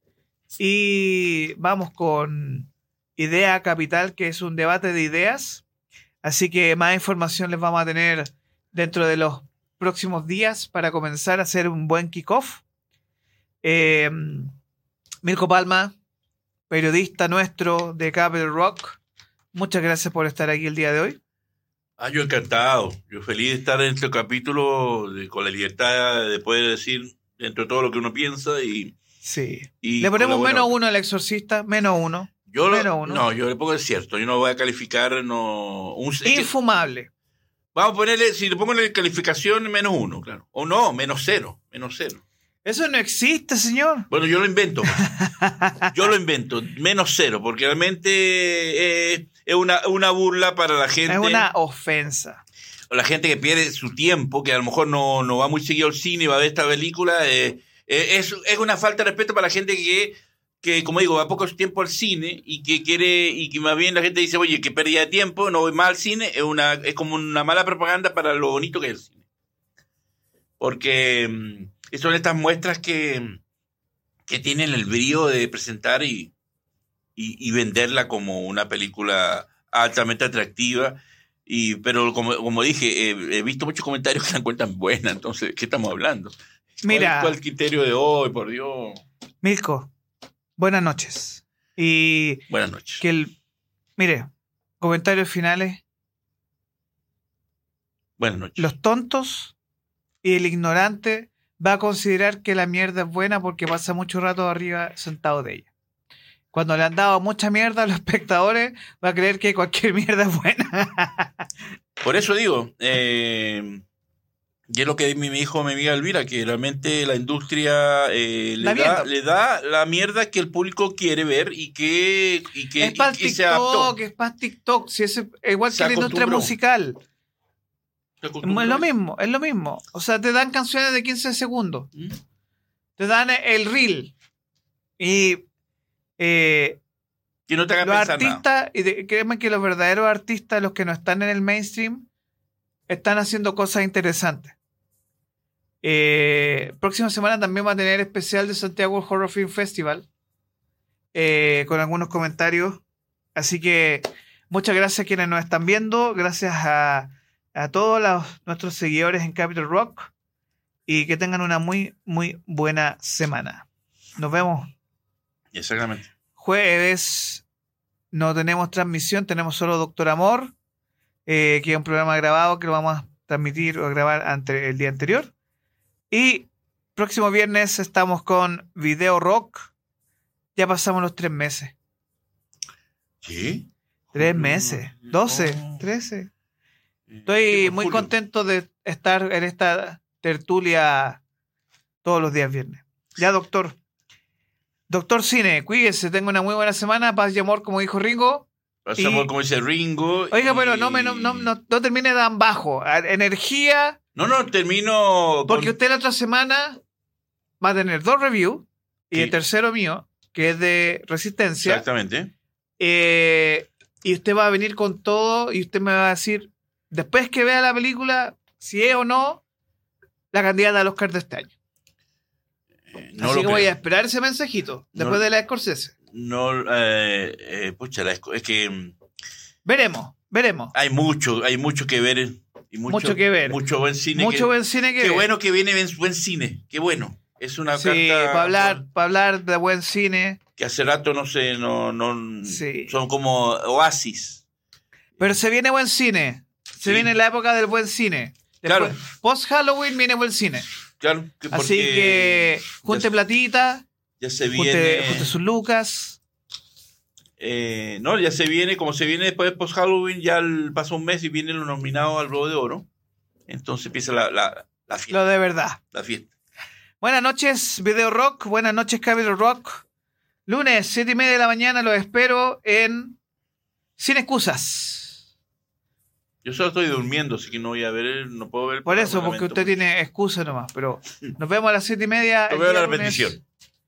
y vamos con Idea Capital, que es un debate de ideas. Así que más información les vamos a tener dentro de los próximos días para comenzar a hacer un buen kickoff. Eh, Milko Palma, periodista nuestro de Capitol Rock, muchas gracias por estar aquí el día de hoy. Ah, yo encantado, yo feliz de estar en este capítulo de, con la libertad de poder decir dentro de todo lo que uno piensa y... Sí. y Le ponemos colaborar. menos uno al Exorcista, menos uno. Yo lo- menos uno. No, yo le pongo el cierto, yo no voy a calificar, no... Un, es que- Infumable. vamos a ponerle, si le pongo la calificación, menos uno, claro. O no, menos cero, menos cero. Eso no existe, señor. Bueno, yo lo invento. Yo lo invento, menos cero, porque realmente eh, es una, una burla para la gente. Es una ofensa. La gente que pierde su tiempo, que a lo mejor no, no va muy seguido al cine y va a ver esta película. Eh, eh, es, es una falta de respeto para la gente que, que, como digo, va poco tiempo al cine y que quiere, y que más bien la gente dice, oye, que pérdida de tiempo, no voy más al cine. Es, una, es como una mala propaganda para lo bonito que es el cine. Porque mm, son estas muestras que, que tienen el brío de presentar y, y, y venderla como una película altamente atractiva. Y, pero como, como dije, eh, he visto muchos comentarios que la encuentran buena, entonces, ¿qué estamos hablando? Mira. ¿Cuál, cuál criterio de hoy, por Dios? Milko, buenas noches. Y Buenas noches. que el... Mire, comentarios finales. Buenas noches. Los tontos y el ignorante va a considerar que la mierda es buena porque pasa mucho rato arriba sentado de ella. Cuando le han dado mucha mierda a los espectadores, va a creer que cualquier mierda es buena. Por eso digo, eh, y es lo que mi, mi hijo, mi amiga Elvira, que realmente la industria eh, La le, da, mierda. le da la mierda que el público quiere ver y que, y que, es para y que se adaptó. TikTok, es para TikTok. Si es igual Se que la industria acostumbró. musical. Se Es acostumbró. lo mismo, es lo mismo. O sea, te dan canciones de quince segundos. ¿Mm? Te dan el reel. Y eh, Que no te haga los pensar nada. artistas, y de- créeme que los verdaderos artistas, los que no están en el mainstream, están haciendo cosas interesantes. Eh, próxima semana también va a tener especial de Santiago Horror Film Festival, eh, con algunos comentarios. Así que muchas gracias a quienes nos están viendo, gracias a, a todos los, nuestros seguidores en Capitol Rock. y que tengan una muy, muy buena semana. Nos vemos. Exactamente. Jueves no tenemos transmisión, tenemos solo Doctor Amor, eh, que es un programa grabado que lo vamos a transmitir o grabar ante el día anterior. Y próximo viernes estamos con Video Rock. Ya pasamos los tres meses. ¿Qué? Tres meses. Doce, trece. Estoy muy contento de estar en esta tertulia todos los días viernes. Ya, doctor. Doctor Cine, cuídese, tenga una muy buena semana. Paz y amor, como dijo Ringo. Paz y amor, como dice Ringo. Oiga, y... pero no, me, no, no, no, no termine tan bajo. Energía. No, no, termino... Porque con... usted la otra semana va a tener dos reviews. Y sí. el tercero mío, que es de Resistencia. Exactamente. Eh, y usted va a venir con todo y usted me va a decir, después que vea la película, si es o no la candidata al Oscar de este año. Eh, no Así lo que creo. voy a esperar ese mensajito después no, de la Scorsese. No, eh, eh, pucha, la, es que... Veremos, veremos. Hay mucho, hay mucho que ver. Y mucho, mucho que ver. Mucho buen cine. Mucho que, buen cine que Qué ver. bueno que viene buen cine. Qué bueno. Es una sí, carta... para hablar, para hablar de buen cine. Que hace rato no sé, no, no sí. son como oasis. Pero se viene buen cine. Se sí. viene la época del buen cine. Después, claro. Post Halloween viene buen cine. Claro. Que así que junte ya, platita. Ya se junte, viene. Junte sus lucas. Eh, no, ya se viene, como se viene después de Post Halloween, ya el, pasa un mes y vienen los nominados al Globo de Oro. Entonces empieza la, la, la fiesta. Lo de verdad. La fiesta. Buenas noches, Video Rock. Buenas noches, Capitol Rock. Lunes, siete y media de la mañana, los espero en Sin Excusas. Yo solo estoy durmiendo, así que no voy a ver, no puedo ver. Por eso, porque usted tiene excusa nomás. Pero nos vemos a las siete y media. Te veo la repetición.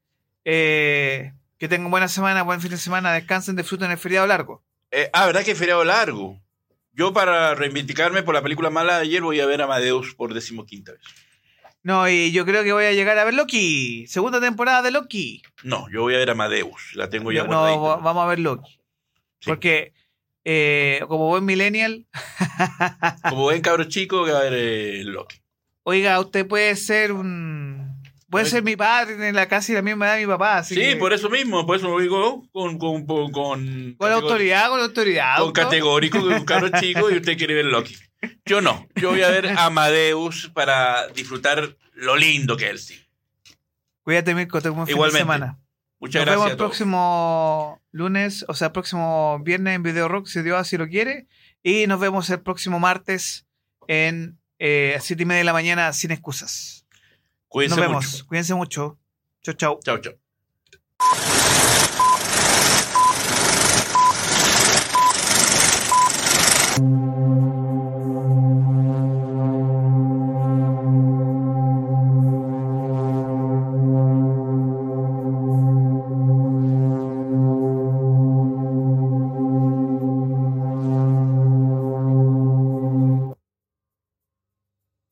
Eh, que tengan buena semana, buen fin de semana. Descansen, disfruten el feriado largo. Eh, ah, ¿verdad que es feriado largo? Yo, para reivindicarme por la película mala de ayer, voy a ver Amadeus por decimoquinta vez. No, y yo creo que voy a llegar a ver Loki. Segunda temporada de Loki. No, yo voy a ver Amadeus. La tengo ya no, no, guardadita. vamos a ver Loki. Sí. Porque, eh, como buen millennial... como buen cabro chico, voy a ver eh, Loki. Oiga, usted puede ser un... Puede ser mi padre, en la casi la misma edad de mi papá. Así sí, que... por eso mismo, por eso lo digo con... Con, con, con, con autoridad, con autoridad. Con categórico, con un cabro chico, y usted quiere ver Loki. Yo no, yo voy a ver Amadeus para disfrutar lo lindo que es el cine. Cuídate, Mirko, te buen fin Igualmente. de semana. Muchas Nos gracias. vemos el próximo lunes, o sea, próximo viernes en Video Rock, si Dios así lo quiere. Y nos vemos el próximo martes en eh, siete y media de la mañana, sin excusas. Cuídense nos vemos. mucho. Cuídense mucho. Chau, chau. Chau, chau. Thank you.